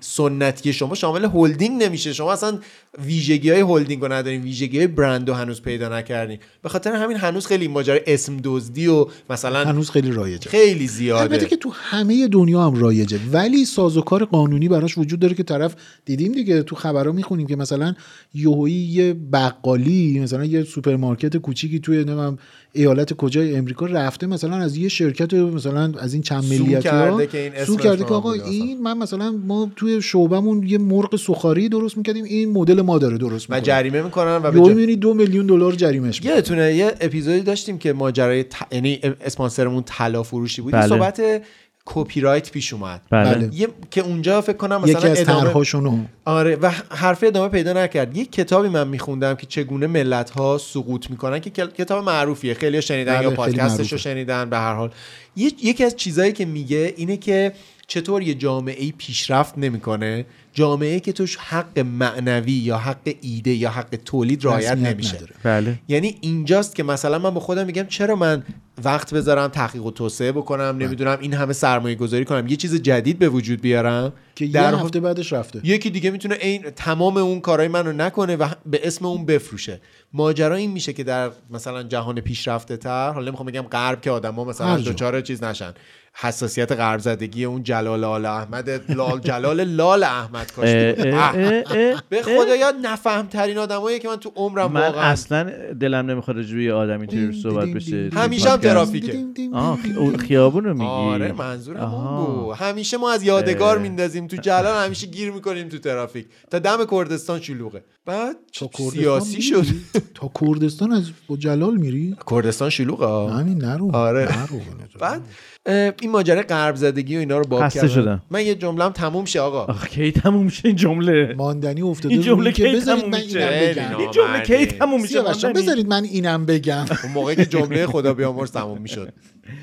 سنتی شما شامل هولدینگ نمیشه. شما اصلا ویژگی‌های هولدینگ رو ندارین، ویژگی‌های برند رو هنوز پیدا نکردین. به خاطر همین هنوز خیلی ماجرای اسم دزدی و مثلا هنوز خیلی رایجه، خیلی زیاده. البته که تو همه دنیا هم رایجه، ولی سازوکار قانونی براش وجود داره که طرف دیدیم دیگه، تو خبرها میخونیم که مثلا یهویی یه بقالی مثلا یه سوپرمارکت کوچیکی توی نمیدونم ایالت کجای امریکا رفته مثلا از یه شرکت مثلا از این چند ملیتی‌ها سو کرده که آقا این من مثلا ما توی شعبمون یه مرغ سوخاری درست می‌کردیم، این مدل ما داره درست می‌کنه و جریمه می‌کنن و می‌بینی $2 میلیون جریمهش می‌کنه. یه اپیزودی داشتیم که ماجرای یعنی اسپانسرمون طلا فروشی بود. صحبت کپی رایت پیش اومد. بله. که اونجا فکر کنم مثلا یکی از طرح‌هاشون. آره و حرف ادامه پیدا نکرد. یک کتابی من میخوندم که چگونه ملت‌ها سقوط میکنن که کتاب معروفیه، خیلی شنیدن بله، یا پادکستش رو شنیدن. به هر حال یکی از چیزایی که میگه اینه که چطور یه جامعه‌ای پیشرفت نمیکنه، جامعه‌ای که توش حق معنوی یا حق ایده یا حق تولید رعایت نمیشه. بله. یعنی اینجاست که مثلا من با خودم میگم چرا من وقت بذارم تحقیق و توسعه بکنم، نمیدونم این همه سرمایه گذاری کنم، یه چیز جدید به وجود بیارم که یه هفته بعدش رفته، یکی دیگه میتونه این تمام اون کارهای منو نکنه و به اسم اون بفروشه. ماجرا این میشه که در مثلا جهان پیشرفته تر، حالا نمیخوام بگم غرب که آدما مثلا دوچار چیز نشن، حساسیت غرب زدگی اون جلال آل احمد جلال لال احمد کاش به خدایا نفهم ترین آدمایی که من تو عمرم من واقعا اصلا دلم نمیخواد روی آدم اینطوری صحبت بشه. همیشه هم ترافیکه. خیابون رو میگی؟ آره منظورم اون بود. همیشه ما از یادگار میندازیم تو جلال، همیشه گیر میکنیم تو ترافیک. تا دم کردستان شلوغه، بعد سیاسی شد. تا کردستان از با جلال میری؟ کردستان شلوغه همین نرو. آره. بعد این ماجرا غرب زدگی و اینا رو باب کردم. من یه جمله‌ام تموم شه آقا. کی تموم میشه این جمله؟ ماندنی افتاده این جمله که بذارید من اینم بگم. این جمله کی تموم میشه؟ بذارید من اینم بگم. اون موقعی که جمله خدا بیامرز تموم میشد.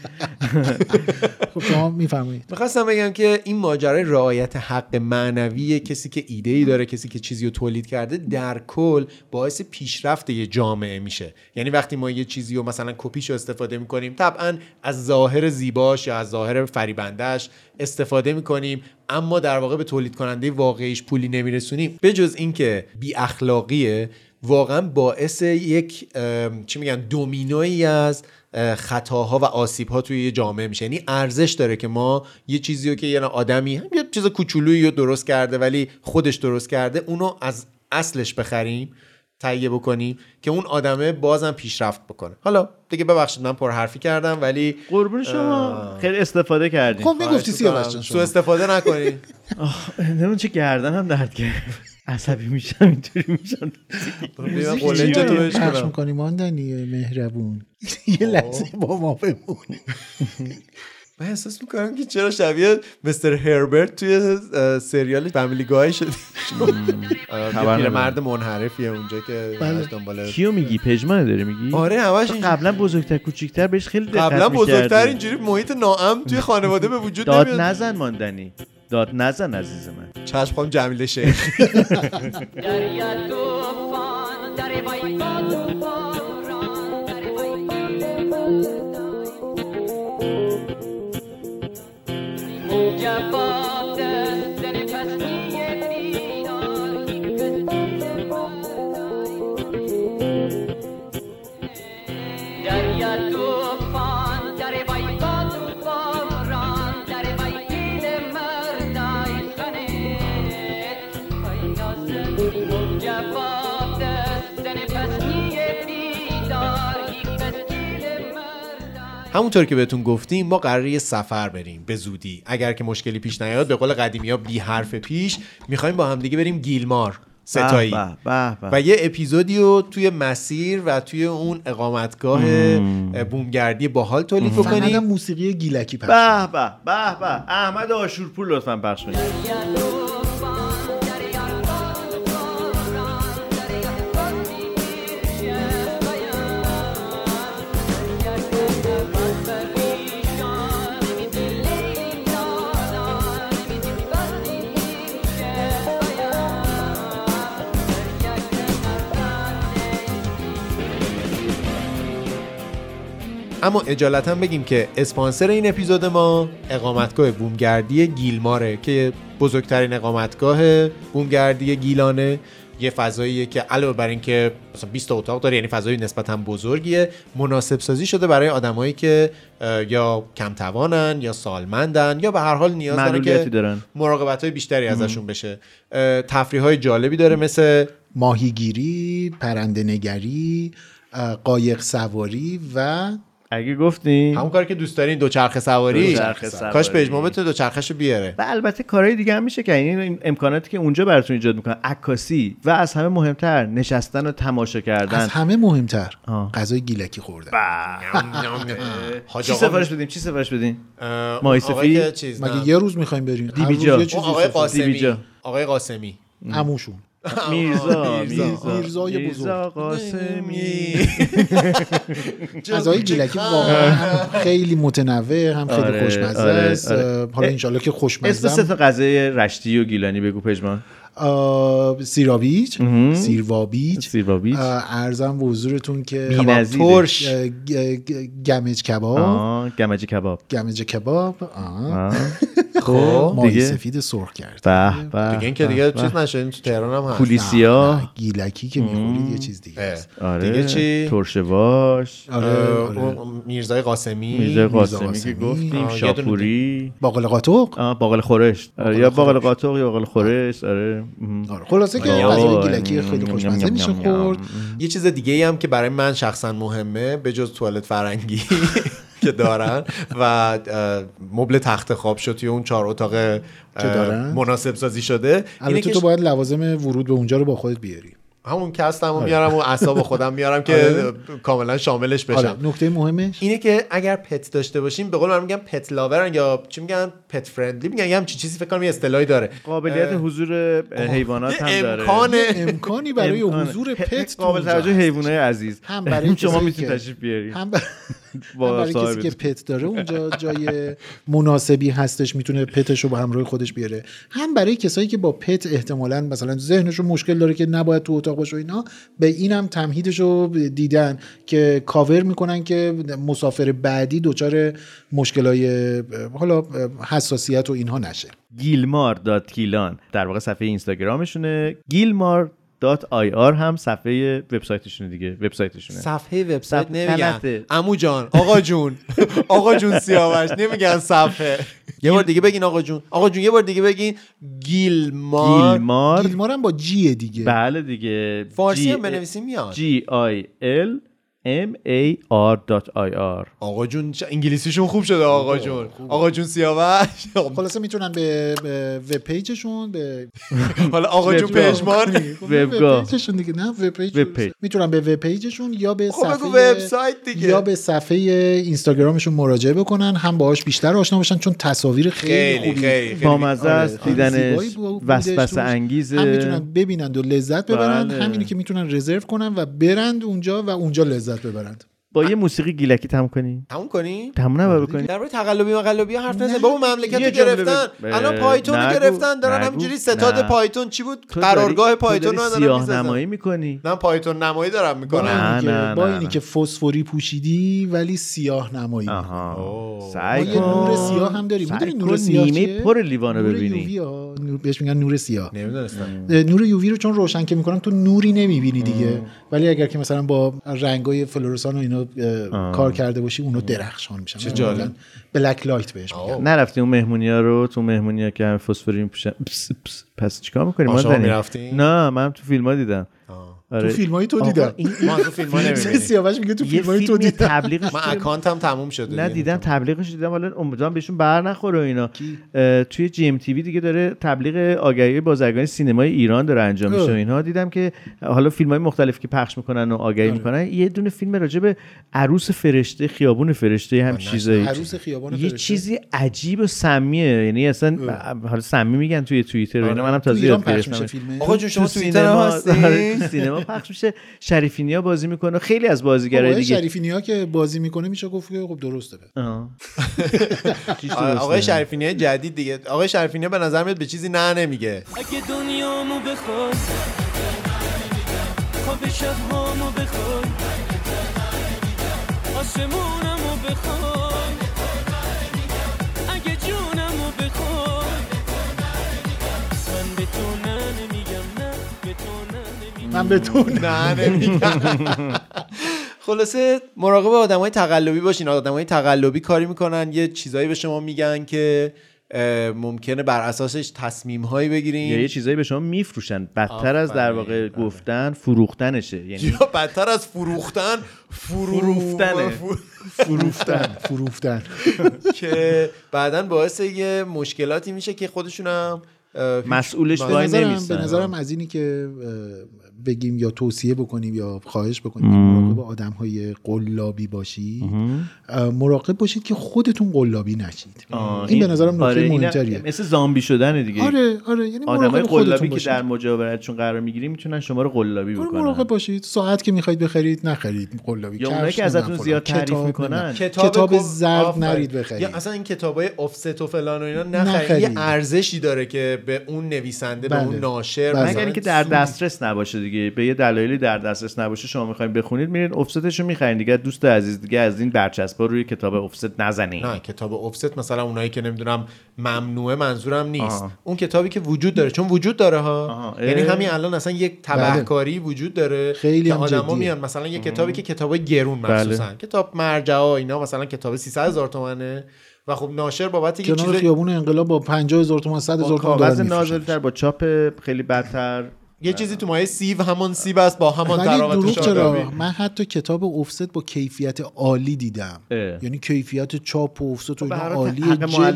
خب شما میفرمایید. می‌خواستم بگم که این ماجرای رعایت حق معنوی کسی که ایده‌ای داره، کسی که چیزی رو تولید کرده، در کل باعث پیشرفت یه جامعه میشه. یعنی وقتی ما یه چیزی رو مثلا کپیشو استفاده می‌کنیم، طبعاً از ظاهر زیباش یا از ظاهر فریبنده‌اش استفاده می‌کنیم، اما در واقع به تولید کننده واقعیش پولی نمیرسونیم. به جز اینکه بی اخلاقیه، واقعا باعث یک چی میگن دومینویی از خطاها و آسیب‌ها توی یه جامعه میشه. یعنی ارزش داره که ما یه چیزی رو که یه آدمی یه چیز کوچولویی رو درست کرده ولی خودش درست کرده، اونو از اصلش بخریم، تهیه بکنیم که اون آدمه بازم پیشرفت بکنه. حالا دیگه ببخشید من پر حرفی کردم ولی قربون شما خیلی استفاده کردین. خب میگفتی سیاوش جان سو استفاده نکنین. نمیدونم چه گردنم درد گرفت، عصبی میشم اینطوری میشم. ببین قولنج تو بهش پخش می‌کنی ماندنی مهربون یه لحظه با ما بمونی. من احساس میکنم که چرا شبیه مستر هربرت توی سریال فامیلی گای شد. پیرمرد منحرفیه اونجا که دنبال کیو میگی؟ پژمان داری میگی؟ آره همش قبلا بزرگتر کوچیک‌تر بهش خیلی دقت می‌کردی. قبلا بزرگتر اینجوری محیط ناامن توی خانواده به وجود نمیاد. داد نزن ماندنی، داد نزن عزیز من. چشم خانم جمیله شیخ. همونطور که بهتون گفتیم ما قراره یه سفر بریم به زودی، اگر که مشکلی پیش نیاد. به قول قدیمی‌ها بی حرف پیش می‌خوایم با هم دیگه بریم گیلمار ستایی و یه اپیزودی رو توی مسیر و توی اون اقامتگاه بومگردی باحال تولید بکنیم. فقط موسیقی گیلکی پخش. به احمد آشورپور لطفاً پخش کنید. اما اجالتا بگیم که اسپانسر این اپیزود ما اقامتگاه بومگردی گیلماره که بزرگترین اقامتگاه بومگردی گیلانه. یه فضاییه که علاوه بر این که مثلا 20 تا اتاق داره، یعنی فضای نسبتاً بزرگیه، مناسب سازی شده برای آدمایی که یا کم توانن یا سالمندن یا به هر حال نیاز دارن که مراقبت‌های بیشتری ازشون بشه. تفریح‌های جالبی داره مثل ماهیگیری، پرنده‌نگری، قایق سواری و اگه گفتیم همون کاری که دوست دارین دوچرخه سواری، کاش پژمان بتونه دوچرخه‌شو بیاره. و البته کارهای دیگه هم میشه که این امکاناتی که اونجا براتون ایجاد میکنن، عکاسی و از همه مهمتر نشستن و تماشا کردن. از همه مهمتر غذای گیلکی خوردن. چی سفارش بدیم؟ ماهی سفید. مگه یه روز میخوایم بریم؟ دیبیجا. آقای قاسمی عموشون میرزای بزرگ قاسمی. غذای گیلکی واقعا هم خیلی متنوع، هم خیلی خوشمزه است. حالا انشالله که خوشمزه. اسم 3 تا غذای رشتی و گیلانی بگو پژمان. سیرابیچ، سیروابیچ، ارزم به حضورتون که ترش، گمج کباب، گمج کباب خب ماهی سفید سرخ کرد. دیگه این که دیگه چیز نشدین تو تهران هم هست. پولیسیا، گیلکی که میخورید یه چیز دیگه است. دیگه چی؟ ترشواش، میرزای قاسمی که گفتیم، شاپوری، باقل قاطق، باقل خورش یا باقل قاطق یا باقل خورش. خلاصه که غذای گیلکی خیلی خوشمزه میشه خورد. یه چیز دیگه هم که برای من شخصا مهمه به جز توالت فرنگی که دارن و مبل تخت خواب شد توی اون 4 اتاق مناسب سازی شده، البته تو باید لوازم ورود به اونجا رو با خودت بیاری. همون کستمو میارم و اعصاب خودم میارم که کاملا شاملش بشم. نکته مهمش اینه که اگر پت داشته باشیم، به قول من میگم پت لاورن یا چی میگن، پت فرندلی میگن، یا همچین چیزی فکر کنم یه اصطلاحی داره. قابلیت حضور حیوانات هم داره. امکانی برای حضور پت قابل توجه حیوانات عزیز. هم برای شما میتونید تشریف بیارید. هم برای کسی که پت داره اونجا جای مناسبی هستش میتونه پتش رو با همراه خودش بیاره. هم برای کسایی که با پت احتمالاً مثلا ذهنشون مشکل داره که نباید تو اتاق باشه اینا، به اینم تمهیدش رو دیدن که کاور میکنن که مسافر بعدی دچار مشکلای حالا حساسیت و اینها نشه. gilmar.kilan در واقع صفحه اینستاگرامشونه. gilmar.ir هم صفحه وبسایتشونه دیگه. صفحه وبسایت نمیگن عمو جان، آقا جون سیاوش نمیگن صفحه. یه بار دیگه بگین آقا جون یه بار دیگه بگین. گیلمار هم با جی دیگه. بله دیگه. فارسی هم بنویسیم میاد. GILMAR.IR. آقا جون انگلیسیشون خوب شده. آقا جون سیاوش. خلاصه میتونن به وب پیجشون، به حالا آقا جون پژمان وب پیجشون دیگه، نه وب پیج میتونن به وب پیجشون یا به صفحه وبسایت دیگه یا به صفحه اینستاگرامشون مراجعه بکنن، هم باهاش بیشتر آشنا بشن چون تصاویر خیلی بامزه است، دیدنش وسوسه انگیزه. هم میتونن ببینن و لذت ببرن، همینی که میتونن رزرو کنن و برند اونجا و اونجا لذت ببرند. با یه موسیقی گیلکی تموم کنیم. تموم نباید بکنیم. درباره تقلبی حرف نزن. بابا مملکتو گرفتن. الان پایتون گرفتن، دارن همینجوری ستاد پایتون چی بود؟ قرارگاه پایتون رو دارن سیاه نمایی میکنی. نه پایتون نمایی دارم میکنن. با اینی که فسفوری پوشیدی ولی سیاه نمایی. سعی کن. نور سیاه هم داریم. میدونی نور سیاه نیمه پر لیوانو ببینی. بهش میگن نور سیاه. نمیدونستم. نور یووی رو چون روشن که میکنن تو نوری نمیبینی دیگه. ولی اگر که مثلا با رنگای فلورسان و اینا کار کرده باشی اونو درخشان میشن. چه جالب. بلک لایت بهش میگن. نرفتیم اون مهمونی‌ها رو؟ تو مهمونی‌ها که هم فسفوری میپوشن پس چیکار می‌کنیم؟ ما نرفتیم. نه من تو فیلم‌ها دیدم. تو فیلمای تو دیدم. ما تو فیلم‌ها نمی‌بینیم. سیاوش میگه تو فیلمای تو دیدم. تبلیغش من اکانتم تموم شده. نه دیدم تبلیغش دیدم، حالا امیدوارم بهشون بر نخوره اینا. توی جی ام تی وی دیگه داره تبلیغ آگهی بازرگانی سینمای ایران داره انجام میشه. اینها دیدم که حالا فیلم‌های مختلفی که پخش میکنن و آگهی میکنن، یه دونه فیلم راجع به عروس فرشته، خیابون فرشته، هم چیزایی، عروس خیابون فرشته، یه چیزی عجیب و سمیه. یعنی اصلا حالا سمی میگن توی توییتر اینا، منم تازه یاد گرفتم. آقا جون شما توییتر هستی؟ سینما پخش میشه، شریفینیا بازی میکنه، خیلی از بازیگرای دیگه. شریفینیا که بازی میکنه میشه گفت که خب درسته. آقای شریفینیا جدید دیگه. آقای شریفینیا به نظر میاد به چیزی نه نمیگه. اگه دنیامو بخوای، خواب شبهامو بخوای، آسمونمو بخوای، اگه جونمو بخوای، من به تو نه نمیگم، نه به تو نه نمیگم، من به تو نه نمیگم. خلاصه مراقب آدمای تقلبی باشین. آدمای تقلبی کاری میکنن، یه چیزایی به شما میگن که ممکنه بر اساسش تصمیم هایی بگیریم یا یه چیزایی به شما میفروشن بدتر از در واقع گفتن فروختنشه، یعنی یا بدتر از فروختن فروختن که بعداً باعث یه مشکلاتی میشه که خودشونم مسئولش وای نمیستن. به نظرم از اینی که بگیم یا توصیه بکنیم یا خواهش بکنیم مراقب آدم‌های قلابی باشید، مراقب باشید که خودتون قلابی نشید. این به نظرم نکته مهم‌تریه. مثل زامبی شدن دیگه. آره یعنی آدمای قلابی که در مجاورتشون قرار میگیری میتونن شما رو قلابی بکنن. مراقب باشید. ساعت که میخواید بخرید نخرید قلابی. یا اونایی که ازتون زیاد تعریف میکنن کتاب زرد نرید بخرید. یا اصلا این کتابای آفست و فلان و اینا نخرید. یه ارزشی داره که به اون نویسنده به اون ناشر مگر اینکه در دسترس نباشه دیگه، به یه دلایلی در دسترس نباشه شما میخواین بخونید میرین افستشو میخرین دیگه. دوست عزیز دیگه از این برچسبا روی کتاب افست نزنین. نه کتاب افست مثلا اونایی که نمیدونم ممنوعه منظورم نیست. اون کتابی که وجود داره، چون وجود داره ها، یعنی همین الان اصلا یک تبهکاری وجود داره خیلی که آدما میان مثلا یه کتابی که کتابای گرون مخصوصا کتاب مرجعا اینا مثلا کتاب 300,000 تومانه و خب ناشر بابت یه چیز خیابون انقلاب با 50,000 تومان 100,000 تومان کاغذ نازل‌تر با چاپ خیلی بدتر یه چیزی تو مایه سیو همون سیو است با همان تراوت شادابی. من حتی کتاب افست با کیفیت عالی دیدم، یعنی کیفیت چاپ و افست و اینا عالیه.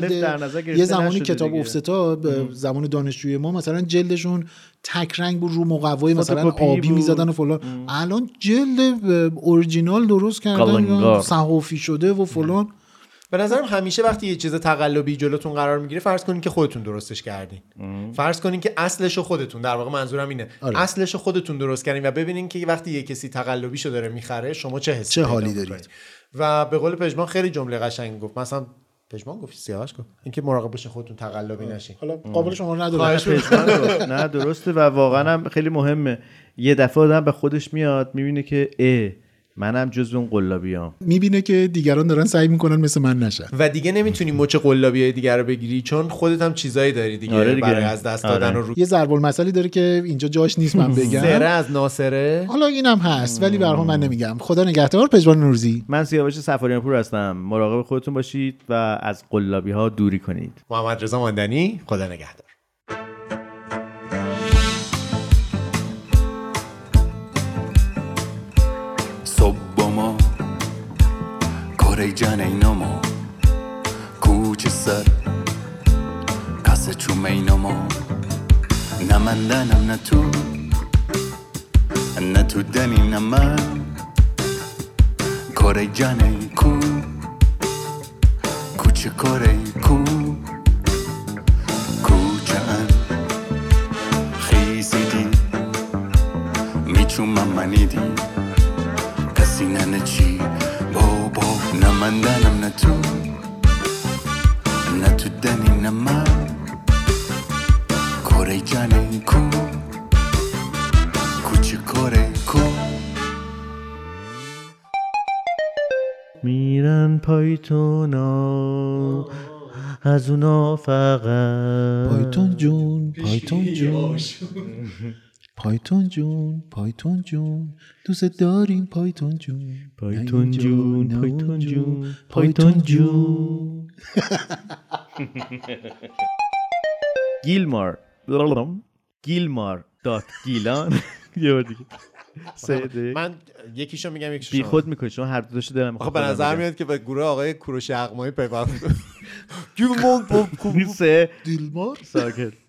جلد یه زمانی کتاب افستا به زمان دانشجوی ما مثلا جلدشون تک رنگ بود، رو مقوای مثلا آبی میزدن و فلان. الان جلد اورجینال درست کردن، صحافی شده و فلان. به نظرم همیشه وقتی یه چیز تقلبی جلوتون قرار میگیره فرض کنین که خودتون درستش کردین. فرض کنین که اصلشو خودتون، در واقع منظورم اینه، اصلشو خودتون درست کردین و ببینین که وقتی یه کسی تقلبیشو داره میخره شما چه حالی دارید. و به قول پژمان خیلی جمله قشنگی گفت، مثلا پژمان گفت سیاوش گفت اینکه مراقب باشین خودتون تقلبی نشین. حالا قابل شما نداره. نه درسته و واقعا هم خیلی مهمه. یه دفعه آدم به خودش میاد میبینه که منم جزو اون قلابیام، میبینه که دیگران دارن سعی میکنن مثل من نشن و دیگه نمیتونی مچ قلابیای دیگر رو بگیری چون خودت هم چیزایی داری دیگه برای از دست دادن. رو یه ضرب المثلی داره که اینجا جاش نیست من بگم، زره از ناصره، حالا اینم هست ولی به هر حال من نمیگم. خدا نگهدار. پژمان نوروزی. من سیاوش سفاریان پور هستم. مراقب خودتون باشید و از قلابی ها دوری کنید. محمد رضا ماندنی. خدا نگهدار. کره جن اینما کوچه سر کس چوم اینما نه من دنم نه تو دنی نه من کره جن کو کوچه کره کوچه ان خیزی دی میچوم منی دی کسی نه چی نه من دنم نه تو دنی نه من کره جنی کوچه کره میرن پایتونا از اونا فقط پایتون جون پایتون جون دوست داریم پایتون جون. گیلمار دات گیلان. یه بار دیگه من یکیشو میگم یکیشو بی خود میکنی چون هر دو تاشو دارم. آخه به نظر میاد که به گروه آقای کوروش اقمایی پیوند. گیلمار ساکت